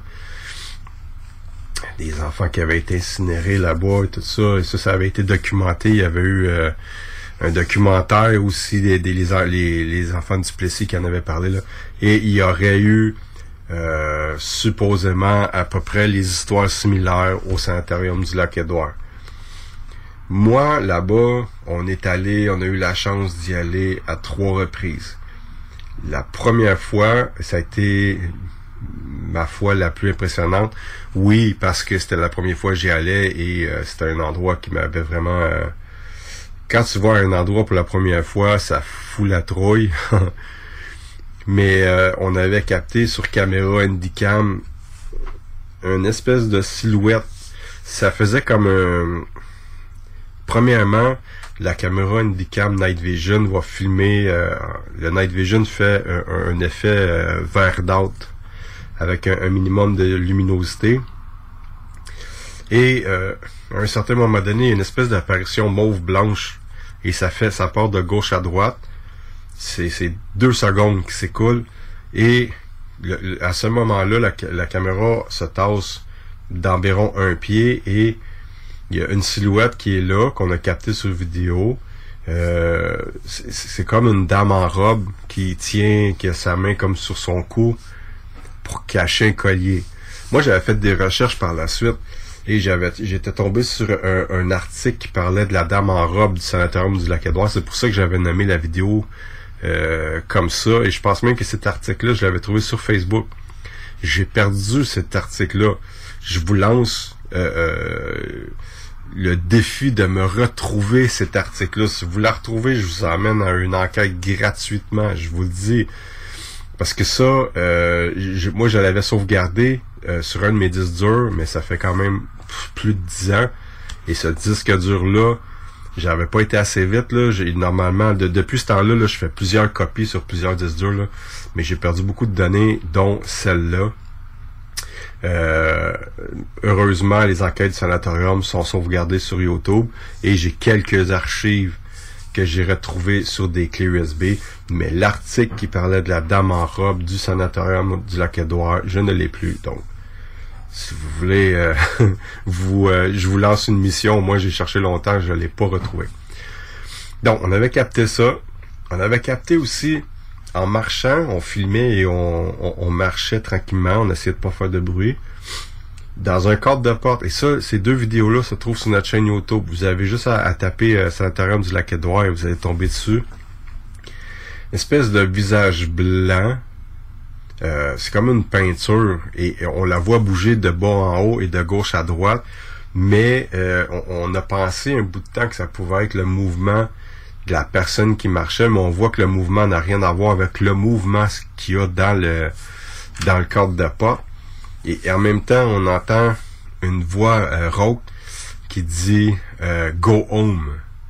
Speaker 13: Des enfants qui avaient été incinérés là-bas et tout ça, et ça, ça avait été documenté. Il y avait eu euh, un documentaire aussi des, des les, les, les enfants du Plessis qui en avaient parlé là. Et il y aurait eu euh, supposément à peu près les histoires similaires au sanatorium du Lac-Édouard. Moi, là-bas, on est allé, on a eu la chance d'y aller à trois reprises. La première fois, ça a été ma foi la plus impressionnante. Oui, parce que c'était la première fois que j'y allais et euh, c'était un endroit qui m'avait vraiment... Euh, quand tu vois un endroit pour la première fois, ça fout la trouille. Mais euh, on avait capté sur caméra Handycam une espèce de silhouette. Ça faisait comme un... Premièrement, la caméra Handycam Night Vision va filmer... Euh, le Night Vision fait un, un effet euh, verdâtre avec un, un minimum de luminosité. Et euh, à un certain moment donné, il y a une espèce d'apparition mauve-blanche. Et ça fait, ça part de gauche à droite. C'est, c'est deux secondes qui s'écoulent. Et le, le, à ce moment-là, la, la caméra se tasse d'environ un pied. Et il y a une silhouette qui est là, qu'on a captée sur vidéo. Euh, c'est, c'est comme une dame en robe qui tient, qui a sa main comme sur son cou pour cacher un collier. Moi, j'avais fait des recherches par la suite. Et j'avais, j'étais tombé sur un, un article qui parlait de la dame en robe du sanatorium du Lac-Édouard. C'est pour ça que j'avais nommé la vidéo euh, comme ça. Et je pense même que cet article-là, je l'avais trouvé sur Facebook. J'ai perdu cet article-là. Je vous lance euh, euh, le défi de me retrouver cet article-là. Si vous la retrouvez, je vous emmène à une enquête gratuitement. Je vous le dis. Parce que ça, euh, je, moi, je l'avais sauvegardé euh, sur un de mes disques durs, mais ça fait quand même plus de dix ans. Et ce disque dur-là, j'avais pas été assez vite. Là. J'ai, normalement, de, depuis ce temps-là, là, je fais plusieurs copies sur plusieurs disques durs, là, mais j'ai perdu beaucoup de données, dont celle-là. Euh, heureusement, les enquêtes du sanatorium sont sauvegardées sur YouTube et j'ai quelques archives que j'ai retrouvées sur des clés U S B, mais l'article qui parlait de la dame en robe du sanatorium du Lac-Édouard, je ne l'ai plus. Donc, si vous voulez, euh, vous, euh, je vous lance une mission. Moi, j'ai cherché longtemps, je ne l'ai pas retrouvé. Donc, on avait capté ça. On avait capté aussi, en marchant, on filmait et on, on, on marchait tranquillement. On essayait de pas faire de bruit. Dans un cadre de porte. Et ça, ces deux vidéos-là se trouvent sur notre chaîne YouTube. Vous avez juste à, à taper euh, Sanatorium du Lac-Édouard et vous allez tomber dessus. Une espèce de visage blanc. Euh, c'est comme une peinture. Et, et on la voit bouger de bas en haut et de gauche à droite. mais euh, on, on a pensé un bout de temps que ça pouvait être le mouvement de la personne qui marchait, mais on voit que le mouvement n'a rien à voir avec le mouvement qu'il y a dans le dans le cadre de pas. Et, et en même temps, on entend une voix euh, rauque qui dit euh, « Go home ».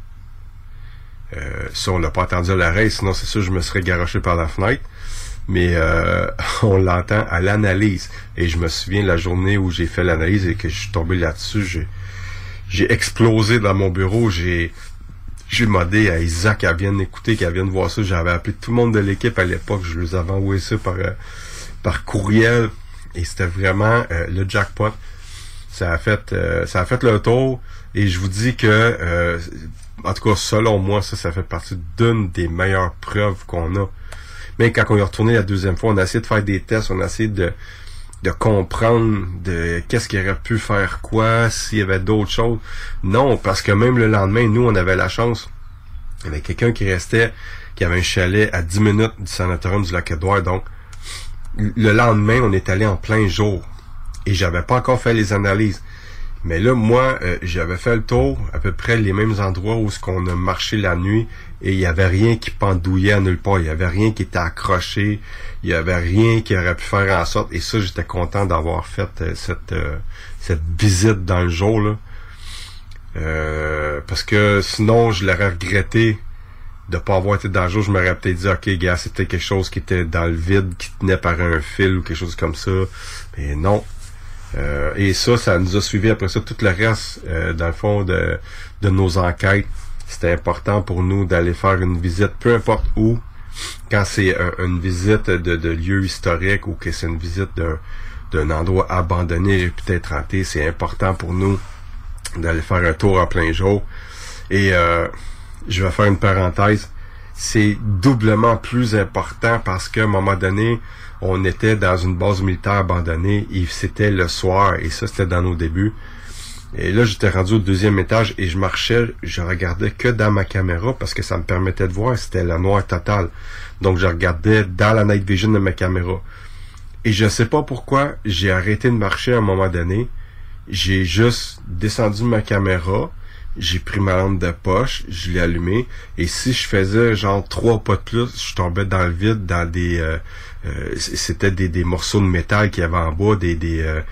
Speaker 13: Euh, ça, on l'a pas entendu à l'oreille, sinon c'est sûr je me serais garoché par la fenêtre. Mais euh, on l'entend à l'analyse. Et je me souviens de la journée où j'ai fait l'analyse et que je suis tombé là-dessus, j'ai, j'ai explosé dans mon bureau, j'ai j'ai demandé à Isaac qu'elle vienne écouter, qu'elle vienne voir ça. J'avais appelé tout le monde de l'équipe à l'époque, je les avais envoyé ça par, euh, par courriel. Et c'était vraiment euh, le jackpot. Ça a fait euh, ça a fait le tour. Et je vous dis que euh, en tout cas, selon moi, ça, ça fait partie d'une des meilleures preuves qu'on a. Mais quand on est retourné la deuxième fois, on a essayé de faire des tests, on a essayé de, de comprendre de qu'est-ce qui aurait pu faire quoi, s'il y avait d'autres choses. Non, parce que même le lendemain, nous, on avait la chance. Il y avait quelqu'un qui restait, qui avait un chalet à dix minutes du sanatorium du Lac-Édouard. Donc, le lendemain, on est allé en plein jour. Et j'avais pas encore fait les analyses. Mais là, moi, euh, j'avais fait le tour, à peu près les mêmes endroits où ce qu'on a marché la nuit, et il y avait rien qui pendouillait à nulle part, il y avait rien qui était accroché, il y avait rien qui aurait pu faire en sorte, et ça, j'étais content d'avoir fait euh, cette euh, cette visite dans le jour, là. Euh, parce que sinon, je l'aurais regretté de pas avoir été dans le jour. Je m'aurais peut-être dit, ok, gars, c'était quelque chose qui était dans le vide, qui tenait par un fil ou quelque chose comme ça. Mais non. Euh, et ça, ça nous a suivi après ça tout le reste, euh, dans le fond, de, de nos enquêtes. C'était important pour nous d'aller faire une visite, peu importe où, quand c'est un, une visite de, de lieu historique ou que c'est une visite d'un, d'un endroit abandonné et peut-être hanté, c'est important pour nous d'aller faire un tour en plein jour. Et euh, je vais faire une parenthèse. C'est doublement plus important parce qu'à un moment donné, on était dans une base militaire abandonnée et c'était le soir et ça, c'était dans nos débuts. Et là, j'étais rendu au deuxième étage et je marchais, je regardais que dans ma caméra parce que ça me permettait de voir, c'était la noire totale. Donc, je regardais dans la night vision de ma caméra. Et je sais pas pourquoi, j'ai arrêté de marcher à un moment donné. J'ai juste descendu ma caméra, j'ai pris ma lampe de poche, je l'ai allumée, et si je faisais genre trois pas de plus, je tombais dans le vide, dans des... Euh, euh, c'était des, des morceaux de métal qu'il y avait en bas, des... des euh,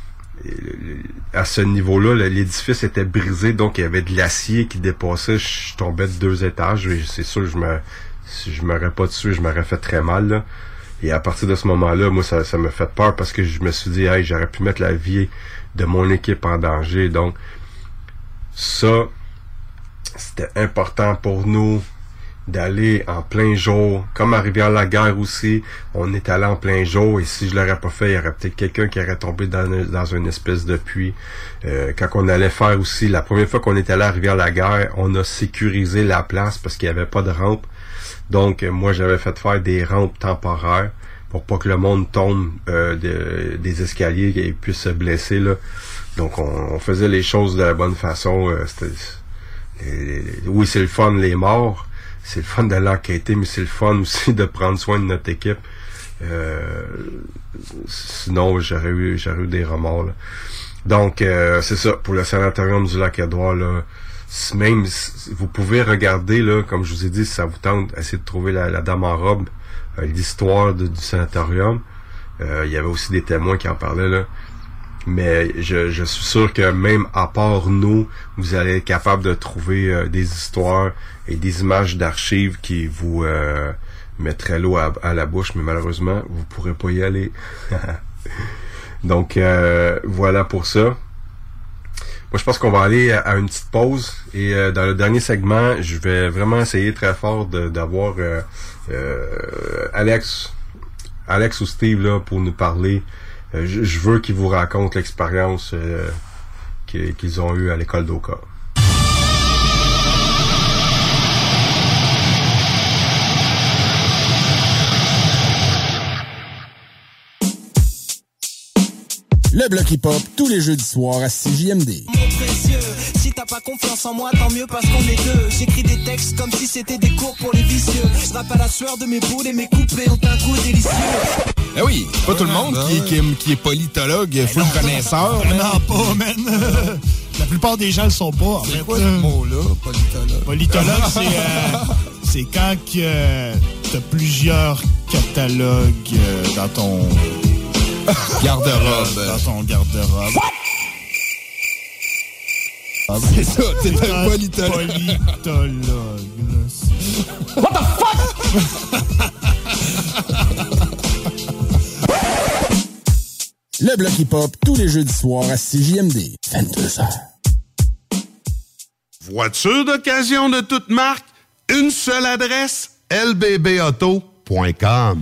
Speaker 13: à ce niveau-là, l'édifice était brisé, donc il y avait de l'acier qui dépassait, je tombais de deux étages, et c'est sûr, je me, si je m'aurais pas tué, je m'aurais fait très mal, là. Et à partir de ce moment-là, moi, ça, ça m'a fait peur parce que je me suis dit, hey, j'aurais pu mettre la vie de mon équipe en danger. Donc, ça, c'était important pour nous d'aller en plein jour. Comme à Rivière-la-Guerre aussi, on est allé en plein jour et si je l'aurais pas fait, il y aurait peut-être quelqu'un qui aurait tombé dans, dans une espèce de puits. Euh, quand on allait faire aussi, la première fois qu'on est allé à Rivière-la-Guerre, on a sécurisé la place parce qu'il n'y avait pas de rampe. Donc, moi, j'avais fait faire des rampes temporaires pour pas que le monde tombe euh, de, des escaliers et puisse se blesser, là. Donc, on, on faisait les choses de la bonne façon. Euh, c'était, les, les, oui, c'est le fun, les morts. C'est le fun de l'enquêter, mais c'est le fun aussi de prendre soin de notre équipe. Euh, sinon, j'aurais eu, j'aurais eu des remords, là. Donc, euh, c'est ça. Pour le sanatorium du Lac-Édouard, là, même vous pouvez regarder, là, comme je vous ai dit, si ça vous tente, essayer de trouver la, la dame en robe, euh, l'histoire de, du sanatorium. Euh, il y avait aussi des témoins qui en parlaient, là. Mais je, je suis sûr que même à part nous, vous allez être capable de trouver euh, des histoires et des images d'archives qui vous euh, mettraient l'eau à, à la bouche, mais malheureusement, vous pourrez pas y aller. Donc, euh, voilà pour ça. Moi, je pense qu'on va aller à, à une petite pause. Et euh, dans le dernier segment, je vais vraiment essayer très fort de, d'avoir euh, euh, Alex, Alex ou Steve là pour nous parler. Euh, je, je veux qu'ils vous racontent l'expérience euh, qu'ils, qu'ils ont eue à l'école d'Oka.
Speaker 15: Le bloc hip-hop, tous les jeudis soirs à C J M D.
Speaker 12: Mon précieux, si t'as pas confiance en moi, tant mieux parce qu'on est deux. J'écris des textes comme si c'était des cours pour les vicieux. Je rappe à la sueur de mes boules et mes couplets ont un goût délicieux.
Speaker 15: Eh oui, pas tout le monde qui, qui, qui est politologue, full connaisseur.
Speaker 6: Non, pas, man.
Speaker 16: La plupart des gens le sont pas. En
Speaker 17: c'est
Speaker 16: fait,
Speaker 17: quoi ce mot-là, politologue?
Speaker 16: Politologue, c'est, euh, c'est quand que euh, t'as plusieurs catalogues euh, dans ton...
Speaker 17: garde-robe.
Speaker 16: Euh, dans ton garde-robe.
Speaker 17: C'est ça, t'es un politologue.
Speaker 16: Politologue.
Speaker 17: What the fuck?
Speaker 15: Le Bloc Hip-Hop, tous les jeudis soirs à C J M D, vingt-deux heures.
Speaker 18: Voiture d'occasion de toute marque, une seule adresse, l b b auto point com.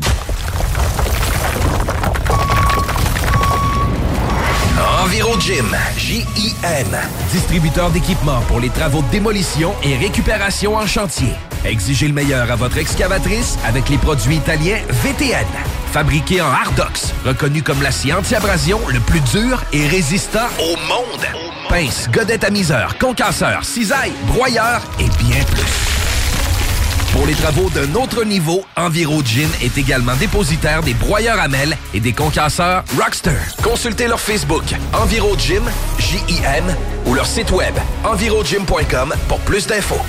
Speaker 9: EnviroGym, J I M, distributeur d'équipements pour les travaux de démolition et récupération en chantier. Exigez le meilleur à votre excavatrice avec les produits italiens V T N. Fabriqué en Hardox, reconnu comme l'acier anti-abrasion le plus dur et résistant au monde. Pince, godette à miseur, concasseur, cisaille, broyeur et bien plus. Pour les travaux d'un autre niveau, EnviroGym est également dépositaire des broyeurs à mêles et des concasseurs Rockster. Consultez leur Facebook EnviroGym, J I M, ou leur site web envirogym point com pour plus d'infos.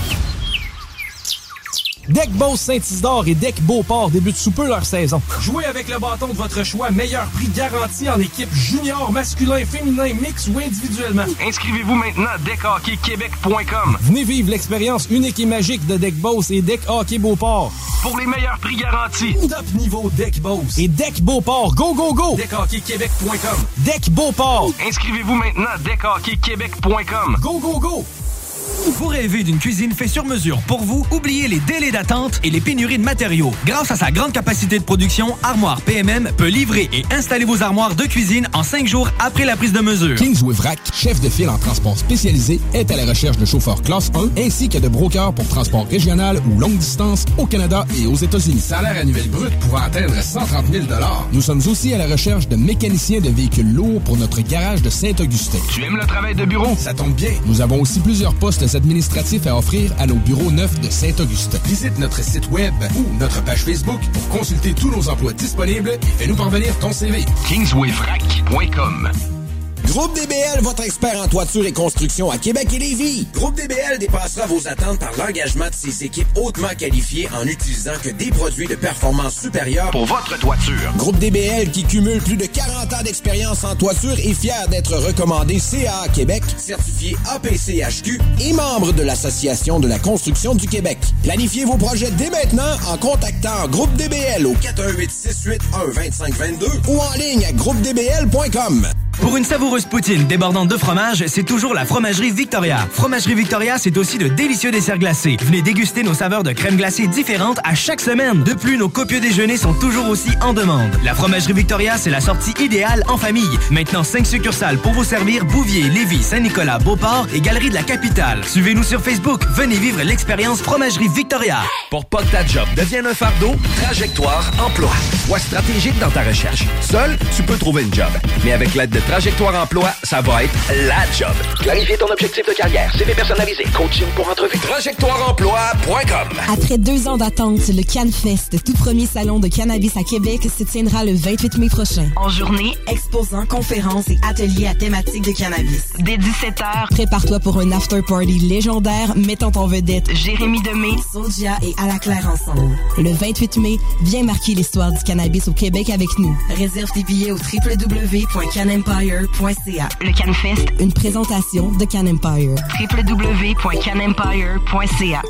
Speaker 22: Deck Boss Saint-Isidore et Deck Beauport débutent sous peu leur saison. Jouez avec le bâton de votre choix, meilleur prix garanti en équipe junior, masculin, féminin, mix ou individuellement.
Speaker 23: Inscrivez-vous maintenant à deck hockey québec point com.
Speaker 22: Venez vivre l'expérience unique et magique de Deck Boss et Deck Hockey Beauport.
Speaker 23: Pour les meilleurs prix garantis.
Speaker 22: Top niveau Deck Boss et Deck Beauport. Go, go, go! deck hockey québec point com. Deck Beauport.
Speaker 23: Inscrivez-vous maintenant à deck hockey québec point com.
Speaker 22: Go, go, go!
Speaker 11: Vous rêvez d'une cuisine faite sur mesure pour vous? Oubliez les délais d'attente et les pénuries de matériaux. Grâce à sa grande capacité de production, Armoire P M M peut livrer et installer vos armoires de cuisine en cinq jours après la prise de mesure.
Speaker 15: Kingsway Vrac, chef de file en transport spécialisé, est à la recherche de chauffeurs classe un ainsi que de brokers pour transport régional ou longue distance au Canada et aux États-Unis. Salaire annuel brut pouvant atteindre cent trente mille dollars. Nous sommes aussi à la recherche de mécaniciens de véhicules lourds pour notre garage de Saint-Augustin.
Speaker 23: Tu aimes le travail de bureau?
Speaker 15: Ça tombe bien. Nous avons aussi plusieurs postes administratifs à offrir à nos bureaux neufs de Saint-Augustin. Visite notre site web ou notre page Facebook pour consulter tous nos emplois disponibles et fais-nous parvenir ton C V.
Speaker 23: kingsway vrac point com.
Speaker 19: Groupe D B L, votre expert en toiture et construction à Québec et Lévis. Groupe D B L dépassera vos attentes par l'engagement de ses équipes hautement qualifiées en utilisant que des produits de performance supérieure pour votre toiture. Groupe D B L, qui cumule plus de quarante ans d'expérience en toiture, est fier d'être recommandé C A A Québec, certifié A P C H Q et membre de l'Association de la construction du Québec. Planifiez vos projets dès maintenant en contactant Groupe D B L au quatre un huit, six huit un, deux cinq deux deux ou en ligne à groupe d b l point com.
Speaker 11: Pour une savoureuse poutine débordante de fromage, c'est toujours la Fromagerie Victoria. Fromagerie Victoria, c'est aussi de délicieux desserts glacés. Venez déguster nos saveurs de crème glacée différentes à chaque semaine. De plus, nos copieux déjeuners sont toujours aussi en demande. La Fromagerie Victoria, c'est la sortie idéale en famille. Maintenant, cinq succursales pour vous servir: Bouvier, Lévis, Saint-Nicolas, Beauport et Galerie de la Capitale. Suivez-nous sur Facebook. Venez vivre l'expérience Fromagerie Victoria.
Speaker 9: Pour pas que ta job devienne un fardeau, Trajectoire Emploi. Sois stratégique dans ta recherche. Seul, tu peux trouver une job. Mais avec l'aide de Trajectoire Emploi, ça va être la job.
Speaker 21: Clarifier ton objectif de carrière, C V personnalisé, coaching pour entrevue.
Speaker 9: trajectoire emploi point com.
Speaker 26: Après deux ans d'attente, le CanFest, tout premier salon de cannabis à Québec, se tiendra le vingt-huit mai prochain.
Speaker 27: En journée, exposants, conférences et ateliers à thématique de cannabis. Dès dix-sept heures,
Speaker 26: prépare-toi pour un after-party légendaire mettant en vedette
Speaker 27: Jérémy Demé, Soulja et À la Claire ensemble.
Speaker 26: Le vingt-huit mai, viens marquer l'histoire du cannabis au Québec avec nous.
Speaker 27: Réserve tes billets au w w w point can empire point c a. Le CanFest,
Speaker 26: une présentation de Can Empire.
Speaker 27: w w w point can empire point c a.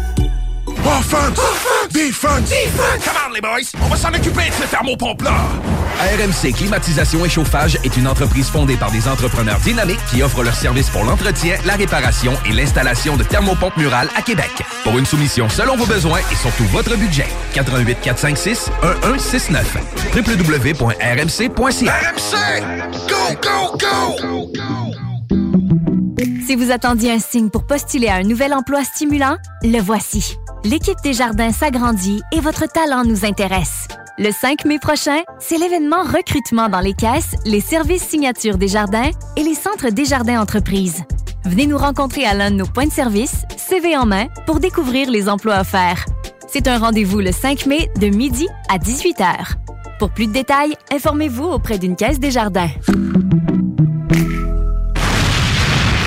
Speaker 18: Offense! Defense! Defense! Come on, les boys! On va s'en occuper de ce thermopompe-là!
Speaker 9: R M C Climatisation et Chauffage est une entreprise fondée par des entrepreneurs dynamiques qui offrent leurs services pour l'entretien, la réparation et l'installation de thermopompes murales à Québec. Pour une soumission selon vos besoins et surtout votre budget, quatre un huit, quatre cinq six, un un six neuf. w w w point r m c point c a.
Speaker 18: R M C! Go, go, go!
Speaker 28: Si vous attendiez un signe pour postuler à un nouvel emploi stimulant, le voici. L'équipe Desjardins s'agrandit et votre talent nous intéresse. Le cinq mai prochain, c'est l'événement recrutement dans les caisses, les services signatures Desjardins et les centres Desjardins Entreprises. Venez nous rencontrer à l'un de nos points de service, C V en main, pour découvrir les emplois offerts. C'est un rendez-vous le cinq mai de midi à dix-huit heures. Pour plus de détails, informez-vous auprès d'une caisse Desjardins.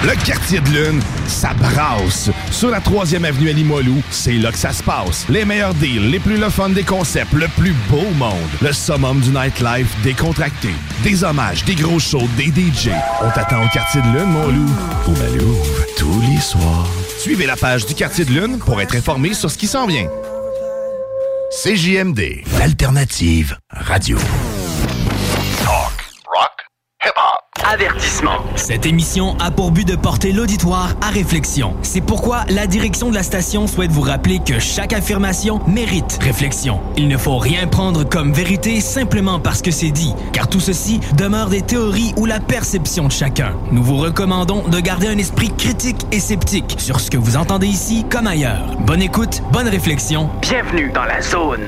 Speaker 6: Le quartier de lune, ça brasse. Sur la troisième avenue à Limoilou, c'est là que ça se passe. Les meilleurs deals, les plus le fun des concepts, le plus beau monde. Le summum du nightlife décontracté. Des hommages, des gros shows, des D J. On t'attend au quartier de lune, mon loup. Au Malou, tous les soirs. Suivez la page du quartier de lune pour être informé sur ce qui s'en vient. C J M D, l'alternative radio.
Speaker 23: Talk, rock, hip-hop.
Speaker 11: Avertissement. Cette émission a pour but de porter l'auditoire à réflexion. C'est pourquoi la direction de la station souhaite vous rappeler que chaque affirmation mérite réflexion. Il ne faut rien prendre comme vérité simplement parce que c'est dit, car tout ceci demeure des théories ou la perception de chacun. Nous vous recommandons de garder un esprit critique et sceptique sur ce que vous entendez ici comme ailleurs. Bonne écoute, bonne réflexion.
Speaker 21: Bienvenue dans la zone.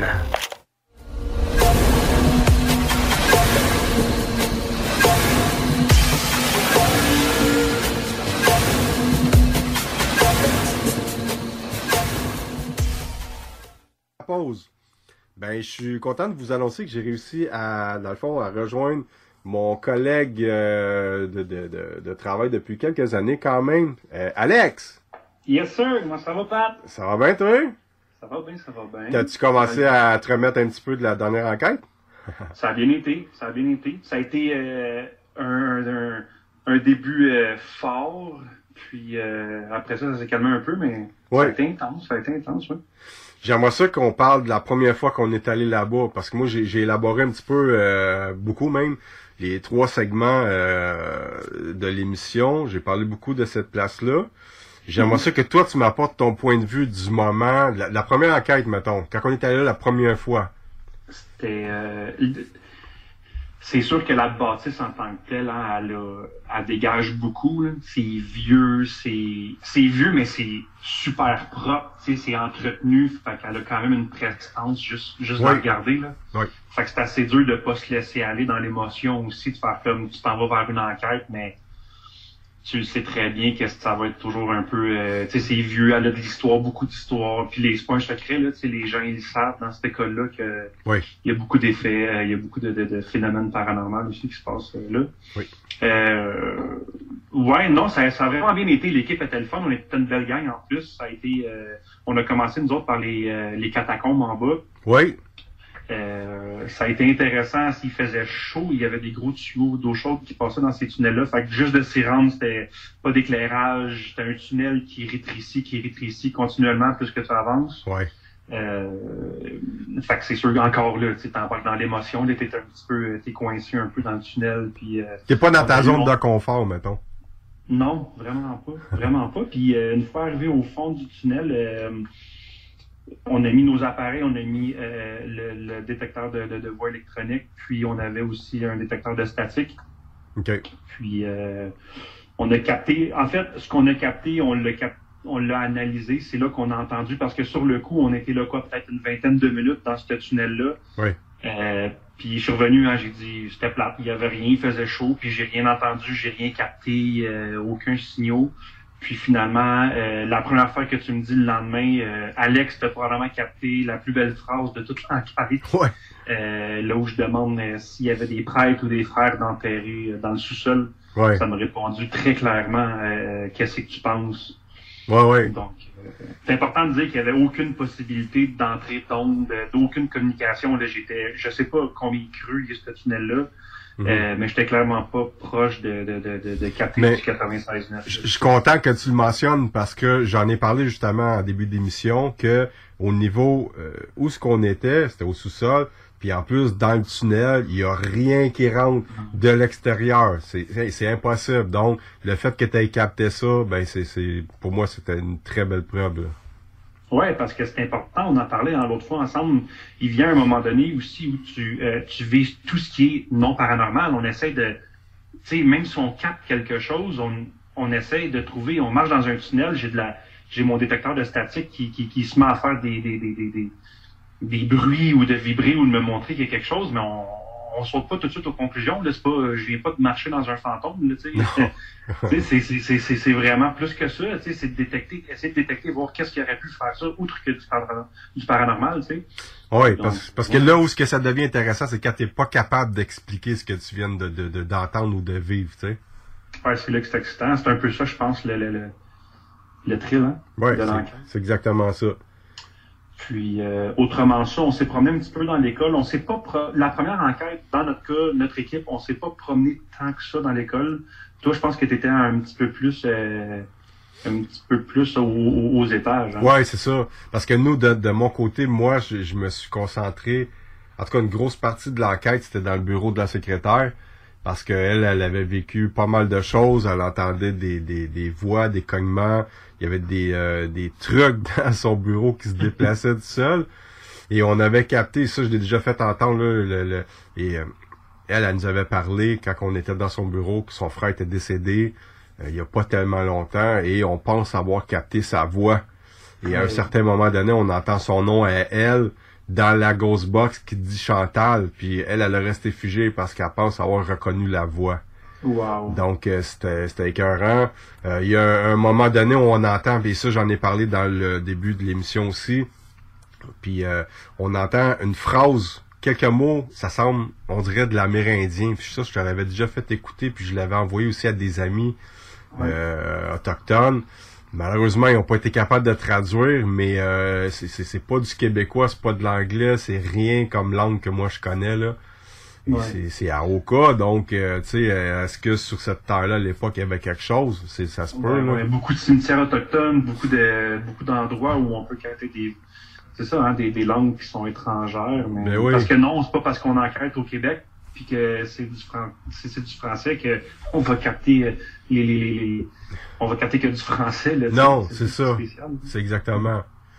Speaker 13: Pause. Ben, je suis content de vous annoncer que j'ai réussi à, dans le fond, à rejoindre mon collègue euh, de, de, de, de travail depuis quelques années quand même. Euh, Alex!
Speaker 2: Yes sir, comment ça va, Pat?
Speaker 13: Ça va bien, toi?
Speaker 2: Ça va bien, ça va bien.
Speaker 13: T'as-tu commencé à te remettre un petit peu de la dernière enquête?
Speaker 2: Ça a bien été, ça a bien été. Ça a été euh, un, un, un début euh, fort, puis euh, après ça, ça s'est calmé un peu, mais ouais. Ça a été intense, ça a été intense, oui.
Speaker 13: J'aimerais ça qu'on parle de la première fois qu'on est allé là-bas, parce que moi, j'ai, j'ai élaboré un petit peu, euh, beaucoup même, les trois segments euh, de l'émission. J'ai parlé beaucoup de cette place-là. J'aimerais mm-hmm. ça que toi, tu m'apportes ton point de vue du moment, la, la première enquête, mettons, quand on est allé là la première fois.
Speaker 2: C'était... Euh, c'est sûr que la bâtisse en tant que telle, hein, elle, a, elle dégage beaucoup. Là. C'est vieux, c'est c'est vieux, mais c'est super propre. C'est entretenu, fait qu'elle a quand même une prestance juste juste
Speaker 13: oui.
Speaker 2: à regarder. Là.
Speaker 13: Oui.
Speaker 2: Fait que c'est assez dur de pas se laisser aller dans l'émotion aussi, de faire comme tu t'en vas vers une enquête, mais tu le sais très bien que ça va être toujours un peu... Euh, tu sais, c'est vieux, elle a de l'histoire, beaucoup d'histoire. Puis les, c'est pas un secret, là, tu sais, les gens, ils savent dans cette école-là que
Speaker 13: oui.
Speaker 2: il y a beaucoup d'effets, euh, il y a beaucoup de, de, de phénomènes paranormaux aussi qui se passent euh, là.
Speaker 13: Oui.
Speaker 2: Euh, ouais, non, ça, ça a vraiment bien été. L'équipe était le fun, on était une belle gang en plus. Ça a été... Euh, on a commencé, nous autres, par les, euh, les catacombes en bas.
Speaker 13: Oui.
Speaker 2: Euh, ça a été intéressant. S'il faisait chaud, il y avait des gros tuyaux d'eau chaude qui passaient dans ces tunnels-là. Fait que juste de s'y rendre, c'était pas d'éclairage. C'était un tunnel qui rétrécit, qui rétrécit continuellement plus que tu avances.
Speaker 13: Ouais.
Speaker 2: Euh, fait que c'est sûr encore là, tu t'embarques dans l'émotion, là, t'es un petit peu, t'es coincé un peu dans le tunnel, puis. Euh,
Speaker 13: t'es pas dans ta zone de confort, mettons.
Speaker 2: Non, vraiment pas, vraiment pas. Puis euh, une fois arrivé au fond du tunnel. Euh, On a mis nos appareils, on a mis euh, le, le détecteur de, de, de voix électronique, puis on avait aussi un détecteur de statique.
Speaker 13: OK.
Speaker 2: Puis euh, on a capté, en fait, ce qu'on a capté, on l'a cap, on l'a analysé, c'est là qu'on a entendu, parce que sur le coup, on était là quoi, peut-être une vingtaine de minutes dans ce tunnel-là.
Speaker 13: Oui.
Speaker 2: Euh, puis je suis revenu, hein, j'ai dit, c'était plate, il y avait rien, il faisait chaud, puis j'ai rien entendu, j'ai rien capté, euh, aucun signal. Puis finalement, euh, la première fois que tu me dis le lendemain, euh, Alex t'a probablement capté la plus belle phrase de toute l'enquête.
Speaker 13: Ouais.
Speaker 2: Euh, là où je demande euh, s'il y avait des prêtres ou des frères d'enterrés euh, dans le sous-sol.
Speaker 13: Ouais.
Speaker 2: Ça m'a répondu très clairement euh, qu'est-ce que tu penses.
Speaker 13: Ouais, ouais.
Speaker 2: Donc, euh, c'est important de dire qu'il n'y avait aucune possibilité d'entrée d'onde, d'aucune communication. Là, j'étais, je sais pas combien creux il y a ce tunnel-là. Mm-hmm. Euh, mais j'étais clairement pas proche de, de, de, de, de capter du quatre-vingt-seize neuf.
Speaker 13: Je suis content que tu le mentionnes parce que j'en ai parlé justement en début d'émission que au niveau euh, où ce qu'on était, c'était au sous-sol, puis en plus dans le tunnel, il y a rien qui rentre de l'extérieur. C'est, c'est, c'est impossible. Donc, le fait que tu aies capté ça, ben c'est, c'est pour moi c'était une très belle preuve, là.
Speaker 2: Ouais, parce que c'est important, on en parlait hein, l'autre fois ensemble, il vient un moment donné aussi où tu euh, tu vises tout ce qui est non paranormal, on essaie de, tu sais, même si on capte quelque chose, on on essaie de trouver, on marche dans un tunnel, j'ai de la j'ai mon détecteur de statique qui qui, qui se met à faire des des, des des des des bruits ou de vibrer ou de me montrer qu'il y a quelque chose, mais on on saute pas tout de suite aux conclusions, là, c'est pas, je viens pas de marcher dans un fantôme, là, tu sais. c'est, c'est, c'est, c'est, c'est vraiment plus que ça, tu sais, c'est de détecter, essayer de détecter, voir qu'est-ce qui aurait pu faire ça, outre que du, paran- du paranormal, tu sais.
Speaker 13: Oui, parce, parce que là où ce que ça devient intéressant, c'est quand t'es pas capable d'expliquer ce que tu viens de, de, de, d'entendre ou de vivre, tu sais.
Speaker 2: Ouais, c'est là que c'est excitant. C'est un peu ça, je pense, le, le, le, le thrill, hein,
Speaker 13: ouais,
Speaker 2: de l'enquête.
Speaker 13: C'est, c'est exactement ça.
Speaker 2: Puis, euh, autrement ça, on s'est promené un petit peu dans l'école. On s'est pas pro- la première enquête, dans notre cas, notre équipe, on s'est pas promené tant que ça dans l'école. Toi, je pense que tu étais un petit peu plus, euh, un petit peu plus aux, aux, aux étages. Hein?
Speaker 13: Ouais, c'est ça. Parce que nous, de, de mon côté, moi, je, je me suis concentré. En tout cas, une grosse partie de l'enquête, c'était dans le bureau de la secrétaire. Parce qu'elle, elle avait vécu pas mal de choses. Elle entendait des, des, des voix, des cognements. Il y avait des, euh, des trucs dans son bureau qui se déplaçaient tout seul. Et on avait capté, ça je l'ai déjà fait entendre, là, le, le, et euh, elle, elle nous avait parlé quand on était dans son bureau que son frère était décédé euh, il y a pas tellement longtemps. Et on pense avoir capté sa voix. Et à un certain moment donné, on entend son nom à elle dans la Ghost Box qui dit Chantal, puis elle, elle est restée figée parce qu'elle pense avoir reconnu la voix.
Speaker 2: Wow.
Speaker 13: Donc, euh, c'était, c'était écœurant. Euh, il y a un, un moment donné où on entend, puis ça, j'en ai parlé dans le début de l'émission aussi, puis euh, on entend une phrase, quelques mots, ça semble, on dirait de l'amérindien, puis ça, je te l'avais déjà fait écouter, puis je l'avais envoyé aussi à des amis ouais. euh, autochtones. Malheureusement, ils n'ont pas été capables de traduire, mais euh, c'est, c'est, c'est pas du québécois, c'est pas de l'anglais, c'est rien comme langue que moi je connais, là. Ouais. C'est, c'est à Oka, donc, euh, tu sais, est-ce que sur cette terre-là, à l'époque, il y avait quelque chose? C'est, ça se peut,
Speaker 2: ouais,
Speaker 13: là.
Speaker 2: Ouais, beaucoup de cimetières autochtones, beaucoup de beaucoup d'endroits où on peut capter des... C'est ça, hein, des, des langues qui sont étrangères. Mais
Speaker 13: mais oui.
Speaker 2: Parce que non, c'est pas parce qu'on enquête au Québec puis que c'est du, fran... c'est, c'est du français que on va capter les, les, les, les... on va capter que du français. Là,
Speaker 13: non,
Speaker 2: c'est,
Speaker 13: c'est,
Speaker 2: c'est
Speaker 13: ça.
Speaker 2: Spécial.
Speaker 13: C'est exactement.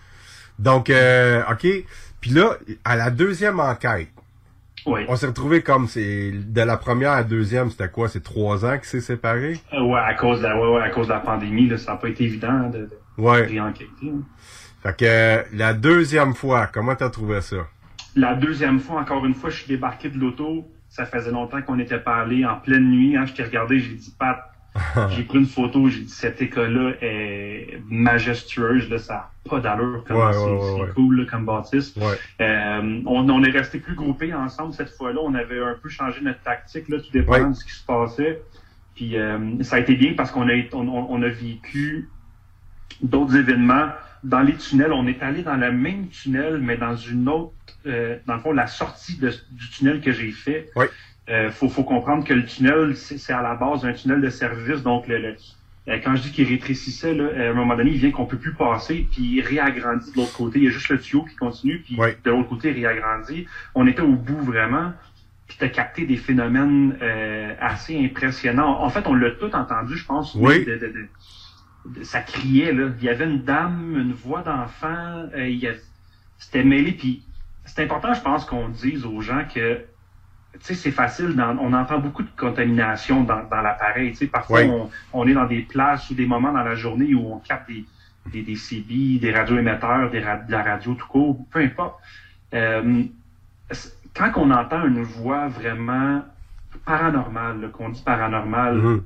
Speaker 13: Donc, euh, OK. Puis là, à la deuxième enquête,
Speaker 2: oui.
Speaker 13: On s'est retrouvé comme c'est de la première à la deuxième, c'était quoi? C'est trois ans qui s'est séparé?
Speaker 2: Euh, ouais, à cause de la, ouais, ouais, à cause de la pandémie, là, ça n'a pas été évident de, de
Speaker 13: ouais.
Speaker 2: réenquêter. Hein.
Speaker 13: Fait que euh, la deuxième fois, comment t'as trouvé ça?
Speaker 2: La deuxième fois, encore une fois, je suis débarqué de l'auto. Ça faisait longtemps qu'on n'était pas allé en pleine nuit. Hein, je t'ai regardé, j'ai dit, Pat, j'ai pris une photo, j'ai dit, cette école-là est majestueuse, là, ça n'a pas d'allure, comme
Speaker 13: ouais,
Speaker 2: c'est,
Speaker 13: ouais,
Speaker 2: c'est
Speaker 13: ouais.
Speaker 2: cool là, comme bâtisse.
Speaker 13: Ouais.
Speaker 2: Euh, on, on est resté plus groupés ensemble cette fois-là. On avait un peu changé notre tactique, là, tout dépendant
Speaker 13: ouais.
Speaker 2: de ce qui se passait. Puis euh, ça a été bien parce qu'on a, on, on a vécu d'autres événements. Dans les tunnels, on est allé dans le même tunnel, mais dans une autre, euh, dans le fond, la sortie de, du tunnel que j'ai fait.
Speaker 13: Oui.
Speaker 2: Euh, faut, faut comprendre que le tunnel, c'est, c'est à la base un tunnel de service. Donc, le, le, quand je dis qu'il rétrécissait, là, à un moment donné, il vient qu'on peut plus passer, puis il réagrandit de l'autre côté. Il y a juste le tuyau qui continue, puis
Speaker 13: oui.
Speaker 2: de l'autre côté, il réagrandit. On était au bout vraiment, puis t'as capté des phénomènes euh, assez impressionnants. En fait, on l'a tout entendu, je pense.
Speaker 13: Oui.
Speaker 2: De, de, de, ça criait, là. Il y avait une dame, une voix d'enfant, euh, il y a, c'était mêlé, puis c'est important, je pense, qu'on dise aux gens que tu sais, c'est facile, dans, on entend beaucoup de contamination dans, dans l'appareil. Tu sais, parfois,
Speaker 13: oui.
Speaker 2: on, on est dans des places ou des moments dans la journée où on capte des, des, des C B, des radioémetteurs, des ra- de la radio tout court, peu importe. Euh, quand on entend une voix vraiment paranormale, là, qu'on dit paranormale,
Speaker 13: mm-hmm.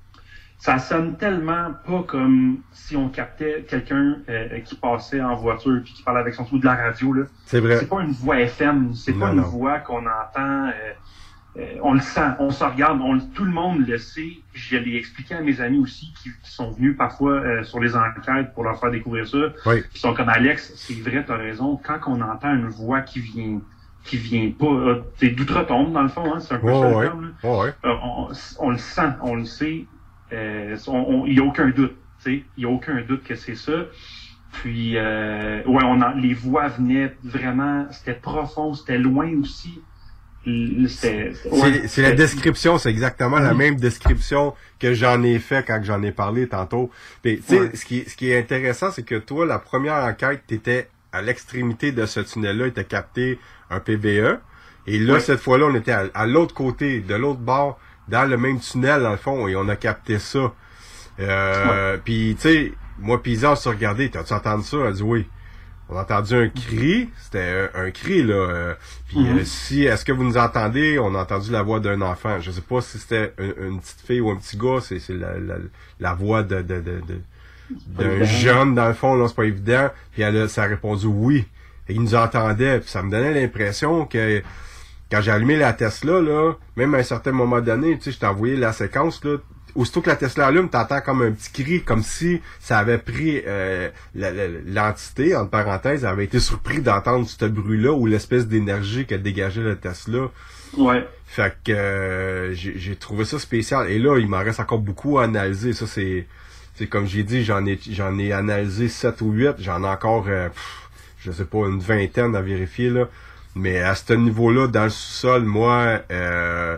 Speaker 2: ça sonne tellement pas comme si on captait quelqu'un euh, qui passait en voiture puis qui parlait avec son trou de la radio. Là.
Speaker 13: C'est vrai.
Speaker 2: C'est pas une voix F M, c'est
Speaker 13: non,
Speaker 2: pas une
Speaker 13: non.
Speaker 2: voix qu'on entend. Euh, euh, on le sent, on se regarde, on, tout le monde le sait. Je l'ai expliqué à mes amis aussi qui, qui sont venus parfois euh, sur les enquêtes pour leur faire découvrir ça.
Speaker 13: Oui.
Speaker 2: Qui sont comme Alex, c'est vrai, t'as raison. Quand on entend une voix qui vient, qui vient pas, euh, c'est d'outre-tombe dans le fond, hein, c'est un peu
Speaker 13: oh,
Speaker 2: ça le
Speaker 13: ouais.
Speaker 2: terme. Là.
Speaker 13: Oh, ouais.
Speaker 2: Euh, on, on le sent, on le sait. Il euh, n'y a aucun doute, tu sais, il n'y a aucun doute que c'est ça. Puis, euh, ouais, on a, les voix venaient vraiment, c'était profond, c'était loin aussi. C'était,
Speaker 13: c'était,
Speaker 2: ouais,
Speaker 13: c'est, c'est la description, c'est exactement mmh. la même description que j'en ai fait quand j'en ai parlé tantôt. Puis, tu sais, ouais. ce qui, ce qui est intéressant, c'est que toi, la première enquête, t'étais à l'extrémité de ce tunnel-là, était capté un P V E. Et là, ouais. cette fois-là, on était à, à l'autre côté, de l'autre bord, dans le même tunnel, dans le fond, et on a capté ça. Euh, ouais. Puis, tu sais, moi, pis on s'est regardé, t'as-tu entendu ça? Elle a dit oui. On a entendu un cri, c'était un, un cri, là. Euh, puis, mm-hmm. euh, si, est-ce que vous nous entendez? On a entendu la voix d'un enfant. Je sais pas si c'était une, une petite fille ou un petit gars, c'est, c'est la, la, la voix de, de, de, de d'un jeune, dans le fond, là, c'est pas évident. Puis, elle a, ça a répondu oui. Et il nous entendait, puis ça me donnait l'impression que quand j'ai allumé la Tesla, là, même à un certain moment donné, tu sais, je t'ai envoyé la séquence, là, aussitôt que la Tesla allume, t'entends comme un petit cri, comme si ça avait pris euh, la, la, l'entité, entre parenthèses, avait été surpris d'entendre ce bruit-là ou l'espèce d'énergie qu'elle dégageait la Tesla.
Speaker 2: Ouais.
Speaker 13: Fait que euh, j'ai, j'ai trouvé ça spécial. Et là, il m'en reste encore beaucoup à analyser. Ça, c'est, c'est comme j'ai dit, j'en ai, j'en ai analysé sept ou huit. J'en ai encore, euh, pff, je sais pas, une vingtaine à vérifier là. Mais à ce niveau-là, dans le sous-sol, moi, euh,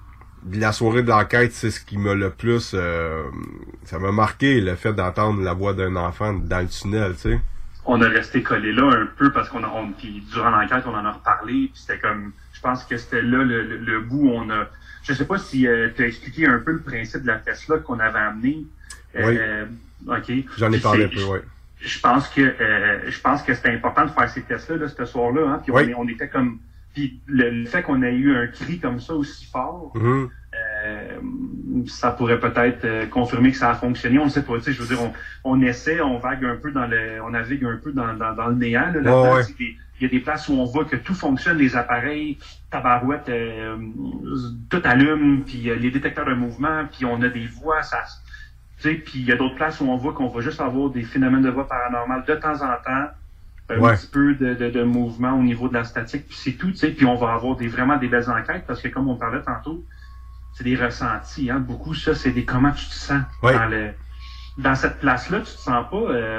Speaker 13: la soirée de l'enquête, c'est ce qui m'a le plus, euh, ça m'a marqué le fait d'entendre la voix d'un enfant dans le tunnel, tu sais.
Speaker 2: On a resté collé là un peu parce qu'on a, on, puis durant l'enquête, on en a reparlé, puis c'était comme, je pense que c'était là le, le, le bout où on a, je sais pas si euh, tu as expliqué un peu le principe de la Tesla qu'on avait amené. Euh,
Speaker 13: oui.
Speaker 2: Ok.
Speaker 13: J'en ai parlé un peu, oui.
Speaker 2: Je pense que euh, je pense que c'était important de faire ces tests-là là, ce soir-là, hein, puis
Speaker 13: oui.
Speaker 2: on, on était comme, puis le, le fait qu'on ait eu un cri comme ça aussi fort,
Speaker 13: mm-hmm.
Speaker 2: euh, ça pourrait peut-être euh, confirmer que ça a fonctionné. On ne sait pas, tu sais, je veux dire, on, on essaie, on vague un peu dans le, on navigue un peu dans, dans, dans le néant. Là,
Speaker 13: oh, ouais.
Speaker 2: Il y a des places où on voit que tout fonctionne, les appareils, tabarouette, euh, tout allume, puis euh, les détecteurs de mouvement, puis on a des voix, ça. Tu sais, puis il y a d'autres places où on voit qu'on va juste avoir des phénomènes de voix paranormales de temps en temps, un
Speaker 13: ouais.
Speaker 2: petit peu de, de, de mouvement au niveau de la statique, puis c'est tout, tu sais, puis on va avoir des vraiment des belles enquêtes, parce que comme on parlait tantôt, c'est des ressentis, hein, beaucoup, ça, c'est des comment tu te sens
Speaker 13: ouais.
Speaker 2: dans le dans cette place-là, tu te sens pas euh,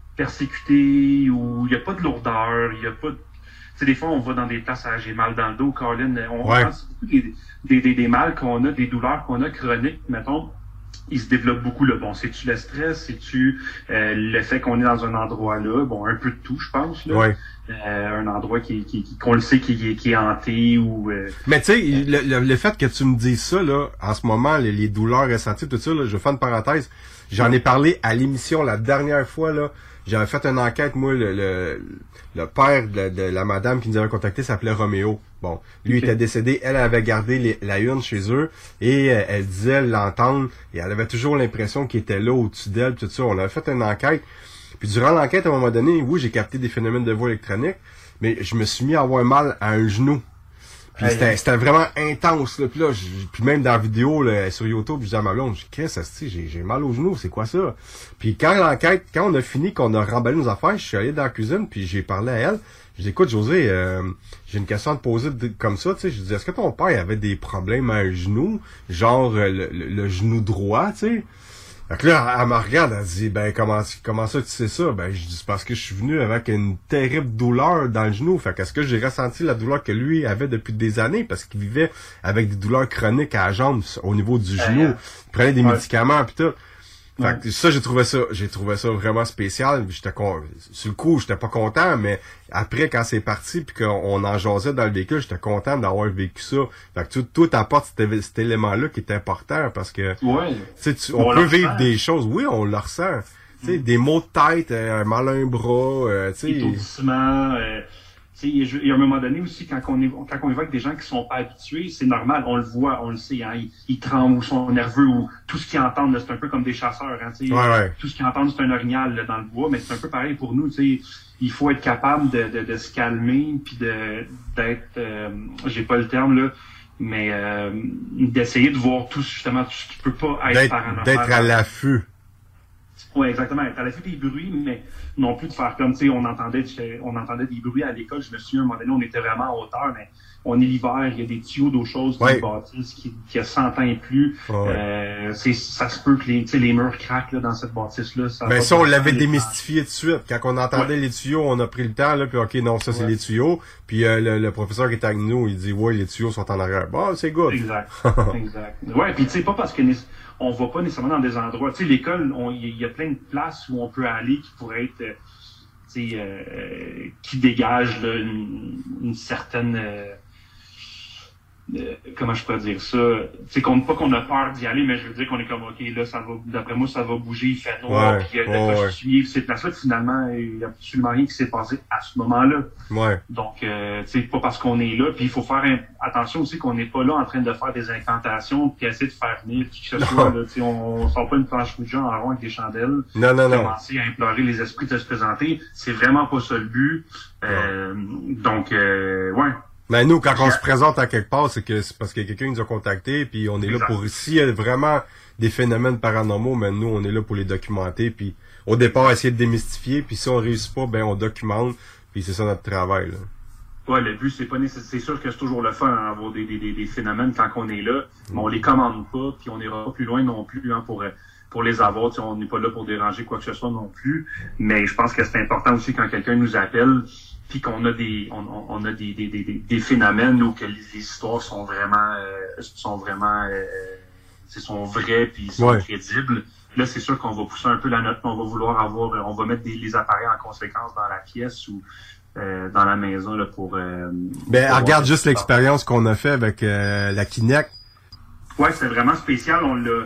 Speaker 2: persécuté, ou il y a pas de lourdeur, il y a pas de... Tu sais, des fois, on va dans des places, ah, j'ai mal dans le dos, Colin, on
Speaker 13: ouais.
Speaker 2: pense beaucoup des, des, des, des mal qu'on a, des douleurs qu'on a chroniques, mettons, il se développe beaucoup là. Bon, c'est-tu le stress, c'est-tu euh, le fait qu'on est dans un endroit là, bon, un peu de tout, je pense là.
Speaker 13: Ouais.
Speaker 2: Euh, un endroit qui, qui, qui qu'on le sait qui, qui est hanté ou. Euh,
Speaker 13: Mais tu sais, euh, le, le, le fait que tu me dises ça là, en ce moment, les, les douleurs ressenties, tout ça là, je vais faire une parenthèse. J'en ai parlé à l'émission la dernière fois là. J'avais fait une enquête, moi, le, le, le père de, de la madame qui nous avait contacté s'appelait Roméo. Bon, lui okay. était décédé, elle avait gardé les, la urne chez eux, et euh, elle disait l'entendre, et elle avait toujours l'impression qu'il était là au-dessus d'elle, tout ça. On avait fait une enquête, puis durant l'enquête, à un moment donné, oui, j'ai capté des phénomènes de voix électronique, mais je me suis mis à avoir mal à un genou. Puis hey, c'était, c'était vraiment intense, là. Puis là, puis même dans la vidéo là, sur YouTube, je disais à ma blonde, qu'est-ce que c'est, j'ai, j'ai mal au genou, c'est quoi ça? Puis quand l'enquête, quand on a fini, qu'on a remballé nos affaires, je suis allé dans la cuisine, puis j'ai parlé à elle. Je dis, écoute, José, euh, j'ai une question à te poser de, comme ça, tu sais. Je dis, est-ce que ton père avait des problèmes à un genou? Genre euh, le, le, le genou droit, tu sais? Fait que là, elle me regarde, elle dit, ben, comment, comment ça tu sais ça? Ben, je dis, c'est parce que je suis venu avec une terrible douleur dans le genou. Fait qu'est-ce que j'ai ressenti la douleur que lui avait depuis des années? Parce qu'il vivait avec des douleurs chroniques à la jambe, au niveau du genou. Il prenait des ouais. médicaments pis tout. Fait que ça, j'ai trouvé ça, j'ai trouvé ça vraiment spécial. J'étais con... Sur le coup, j'étais pas content, mais après, quand c'est parti puis qu'on en jasait dans le véhicule, j'étais content d'avoir vécu ça. Fait que tout, tout apporte cet, cet élément-là qui est important parce que,
Speaker 2: ouais.
Speaker 13: tu sais, on, on peut vivre des choses. Oui, on le ressent. Tu sais, mm. des maux de tête, un mal à un bras, euh, tu sais.
Speaker 2: Étourdissement, euh... Il y a un moment donné aussi, quand on, est, quand on évoque des gens qui sont pas habitués, c'est normal, on le voit, on le sait, hein, ils, ils tremblent ou sont nerveux ou tout ce qu'ils entendent, là, c'est un peu comme des chasseurs, hein,
Speaker 13: ouais, ouais.
Speaker 2: tout ce qu'ils entendent c'est un orignal là, dans le bois, mais c'est un peu pareil pour nous, tu sais, il faut être capable de, de, de se calmer puis de d'être, euh, j'ai pas le terme là, mais euh, d'essayer de voir tout justement tout ce qui peut pas être
Speaker 13: d'être,
Speaker 2: paranormal.
Speaker 13: D'être à l'affût.
Speaker 2: Oui, exactement. T'as la fait des bruits, mais non plus de faire comme, tu sais, on entendait, on entendait des bruits à l'école. Je me souviens, à un moment donné, on était vraiment en hauteur, mais on est l'hiver, il y a des tuyaux d'eau chaude qui
Speaker 13: ouais.
Speaker 2: bâtissent, qui, qui a cent ans et plus. Ouais. Euh, c'est, ça se peut que les, tu sais, les murs craquent, là, dans cette bâtisse-là. Ça
Speaker 13: mais ça, on l'avait démystifié tout de suite. Quand on entendait ouais. les tuyaux, on a pris le temps, là, puis ok, non, ça, c'est ouais. les tuyaux. Puis euh, le, le professeur qui était avec nous, il dit, ouais, les tuyaux sont en arrière. Bon, c'est good.
Speaker 2: Exact. exact. Ouais, puis tu sais, pas parce que on va pas nécessairement dans des endroits. Tu sais, l'école, il y a plein de places où on peut aller qui pourraient être, euh, tu sais, euh, qui dégagent là, une, une certaine, euh, euh, comment je pourrais dire ça, tu sais, qu'on, pas qu'on a peur d'y aller, mais je veux dire qu'on est comme, ok, là, ça va, d'après moi, ça va bouger, il fait noir,
Speaker 13: ouais,
Speaker 2: puis il y a
Speaker 13: ouais,
Speaker 2: de
Speaker 13: ouais.
Speaker 2: suivre ces places-là, finalement, il y a absolument rien qui s'est passé à ce moment-là.
Speaker 13: Ouais.
Speaker 2: Donc, euh, tu sais, pas parce qu'on est là, puis il faut faire un, attention aussi qu'on n'est pas là en train de faire des incantations, puis essayer de faire venir qui que ce soit, là, tu sais, on, on sort pas une planche de gens en rond avec des chandelles.
Speaker 13: Non, non, non.
Speaker 2: Commencer à implorer les esprits de se présenter, c'est vraiment pas ça le but. Euh, donc, euh, ouais.
Speaker 13: Mais nous, quand on se présente à quelque part, c'est que c'est parce que quelqu'un nous a contactés, puis on est exact. Là pour... S'il y a vraiment des phénomènes paranormaux, mais nous, on est là pour les documenter, puis au départ, essayer de démystifier, puis si on réussit pas, ben on documente, puis c'est ça notre travail, là.
Speaker 2: Ouais, le but, c'est pas nécessaire. C'est sûr que c'est toujours le fun d'avoir des, des, des, des phénomènes quand on est là, mais on les commande pas, puis on n'ira pas plus loin non plus hein, pour pour les avoir. T'sais, on n'est pas là pour déranger quoi que ce soit non plus. Mais je pense que c'est important aussi quand quelqu'un nous appelle, puis qu'on a des on, on a des, des, des, des phénomènes où que les histoires sont vraiment euh, sont vraiment euh, sont vraies puis sont ouais. crédibles. Là, c'est sûr qu'on va pousser un peu la note, on va vouloir avoir, on va mettre des, les appareils en conséquence dans la pièce ou euh, dans la maison là pour. Euh,
Speaker 13: ben,
Speaker 2: pour
Speaker 13: regarde juste l'expérience qu'on a fait avec euh, la Kinect.
Speaker 2: Ouais, c'est vraiment spécial. On l'a.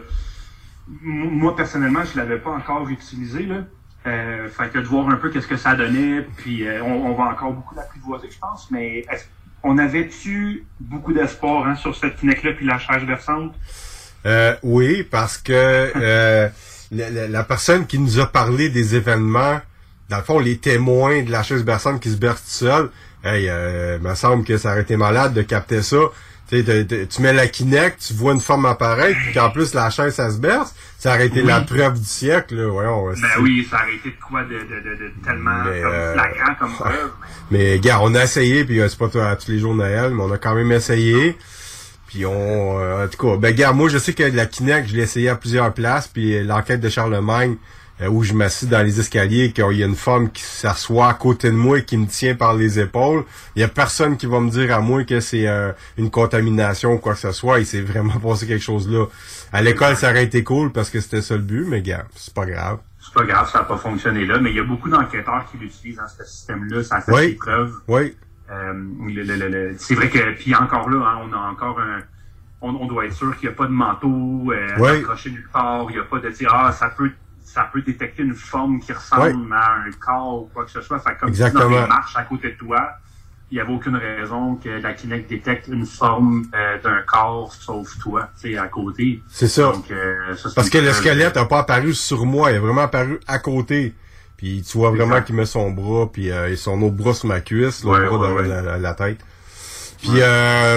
Speaker 2: Moi personnellement, je l'avais pas encore utilisé là. Euh, fait que de voir un peu qu'est-ce que ça donnait, puis euh, on, on va encore beaucoup l'apprivoiser, je pense. Mais est-ce, on avait-tu beaucoup d'espoir hein, sur cette Kinect là puis la chaise versante?
Speaker 13: Euh, oui, parce que euh, la, la, la personne qui nous a parlé des événements, dans le fond, les témoins de la chaise berçante qui se berce tout seul, hey, euh, me semble que ça aurait été malade de capter ça. Tu sais, tu mets la Kinect, tu vois une forme apparaître, puis qu'en plus la chaise, ça se berce, ça aurait été oui. la preuve du siècle, là. Voyons,
Speaker 2: ben c'est... oui, ça aurait été de quoi de, de, de, de tellement mais, comme euh... flagrant comme preuve.
Speaker 13: Mais gars, on a essayé, puis euh, c'est pas à tous les jours Noël, mais on a quand même essayé. Puis on, euh, en tout cas, ben gars, moi je sais que la Kinect, je l'ai essayé à plusieurs places, puis l'enquête de Charlemagne, euh, où je m'assis dans les escaliers, qu'il y a une femme qui s'assoit à côté de moi et qui me tient par les épaules, il y a personne qui va me dire à moi que c'est euh, une contamination ou quoi que ce soit, il s'est vraiment passé quelque chose là. À l'école, ça aurait été cool parce que c'était ça le but, mais gars, c'est pas grave.
Speaker 2: C'est pas grave, ça n'a pas fonctionné là, mais il y a beaucoup d'enquêteurs qui l'utilisent dans ce système-là, ça fait
Speaker 13: oui.
Speaker 2: ses preuves.
Speaker 13: Oui.
Speaker 2: Euh, le, le, le, le, c'est vrai que, puis encore là, hein, on a encore un, on, on doit être sûr qu'il n'y a pas de manteau euh, oui. accroché nulle part, il n'y a pas de, ah, ça peut, ça peut détecter une forme qui ressemble oui. à un corps ou quoi que ce soit. Fait comme
Speaker 13: exactement.
Speaker 2: Si dans les marches à côté de toi, il n'y avait aucune raison que la Kinect détecte une forme euh, d'un corps sauf toi, tu sais, à côté.
Speaker 13: C'est ça.
Speaker 2: Donc, euh, ça c'est
Speaker 13: parce que le squelette n'a pas apparu sur moi, il est vraiment apparu à côté. Puis tu vois vraiment exact. Qu'il met son bras, puis euh, son autre bras sur ma cuisse, l'autre ouais, bras ouais, dans ouais. La, la, la tête. Puis, ouais. euh,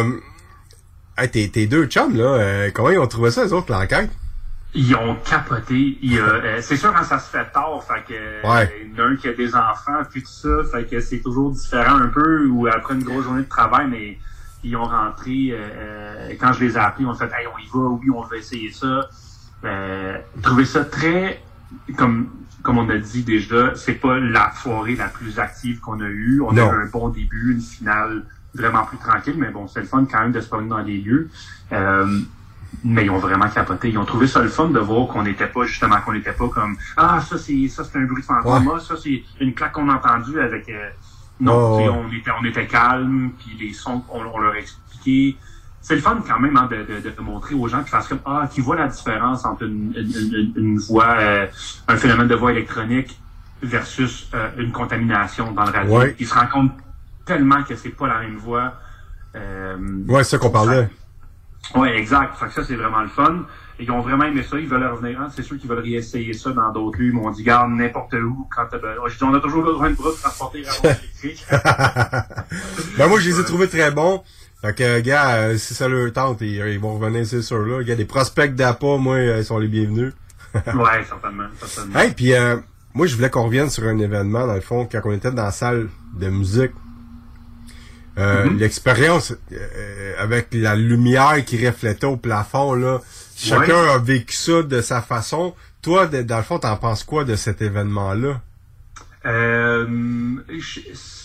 Speaker 13: hey, tes, tes deux chums, là, euh, comment ils ont trouvé ça, les autres, l'enquête?
Speaker 2: Ils ont capoté. Il, euh, c'est sûr, quand ça se fait tard, fait que
Speaker 13: ouais.
Speaker 2: il y en a un qui a des enfants, puis tout ça, fait que c'est toujours différent un peu, ou après une grosse journée de travail, mais ils ont rentré, euh, quand je les ai appelés, ils ont fait, hey, on y va, oui, on va essayer ça. Euh, trouver ça très, comme, comme on a dit déjà, c'est pas la soirée la plus active qu'on a eue. On
Speaker 13: non.
Speaker 2: a eu un bon début, une finale vraiment plus tranquille, mais bon, c'est le fun quand même de se promener dans les lieux. Euh, mais ils ont vraiment capoté. Ils ont trouvé ça le fun de voir qu'on n'était pas, justement, qu'on n'était pas comme, ah, ça c'est, ça c'est un bruit de fantôme, ouais. ça c'est une claque qu'on a entendue avec, euh, non, oh, ouais. on était, on était calme, puis les sons, on, on leur a expliqué. C'est le fun quand même hein, de, de, de montrer aux gens qui fassent comme ah qui voient la différence entre une, une, une, une voix, euh, un phénomène de voix électronique versus euh, une contamination dans le radio.
Speaker 13: Ouais.
Speaker 2: Ils se rendent compte tellement que c'est pas la même voix. Euh,
Speaker 13: ouais, c'est ça qu'on parlait.
Speaker 2: Ouais, exact. Fait que ça c'est vraiment le fun. Ils ont vraiment aimé ça. Ils veulent revenir. Hein. C'est sûr qu'ils veulent réessayer ça dans d'autres lieux. Ils m'ont dit garde n'importe où quand t'as besoin. Je dis on a toujours besoin de bras pour transporter la voix électrique.
Speaker 13: Ben moi je les ai trouvés très bons. Fait que, gars, euh, si ça leur tente, ils, ils vont revenir, c'est sûr, là. Il y a des prospects d'A P A, moi, ils sont les bienvenus.
Speaker 2: Ouais, certainement, certainement.
Speaker 13: Hey, puis euh, moi, je voulais qu'on revienne sur un événement, dans le fond, quand on était dans la salle de musique. Euh, mm-hmm. L'expérience euh, avec la lumière qui reflétait au plafond, là. Chacun ouais. a vécu ça de sa façon. Toi, de, dans le fond, t'en penses quoi de cet événement-là?
Speaker 2: Euh... Je...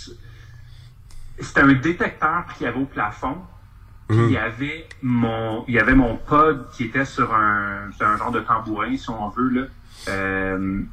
Speaker 2: C'était un détecteur qu'il y avait au plafond. Puis mmh. il y avait mon, il y avait mon pod qui était sur un, sur un genre de tambourin, si on veut là. Euh,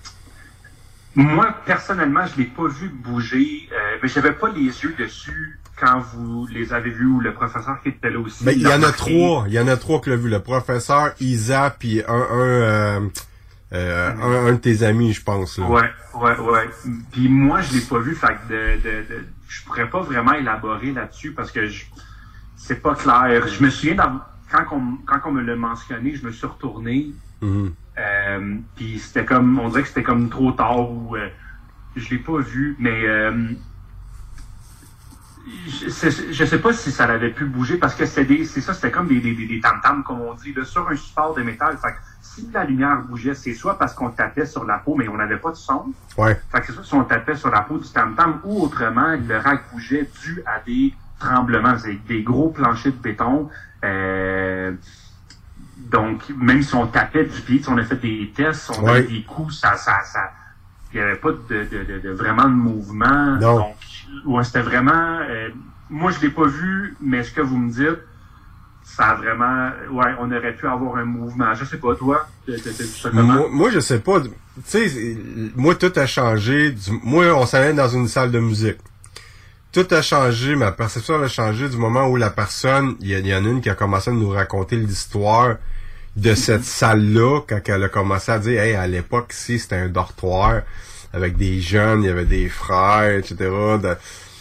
Speaker 2: moi personnellement, je l'ai pas vu bouger, euh, mais j'avais pas les yeux dessus quand vous les avez vus ou le professeur qui était là aussi.
Speaker 13: Mais il y en a trois, il y en a trois qui l'ont vu, le professeur, Isa, puis un, un, euh, euh, mmh. un, un de tes amis, je pense. Là.
Speaker 2: Ouais, ouais, ouais. Puis moi, je l'ai pas vu, fait que de, de, de je pourrais pas vraiment élaborer là-dessus parce que je, c'est pas clair. Je me souviens, dans, quand, on, quand on me l'a mentionné, je me suis retourné.
Speaker 13: Mm-hmm.
Speaker 2: Euh, puis c'était comme, on dirait que c'était comme trop tard ou euh, je l'ai pas vu. Mais euh, je, je sais pas si ça l'avait pu bouger parce que c'était des, c'est ça, c'était comme des, des, des tam-tams, comme on dit, là, sur un support de métal. Fait que si la lumière bougeait, c'est soit parce qu'on tapait sur la peau, mais on n'avait pas de son.
Speaker 13: Ouais.
Speaker 2: Fait que c'est soit si on tapait sur la peau du tam-tam ou autrement, le rack bougeait dû à des tremblements, c'est des gros planchers de béton. Euh, donc, même si on tapait du pied, si on a fait des tests, on
Speaker 13: ouais.
Speaker 2: avait des coups, ça, ça, ça, il n'y avait pas de, de, de, de vraiment de mouvement.
Speaker 13: Non.
Speaker 2: Donc, ouais, c'était vraiment, euh, moi je l'ai pas vu, mais ce que vous me dites, ça a vraiment, ouais, on aurait pu avoir un mouvement. Je sais pas, toi, t'as vu ça comment?
Speaker 13: Moi, moi, je sais pas. Tu sais, moi, tout a changé. Du, moi, on s'allait dans une salle de musique. Tout a changé, ma perception a changé du moment où la personne, il y, y en a une qui a commencé à nous raconter l'histoire de cette salle-là, quand elle a commencé à dire, hey, à l'époque, ici, c'était un dortoir avec des jeunes, il y avait des frères, et cetera. De...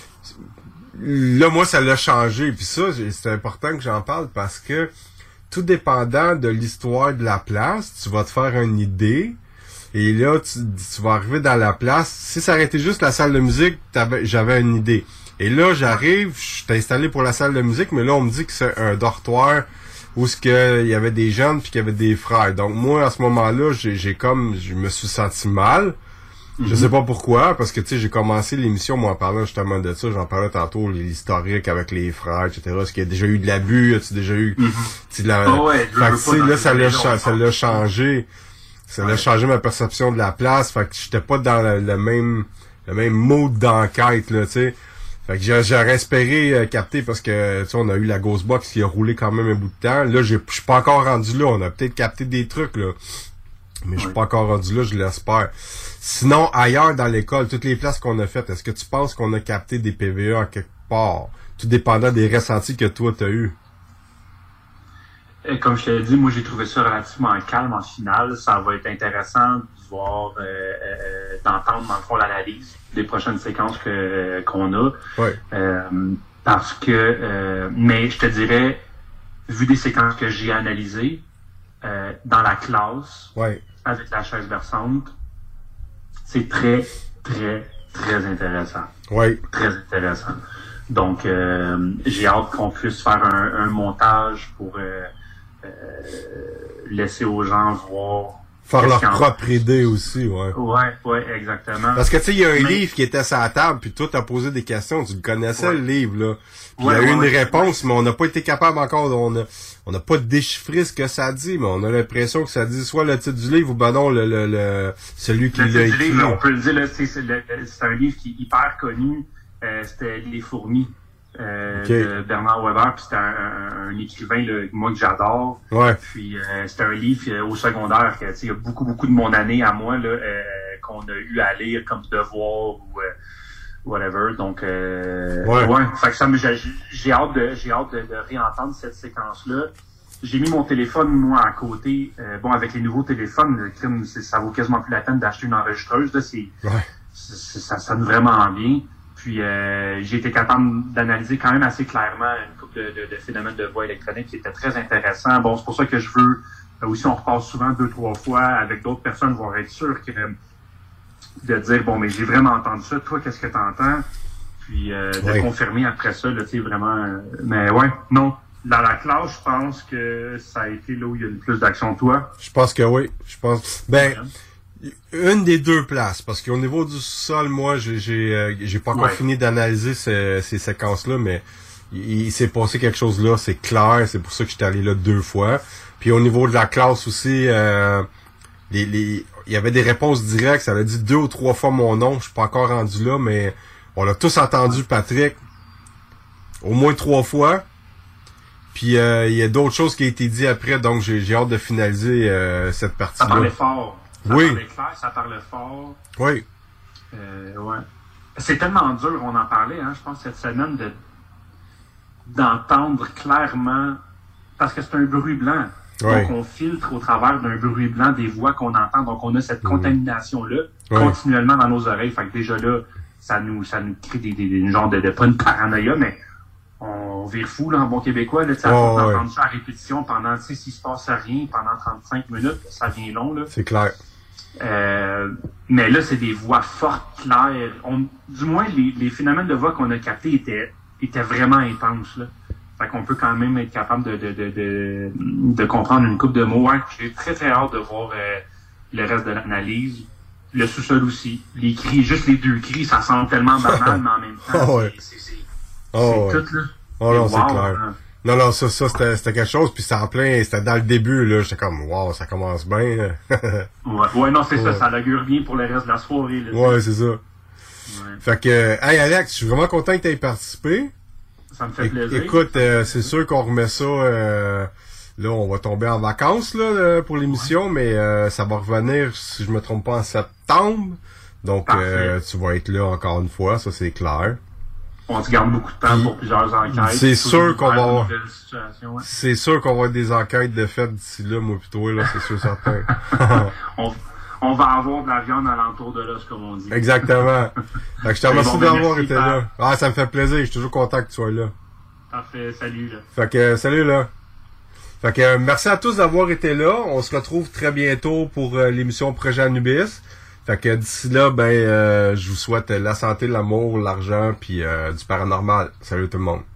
Speaker 13: Là, moi, ça l'a changé. Puis ça, c'est important que j'en parle parce que tout dépendant de l'histoire de la place, tu vas te faire une idée. Et là, tu, tu vas arriver dans la place. Si ça aurait été juste la salle de musique, j'avais une idée. Et là, j'arrive, je suis installé pour la salle de musique, mais là, on me dit que c'est un dortoir où ce que il y avait des jeunes puis qu'il y avait des frères. Donc moi, à ce moment-là, j'ai, j'ai comme, je me suis senti mal. Mm-hmm. Je sais pas pourquoi, parce que tu sais, j'ai commencé l'émission, moi, en parlant justement de ça. J'en parlais tantôt, l'historique avec les frères, et cetera. Est-ce qu'il y a déjà eu de l'abus? As-tu déjà eu, mm-hmm. de la... oh ouais, fait que tu sais, là, ça l'a, cha- ça l'a changé. Ça ouais. l'a changé ma perception de la place. Fait que j'étais pas dans le, le même, le même mode d'enquête, là, tu sais. Fait que j'ai, j'aurais espéré euh, capter parce que, tu sais, on a eu la Ghostbox qui a roulé quand même un bout de temps. Là, je suis pas encore rendu là. On a peut-être capté des trucs, là. Mais je suis pas encore rendu là, je l'espère. Sinon, ailleurs dans l'école, toutes les places qu'on a faites, est-ce que tu penses qu'on a capté des P V A à quelque part? Tout dépendant des ressentis que toi, t'as eu.
Speaker 2: Comme je te l'ai dit, moi, j'ai trouvé ça relativement calme en finale. Ça va être intéressant de voir, euh, euh, d'entendre, dans le fond, l'analyse des prochaines séquences que, euh, qu'on a.
Speaker 13: Ouais.
Speaker 2: Euh, parce que, euh, mais je te dirais, vu des séquences que j'ai analysées, euh, dans la classe,
Speaker 13: ouais.
Speaker 2: avec la chaise berçante, c'est très, très, très intéressant.
Speaker 13: Oui.
Speaker 2: Très intéressant. Donc, euh, j'ai hâte qu'on puisse faire un, un montage pour euh, euh, laisser aux gens voir.
Speaker 13: Faire leur propre idée aussi, ouais.
Speaker 2: Ouais, ouais, exactement.
Speaker 13: Parce que tu sais, il y a un Mais... livre qui était sur la table, puis toi, t'as posé des questions, tu le connaissais, ouais. le livre, là. Puis il ouais, y a eu ouais, une ouais, réponse, ouais. mais on n'a pas été capable encore, on a, on n'a pas déchiffré ce que ça dit, mais on a l'impression que ça dit soit le titre du livre ou ben non, le, le, le celui qui
Speaker 2: le
Speaker 13: l'a
Speaker 2: écrit.
Speaker 13: Livre,
Speaker 2: on peut le dire, là, c'est, c'est, le, c'est un livre qui est hyper connu, euh, c'était Les Fourmis. Euh, okay. de Bernard Weber, puis c'était un, un, un écrivain là, moi que j'adore.
Speaker 13: Ouais.
Speaker 2: Puis euh, c'était un livre euh, au secondaire que tu sais, il y a beaucoup beaucoup de mon année à moi là euh, qu'on a eu à lire comme devoir ou euh, whatever. Donc euh,
Speaker 13: ouais.
Speaker 2: ouais. Fait que ça me j'ai, j'ai hâte de j'ai hâte de, de réentendre cette séquence là. J'ai mis mon téléphone moi à côté. Euh, bon avec les nouveaux téléphones, ça vaut quasiment plus la peine d'acheter une enregistreuse là. C'est,
Speaker 13: ouais.
Speaker 2: c'est, c'est ça sonne vraiment bien. Puis euh, j'ai été capable d'analyser quand même assez clairement une couple de, de, de phénomènes de voix électronique qui étaient très intéressants. Bon, c'est pour ça que je veux aussi, on repasse souvent deux, trois fois avec d'autres personnes, vont être sûr que de dire bon, mais j'ai vraiment entendu ça. Toi, qu'est-ce que tu entends? Puis euh, de oui. confirmer après ça, là, tu sais, vraiment. Euh, mais ouais, non. Dans la classe, je pense que ça a été là où il y a le plus d'action. Toi?
Speaker 13: Je pense que oui. Je pense. Ben. Ouais. Une des deux places, parce qu'au niveau du sol, moi, j'ai j'ai, euh, j'ai pas encore ouais. fini d'analyser ces, ces séquences-là, mais il, il s'est passé quelque chose là, c'est clair, c'est pour ça que j'étais allé là deux fois. Puis au niveau de la classe aussi, euh, les, les, il y avait des réponses directes, ça a dit deux ou trois fois mon nom, je suis pas encore rendu là, mais on l'a tous entendu, Patrick, au moins trois fois. Puis euh, il y a d'autres choses qui ont été dites après, donc j'ai, j'ai hâte de finaliser euh, cette partie-là.
Speaker 2: Ça parlait fort. Ça
Speaker 13: oui.
Speaker 2: parlait clair, ça parlait fort.
Speaker 13: Oui.
Speaker 2: Euh, ouais. C'est tellement dur, on en parlait, hein, je pense, cette semaine, de d'entendre clairement, parce que c'est un bruit blanc.
Speaker 13: Oui.
Speaker 2: Donc, on filtre au travers d'un bruit blanc des voix qu'on entend. Donc, on a cette mmh. contamination-là oui. continuellement dans nos oreilles. Fait que déjà là, ça nous, ça nous crée des, des, des une genre de, de, pas une paranoïa, mais on vire fou, là, en bon québécois, là, tu sais, oh, d'entendre oui. ça à répétition pendant, tu sais, s'il se passe rien pendant trente-cinq minutes, ça devient long, là.
Speaker 13: C'est clair.
Speaker 2: Euh, mais là, c'est des voix fortes, claires. On, du moins, les, les phénomènes de voix qu'on a captés étaient était vraiment intense, là. Fait qu'on peut quand même être capable de, de, de, de, de comprendre une couple de mots. Ouais, j'ai très, très hâte de voir euh, le reste de l'analyse. Le sous-sol aussi. Les cris, juste les deux cris, ça semble tellement banal, mais en même temps,
Speaker 13: oh ouais.
Speaker 2: c'est, c'est, c'est,
Speaker 13: oh
Speaker 2: c'est
Speaker 13: ouais.
Speaker 2: tout, là.
Speaker 13: Oh non,
Speaker 2: wow,
Speaker 13: c'est clair.
Speaker 2: hein.
Speaker 13: Non, non, ça, ça c'était, c'était quelque chose, puis c'était en plein, c'était dans le début, là. J'étais comme, wow, ça commence bien.
Speaker 2: ouais, ouais, non, c'est
Speaker 13: ouais.
Speaker 2: ça, ça l'augure bien pour le reste de la soirée, là.
Speaker 13: Ouais, c'est ça.
Speaker 2: Ouais.
Speaker 13: Fait que, hey Alex, je suis vraiment content que tu aies participé.
Speaker 2: Ça me fait plaisir.
Speaker 13: Écoute, euh, c'est sûr qu'on remet ça, euh, là, on va tomber en vacances, là, pour l'émission, ouais. mais euh, ça va revenir, si je me trompe pas, en septembre. Donc, euh, tu vas être là encore une fois, ça c'est clair.
Speaker 2: On se garde beaucoup de temps Puis, pour plusieurs enquêtes.
Speaker 13: C'est sûr qu'on va avoir...
Speaker 2: Ouais.
Speaker 13: C'est sûr qu'on va avoir des enquêtes de fait d'ici là, moi pis toi, là, c'est sûr certain.
Speaker 2: on, on va avoir de la viande alentour de l'os, comme on dit.
Speaker 13: Exactement. Fait que je te remercie bon, d'avoir été par... là. Ah, ça me fait plaisir, je suis toujours content que tu sois là.
Speaker 2: Parfait, salut là.
Speaker 13: Fait que, euh, salut là. Fait que, euh, merci à tous d'avoir été là. On se retrouve très bientôt pour euh, l'émission Projet Anubis. Fait que d'ici là, ben, euh, je vous souhaite la santé, l'amour, l'argent, puis euh, du paranormal. Salut tout le monde.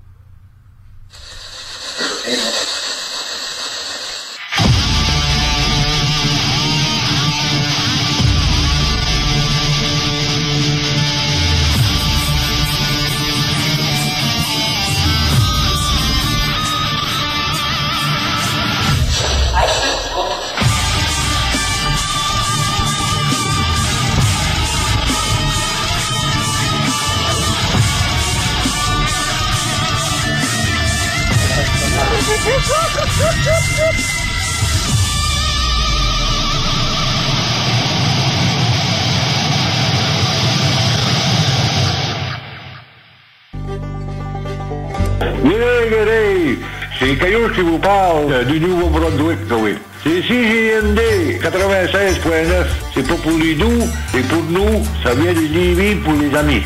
Speaker 3: C'est Caillou qui vous parle euh, du Nouveau-Brunswick, oui. C'est C G M D quatre-vingt-seize point neuf. C'est pas pour les doux, c'est pour nous. Ça vient de Lévis pour les amis.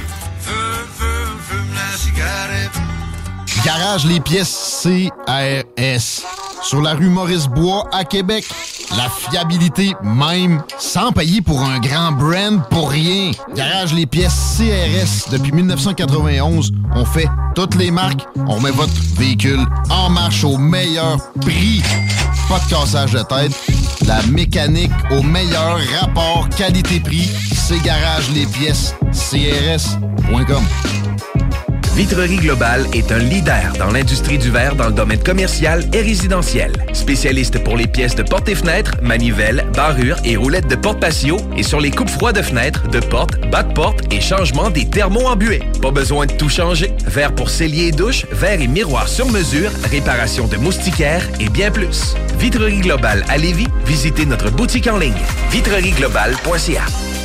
Speaker 17: Garage les pièces C R S. Sur la rue Maurice-Bois à Québec. La fiabilité même, sans payer pour un grand brand pour rien. Garage les pièces C R S. Depuis dix-neuf cent quatre-vingt-onze, on fait toutes les marques. On met votre véhicule en marche au meilleur prix. Pas de cassage de tête. La mécanique au meilleur rapport qualité-prix. C'est Garage les pièces C R S point com.
Speaker 9: Vitrerie Globale est un leader dans l'industrie du verre dans le domaine commercial et résidentiel. Spécialiste pour les pièces de portes et fenêtres, manivelles, barrures et roulettes de porte patio et sur les coupes froides de fenêtres, de portes, bas de porte et changement des thermos en buée. Pas besoin de tout changer. Verre pour cellier et douche, verre et miroir sur mesure, réparation de moustiquaires et bien plus. Vitrerie Globale à Lévis, visitez notre boutique en ligne vitrerie globale point c a.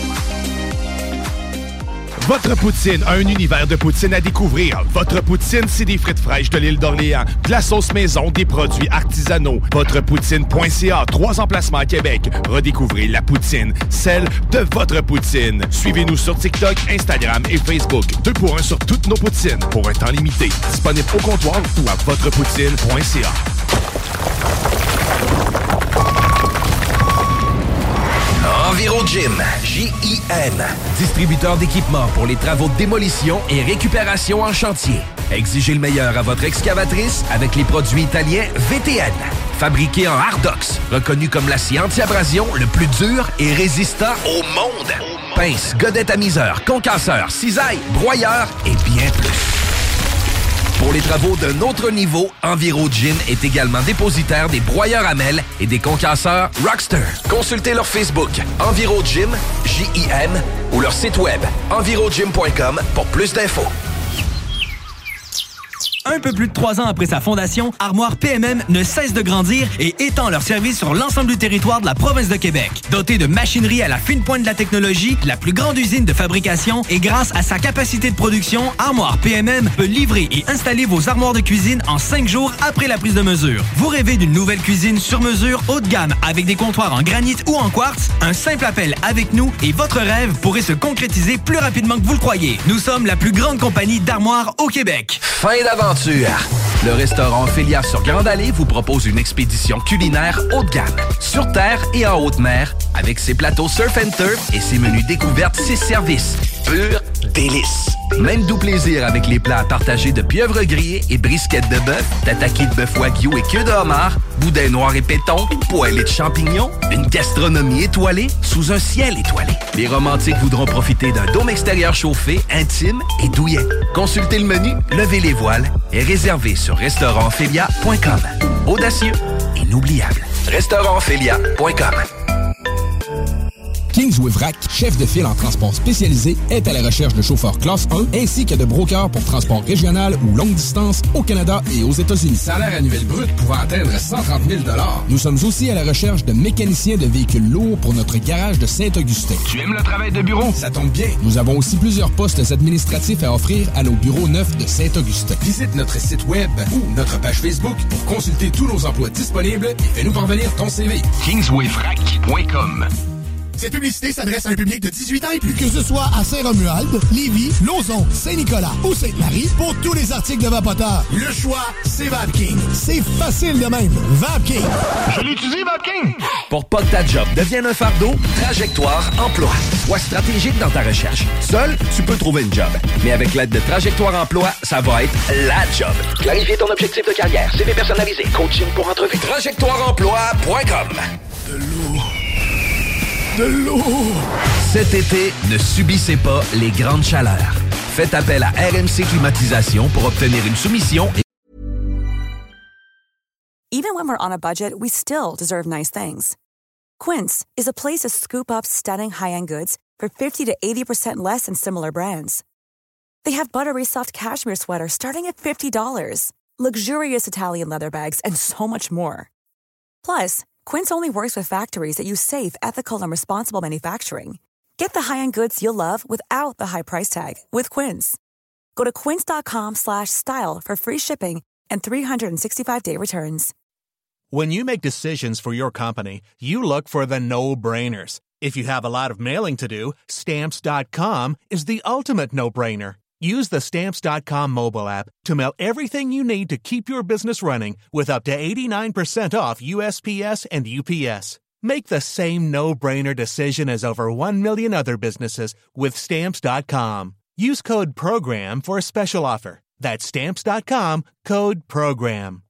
Speaker 4: Votre Poutine, un univers de poutine à découvrir. Votre Poutine, c'est des frites fraîches de l'île d'Orléans, de la sauce maison, des produits artisanaux. Votrepoutine point c a, trois emplacements à Québec. Redécouvrez la poutine, celle de votre poutine. Suivez-nous sur TikTok, Instagram et Facebook. Deux pour un sur toutes nos poutines, pour un temps limité. Disponible au comptoir ou à votrepoutine point c a.
Speaker 9: EnviroGym, J I M, distributeur d'équipements pour les travaux de démolition et récupération en chantier. Exigez le meilleur à votre excavatrice avec les produits italiens V T N. Fabriqué en Hardox, reconnu comme l'acier anti-abrasion le plus dur et résistant au monde. Pince, godette amiseur, concasseur, cisaille, broyeur et bien plus. Pour les travaux d'un autre niveau, EnviroGym est également dépositaire des broyeurs à mêles et des concasseurs Rockster. Consultez leur Facebook EnviroGym, J I M, ou leur site web envirogym point com pour plus d'infos.
Speaker 11: Un peu plus de trois ans après sa fondation, Armoire P M M ne cesse de grandir et étend leur service sur l'ensemble du territoire de la province de Québec. Dotée de machinerie à la fine pointe de la technologie, la plus grande usine de fabrication et grâce à sa capacité de production, Armoire P M M peut livrer et installer vos armoires de cuisine en cinq jours après la prise de mesure. Vous rêvez d'une nouvelle cuisine sur mesure haut de gamme avec des comptoirs en granit ou en quartz? Un simple appel avec nous et votre rêve pourrait se concrétiser plus rapidement que vous le croyez. Nous sommes la plus grande compagnie d'armoires au Québec.
Speaker 9: Fin d'aventure. Le restaurant Ophélia sur Grande Allée vous propose une expédition culinaire haut de gamme, sur terre et en haute mer, avec ses plateaux surf and turf et ses menus découvertes, ses services. Pur délice. Même doux plaisir avec les plats partagés de pieuvres grillées et brisquettes de bœuf, tataki de bœuf wagyu et queue de homard, boudin noir et péton, poêlée de champignons, une gastronomie étoilée sous un ciel étoilé. Les romantiques voudront profiter d'un dôme extérieur chauffé, intime et douillet. Consultez le menu, levez les voiles et réservez sur restaurant phélia point com. Audacieux, inoubliable. restaurant phélia point com.
Speaker 15: Kingsway Vrac, chef de file en transport spécialisé, est à la recherche de chauffeurs classe un ainsi que de brokers pour transport régional ou longue distance au Canada et aux États-Unis. Salaire annuel brut pouvant atteindre cent trente mille dollars. Nous sommes aussi à la recherche de mécaniciens de véhicules lourds pour notre garage de Saint-Augustin.
Speaker 22: Tu aimes le travail de bureau?
Speaker 15: Ça tombe bien. Nous avons aussi plusieurs postes administratifs à offrir à nos bureaux neufs de Saint-Augustin. Visite notre site web ou notre page Facebook pour consulter tous nos emplois disponibles et fais-nous parvenir ton C V.
Speaker 22: kingsway frac point com.
Speaker 1: Cette publicité s'adresse à un public de dix-huit ans et plus. Que ce soit à Saint-Romuald, Lévis, Lauson, Saint-Nicolas ou Sainte-Marie, pour tous les articles de Vapoteur, le choix, c'est VapKing. C'est facile de même. VapKing.
Speaker 22: Je l'utilise, VapKing!
Speaker 9: Pour pas que ta job devienne un fardeau, Trajectoire Emploi. Sois stratégique dans ta recherche. Seul, tu peux trouver une job. Mais avec l'aide de Trajectoire Emploi, ça va être la job.
Speaker 21: Clarifier ton objectif de carrière, C V personnalisé, coaching pour entrevue.
Speaker 9: trajectoire emploi point com.
Speaker 1: De l'eau. De l'eau!
Speaker 9: Cet été, ne subissez pas les grandes chaleurs. Faites appel à R M C Climatisation pour obtenir une soumission. Et...
Speaker 5: Even when we're on a budget, we still deserve nice things. Quince is a place to scoop up stunning high-end goods for fifty to eighty percent less than similar brands. They have buttery soft cashmere sweaters starting at fifty dollars, luxurious Italian leather bags, and so much more. Plus, Quince only works with factories that use safe, ethical, and responsible manufacturing. Get the high-end goods you'll love without the high price tag with Quince. Go to quince.com slash style for free shipping and three sixty-five day returns.
Speaker 7: When you make decisions for your company, you look for the no-brainers. If you have a lot of mailing to do, Stamps dot com is the ultimate no-brainer. Use the Stamps dot com mobile app to mail everything you need to keep your business running with up to eighty-nine percent off U S P S and U P S. Make the same no-brainer decision as over one million other businesses with Stamps dot com. Use code PROGRAM for a special offer. That's Stamps dot com, code PROGRAM.